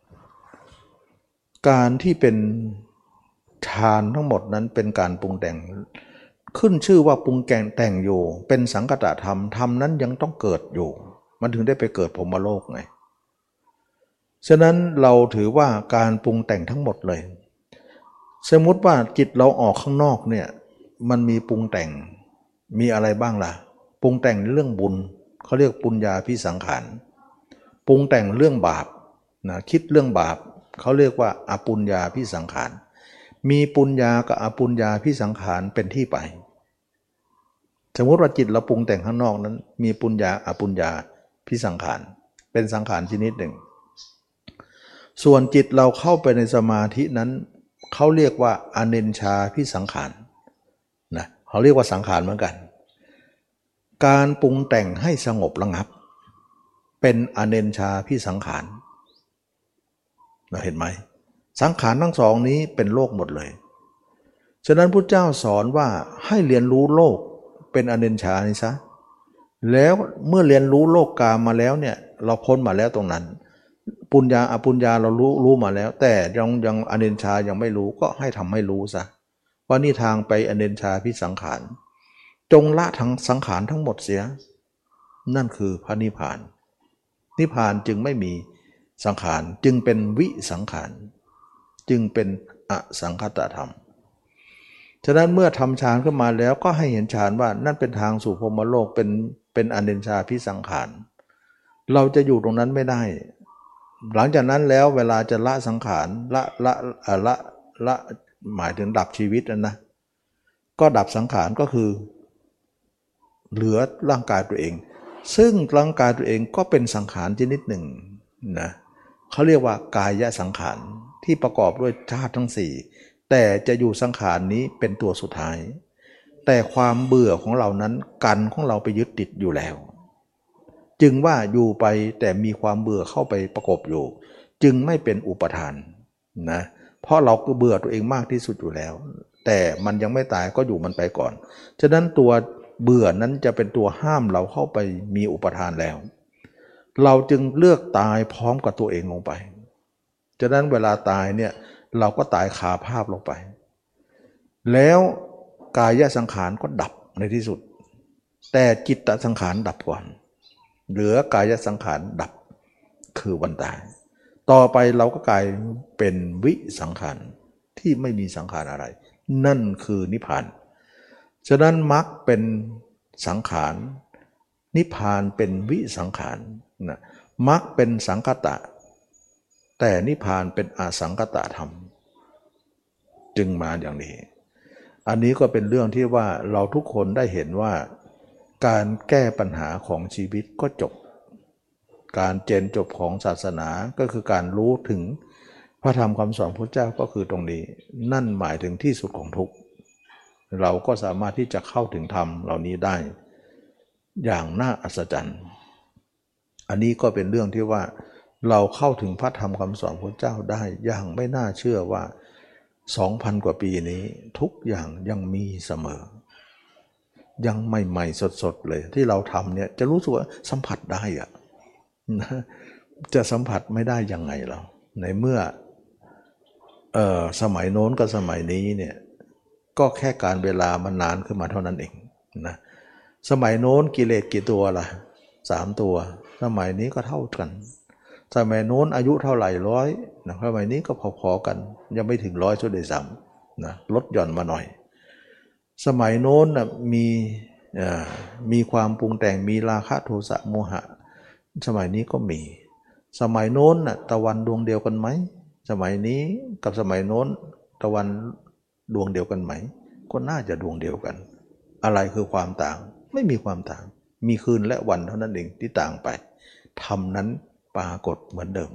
การที่เป็นฌานทั้งหมดนั้นเป็นการปรุงแต่งขึ้นชื่อว่าปรุงแต่งแต่งอยู่เป็นสังคตธรรมธรรมนั้นยังต้องเกิดอยู่มันถึงได้ไปเกิดพรหมโลกไงฉะนั้นเราถือว่าการปรุงแต่งทั้งหมดเลยสมมติว่าจิตเราออกข้างนอกเนี่ยมันมีปรุงแต่งมีอะไรบ้างล่ะปรุงแต่งเรื่องบุญเขาเรียกปุญญาภิสังขารปรุงแต่งเรื่องบาปนะคิดเรื่องบาปเขาเรียกว่าอปุญญาภิสังขารมีปุญญากับอปุญญาภิสังขารเป็นที่ไปสมมติว่าจิตเราปรุงแต่งข้างนอกนั้นมีปุญญาอปุญญาภิสังขารเป็นสังขารชนิดหนึ่งส่วนจิตเราเข้าไปในสมาธินั้นเขาเรียกว่าอเนญชาภิสังขารนะเขาเรียกว่าสังขารเหมือนกันการปรุงแต่งให้สงบระงับเป็นอเนญชาภิสังขารเราเห็นไหมสังขารทั้งสองนี้เป็นโลกหมดเลยฉะนั้นพุทธเจ้าสอนว่าให้เรียนรู้โลกเป็นอเนญชานี่ซะแล้วเมื่อเรียนรู้โลกกามมาแล้วเนี่ยเราพ้นมาแล้วตรงนั้นปุญญาอปุญญาเรารู้รู้มาแล้วแต่ยังยังอเนญชายังไม่รู้ก็ให้ทำให้รู้ซะว่านี่ทางไปอเนญชาภิสังขารจงละทั้งสังขารทั้งหมดเสียนั่นคือพระนิพพานนิพพานจึงไม่มีสังขารจึงเป็นวิสังขารจึงเป็นอสังคตธรรมฉะนั้นเมื่อทำฌานขึ้นมาแล้วก็ให้เห็นฌานว่านั่นเป็นทางสู่พรหมโลกเป็นเป็นอเนญชาภิสังขารเราจะอยู่ตรงนั้นไม่ได้หลังจากนั้นแล้วเวลาจะละสังขารละละละละหมายถึงดับชีวิตนะนะก็ดับสังขารก็คือเหลือร่างกายตัวเองซึ่งร่างกายตัวเองก็เป็นสังขารชนิดหนึ่งนะเขาเรียกว่ากายสังขารที่ประกอบด้วยธาตุทั้งสี่แต่จะอยู่สังขารนี้เป็นตัวสุดท้ายแต่ความเบื่อของเรานั้นกันของเราไปยึดติดอยู่แล้วจึงว่าอยู่ไปแต่มีความเบื่อเข้าไปประกบอยู่จึงไม่เป็นอุปทานนะเพราะเราก็เบื่อตัวเองมากที่สุดอยู่แล้วแต่มันยังไม่ตายก็อยู่มันไปก่อนฉะนั้นตัวเบื่อนั้นจะเป็นตัวห้ามเราเข้าไปมีอุปทานแล้วเราจึงเลือกตายพร้อมกับตัวเองลงไปฉะนั้นเวลาตายเนี่ยเราก็ตายคาภาพลงไปแล้วกายสังขารก็ดับในที่สุดแต่จิตตสังขารดับก่อนเหลือกายสังขารดับคือวันตายต่อไปเราก็กลายเป็นวิสังขารที่ไม่มีสังขารอะไรนั่นคือนิพพานฉะนั้นมรรคเป็นสังขารนิพพานเป็นวิสังขารนะมรรคเป็นสังคตะแต่นิพพานเป็นอสังคตะธรรมจึงมาอย่างนี้อันนี้ก็เป็นเรื่องที่ว่าเราทุกคนได้เห็นว่าการแก้ปัญหาของชีวิตก็จบการเจนจบของศาสนาก็คือการรู้ถึงพระธรรมคำสอนพระเจ้าก็คือตรงนี้นั่นหมายถึงที่สุดของทุกข์เราก็สามารถที่จะเข้าถึงธรรมเหล่านี้ได้อย่างน่าอัศจรรย์อันนี้ก็เป็นเรื่องที่ว่าเราเข้าถึงพระธรรมคำสอนพระเจ้าได้อย่างไม่น่าเชื่อว่า สองพัน กว่าปีนี้ทุกอย่างยังมีเสมอยังใหม่ๆสดๆเลยที่เราทำเนี่ยจะรู้สึกว่าสัมผัสได้อะนะจะสัมผัสไม่ได้ยังไงเราในเมื่อเอ่อสมัยโน้นกับสมัยนี้เนี่ยก็แค่การเวลามันนานขึ้นมาเท่านั้นเองนะสมัยโน้นกิเลสกี่ตัวล่ะสามตัวสมัยนี้ก็เท่ากันสมัยโน้นอายุเท่าไหร่ร้อยนะสมัยนี้ก็พอๆกันยังไม่ถึงร้อยชั่วโดยซ้ำนะลดหย่อนมาหน่อยสมัยโน้นนะมีมีความปรุงแต่งมีราคะโทสะโมหะสมัยนี้ก็มีสมัยโน้นนะตะวันดวงเดียวกันไหมสมัยนี้กับสมัยโน้นตะวันดวงเดียวกันไหมก็น่าจะดวงเดียวกันอะไรคือความต่างไม่มีความต่างมีคืนและวันเท่านั้นเองที่ต่างไปธรรมนั้นปรากฏเหมือนเดิม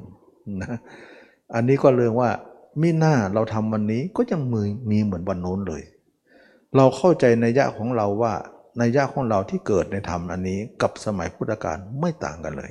นะอันนี้ก็เรื่องว่ามิหน้าเราทำวันนี้ก็ยังมีมีเหมือนวันโน้นเลยเราเข้าใจในยะของเราว่าในยะของเราที่เกิดในธรรมอันนี้กับสมัยพุทธกาลไม่ต่างกันเลย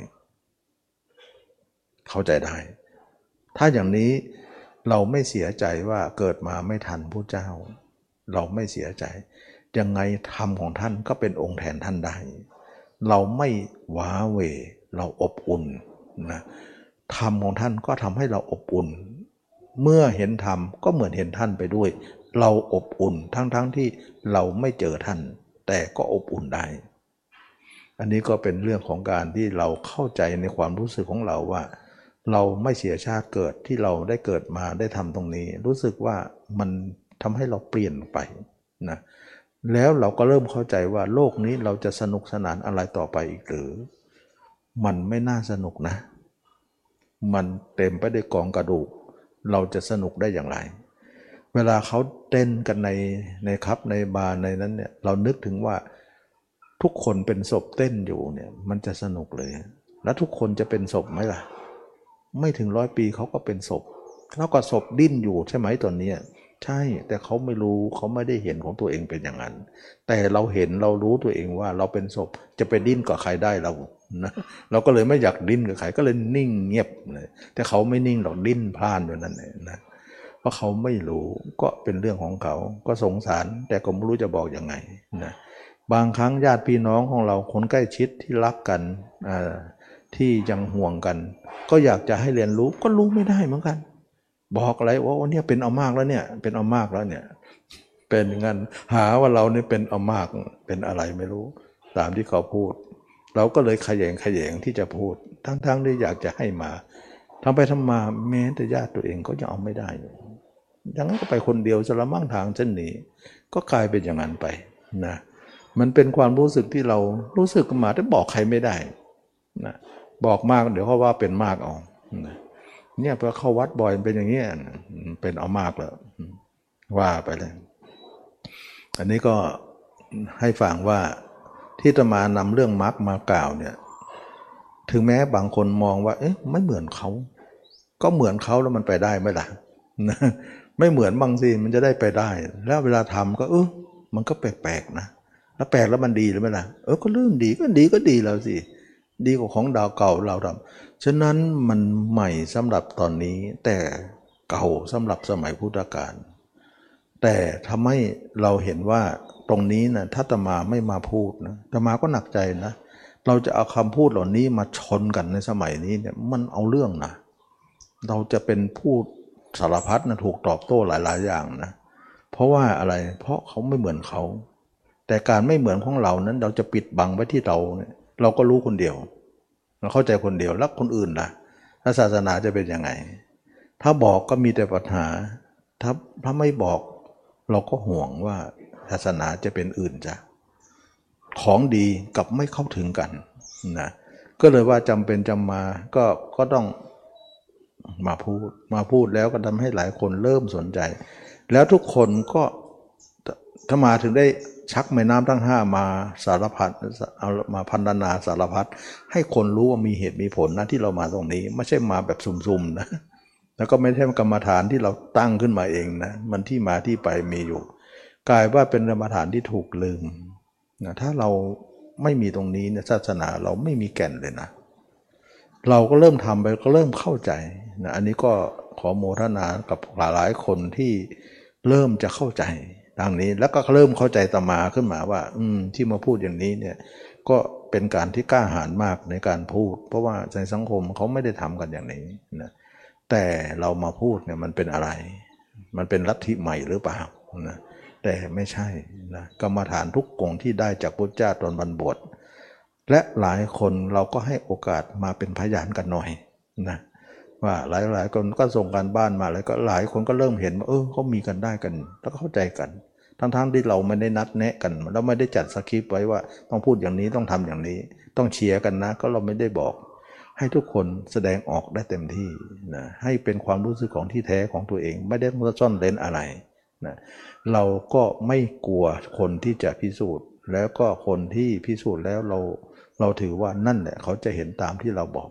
เข้าใจได้ถ้าอย่างนี้เราไม่เสียใจว่าเกิดมาไม่ทันพระเจ้าเราไม่เสียใจยังไงธรรมของท่านก็เป็นองค์แทนท่านได้เราไม่ว้าเหวเราอบอุ่นนะธรรมของท่านก็ทำให้เราอบอุ่นเมื่อเห็นธรรมก็เหมือนเห็นท่านไปด้วยเราอบอุ่นทั้งๆ ทที่เราไม่เจอท่านแต่ก็อบอุ่นได้อันนี้ก็เป็นเรื่องของการที่เราเข้าใจในความรู้สึกของเราว่าเราไม่เสียชาติเกิดที่เราได้เกิดมาได้ทำตรงนี้รู้สึกว่ามันทำให้เราเปลี่ยนไปนะแล้วเราก็เริ่มเข้าใจว่าโลกนี้เราจะสนุกสนานอะไรต่อไปอีกหรือมันไม่น่าสนุกนะมันเต็มไปด้วยกองกระดูกเราจะสนุกได้อย่างไรเวลาเขาเต้นกันในในคับในบาร์ในนั้นเนี่ยเรานึกถึงว่าทุกคนเป็นศพเต้นอยู่เนี่ยมันจะสนุกเลยแล้วทุกคนจะเป็นศพไหมล่ะไม่ถึงร้อยปีเขาก็เป็นศพแล้วก็ศพดิ้นอยู่ใช่ไหมตอนนี้ใช่แต่เขาไม่รู้เขาไม่ได้เห็นของตัวเองเป็นอย่างนั้นแต่เราเห็นเรารู้ตัวเองว่าเราเป็นศพจะไปดิ้นกับใครได้เรานะเราก็เลยไม่อยากดิ้นกับใครก็เลยนิ่งเงียบเลยแต่เขาไม่นิ่งหรอกดิ้นพล่านอยู่นั่นเองนะเพราะเขาไม่รู้ก็เป็นเรื่องของเขาก็สงสารแต่ก็ไม่รู้จะบอกยังไงนะบางครั้งญาติพี่น้องของเราคนใกล้ชิดที่รักกันที่ยังห่วงกันก็อยากจะให้เรียนรู้ก็รู้ไม่ได้เหมือนกันบอกอะไรว่าเนี่ยเป็นเอามากแล้วเนี่ยเป็นเอามากแล้วเนี่ยเป็นงั้นหาว่าเราเนี่ยเป็นเอามากเป็นอะไรไม่รู้ตามที่เขาพูดเราก็เลยขยงขยงที่จะพูดทั้งๆที่อยากจะให้มาทำไปทำมาแม้แต่ญาติตัวเองก็ยังเอาไม่ได้เลยอย่างนั้นก็ไปคนเดียวจะละมั่งทางเส้นนี้ก็กลายเป็นอย่างนั้นไปนะมันเป็นความรู้สึกที่เรารู้สึกมาแต่บอกใครไม่ได้นะบอกมากเดี๋ยวเขาว่าเป็นมากเอานะเนี่ยพอเข้าวัดบ่อยเป็นอย่างนี้เป็นเอามากแล้วว่าไปเลยอันนี้ก็ให้ฟังว่าที่จะมานำเรื่องมรรคมากล่าวเนี่ยถึงแม้บางคนมองว่าเอ๊ะไม่เหมือนเขาก็เหมือนเขาแล้วมันไปได้ไหมล่ะนะไม่เหมือนบางสิมันจะได้ไปได้แล้วเวลาทำก็เออมันก็แปลกๆนะแล้วแปลกแล้วมันดีหรือไม่ล่ะเออก็เรื่องดีก็ดีก็ดีแล้วสิดีกว่าของดาวเก่าเราทำฉะนั้นมันใหม่สำหรับตอนนี้แต่เก่าสำหรับสมัยพุทธกาลแต่ทำให้เราเห็นว่าตรงนี้นะถ้าอาตมาไม่มาพูดนะอาตมาก็หนักใจนะเราจะเอาคำพูดเหล่านี้มาชนกันในสมัยนี้เนี่ยมันเอาเรื่องนะเราจะเป็นพูดสารพัดนะถูกตอบโต้หลายๆอย่างนะเพราะว่าอะไรเพราะเขาไม่เหมือนเขาแต่การไม่เหมือนของเรานั้นเราจะปิดบังไว้ที่เราเนี่ยเราก็รู้คนเดียวเราเข้าใจคนเดียวแล้วคนอื่นล่ะถ้าศาสนาจะเป็นยังไงถ้าบอกก็มีแต่ปัญหาถ้าถ้าไม่บอกเราก็ห่วงว่าศาสนาจะเป็นอื่นจ้ะของดีกับไม่เข้าถึงกันนะก็เลยว่าจำเป็นจำมาก็ก็ต้องมาพูดมาพูดแล้วก็ทำให้หลายคนเริ่มสนใจแล้วทุกคนก็ถ้ามาถึงได้ชักแม่น้ำทั้งห้ามาสารพัดเอามาพันนาสารพัดให้คนรู้ว่ามีเหตุมีผลนะที่เรามาตรงนี้ไม่ใช่มาแบบซุ่มๆนะแล้วก็ไม่ใช่กรรมฐานที่เราตั้งขึ้นมาเองนะมันที่มาที่ไปมีอยู่กลายว่าเป็นกรรมฐานที่ถูกลืมนะถ้าเราไม่มีตรงนี้เนี่ยศาสนาเราไม่มีแก่นเลยนะเราก็เริ่มทำไปก็เริ่มเข้าใจนะอันนี้ก็ขอโมทนากับหลายๆคนที่เริ่มจะเข้าใจดังนี้แล้วก็เริ่มเข้าใจตมาขึ้นมาว่าอืมที่มาพูดอย่างนี้เนี่ยก็เป็นการที่กล้าหาญมากในการพูดเพราะว่าในสังคมเขาไม่ได้ทำกันอย่างนี้นะแต่เรามาพูดเนี่ยมันเป็นอะไรมันเป็นลัทธิใหม่หรือเปล่านะแต่ไม่ใช่นะกรรมฐานทุกกองที่ได้จากพุทธเจ้าตอนบรรบวชและหลายคนเราก็ให้โอกาสมาเป็นพยานกันหน่อยนะว่าหลายๆคนก็ส่งการบ้านมาแล้วก็หลายคนก็เริ่มเห็นว่าเออเขามีกันได้กันแล้วก็เข้าใจกันทั้งๆที่เราไม่ได้นัดแนะกันเราไม่ได้จัดสคริปต์ไว้ว่าต้องพูดอย่างนี้ต้องทำอย่างนี้ต้องเชียร์กันนะก็เราไม่ได้บอกให้ทุกคนแสดงออกได้เต็มที่นะให้เป็นความรู้สึกของที่แท้ของตัวเองไม่ได้ซ่อนเร้นอะไรนะเราก็ไม่กลัวคนที่จะพิสูจน์แล้วก็คนที่พิสูจน์แล้วเราเราถือว่านั่นแหละเขาจะเห็นตามที่เราบอก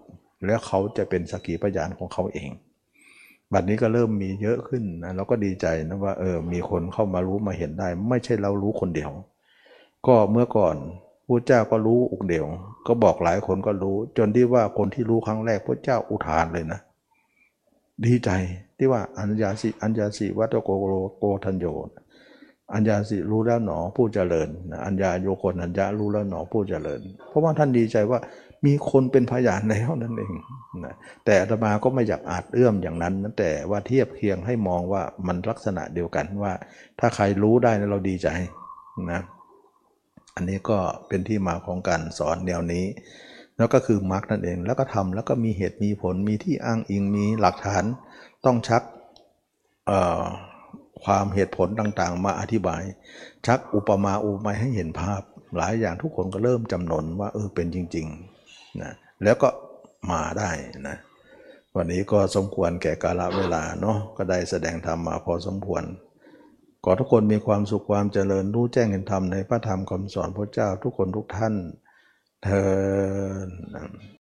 แล้วเขาจะเป็นสักขีพยานของเขาเองบัดนี้ก็เริ่มมีเยอะขึ้นนะเราก็ดีใจนะว่าเออมีคนเข้ามารู้มาเห็นได้ไม่ใช่เรารู้คนเดียวก็เมื่อก่อนพระเจ้าก็รู้องค์เดียวก็บอกหลายคนก็รู้จนที่ว่าคนที่รู้ครั้งแรกพระเจ้าอุทานเลยนะดีใจที่ว่าอัญญาสิอัญญาสิวัตโกโรโกทัญโยอัญญาสิรู้แล้วหนอผู้เจริญอัญญาโยโกนัญญารู้แล้วหนอผู้เจริญเพราะว่าท่านดีใจว่ามีคนเป็นพยานแล้วนั่นเองนะแต่อาตมาก็ไม่อยากอาจเอื้อมอย่างนั้นนะแต่ว่าเทียบเคียงให้มองว่ามันลักษณะเดียวกันว่าถ้าใครรู้ได้นะเราดีใจนะอันนี้ก็เป็นที่มาของการสอนแนวนี้แล้วก็คือมรรคนั่นเองแล้วก็ทำแล้วก็มีเหตุมีผลมีที่อ้างอิงมีหลักฐานต้องชักความเหตุผลต่างๆมาอธิบายชักอุปมาอุปไมยให้เห็นภาพหลายอย่างทุกคนก็เริ่มจำนนว่าเออเป็นจริงๆนะแล้วก็มาได้นะวันนี้ก็สมควรแก่กาลเวลาเนาะก็ได้แสดงธรรมมาพอสมควรขอทุกคนมีความสุขความเจริญรู้แจ้งเห็นธรรมในพระธรรมคำสอนพระเจ้าทุกคนทุกท่านเทอญ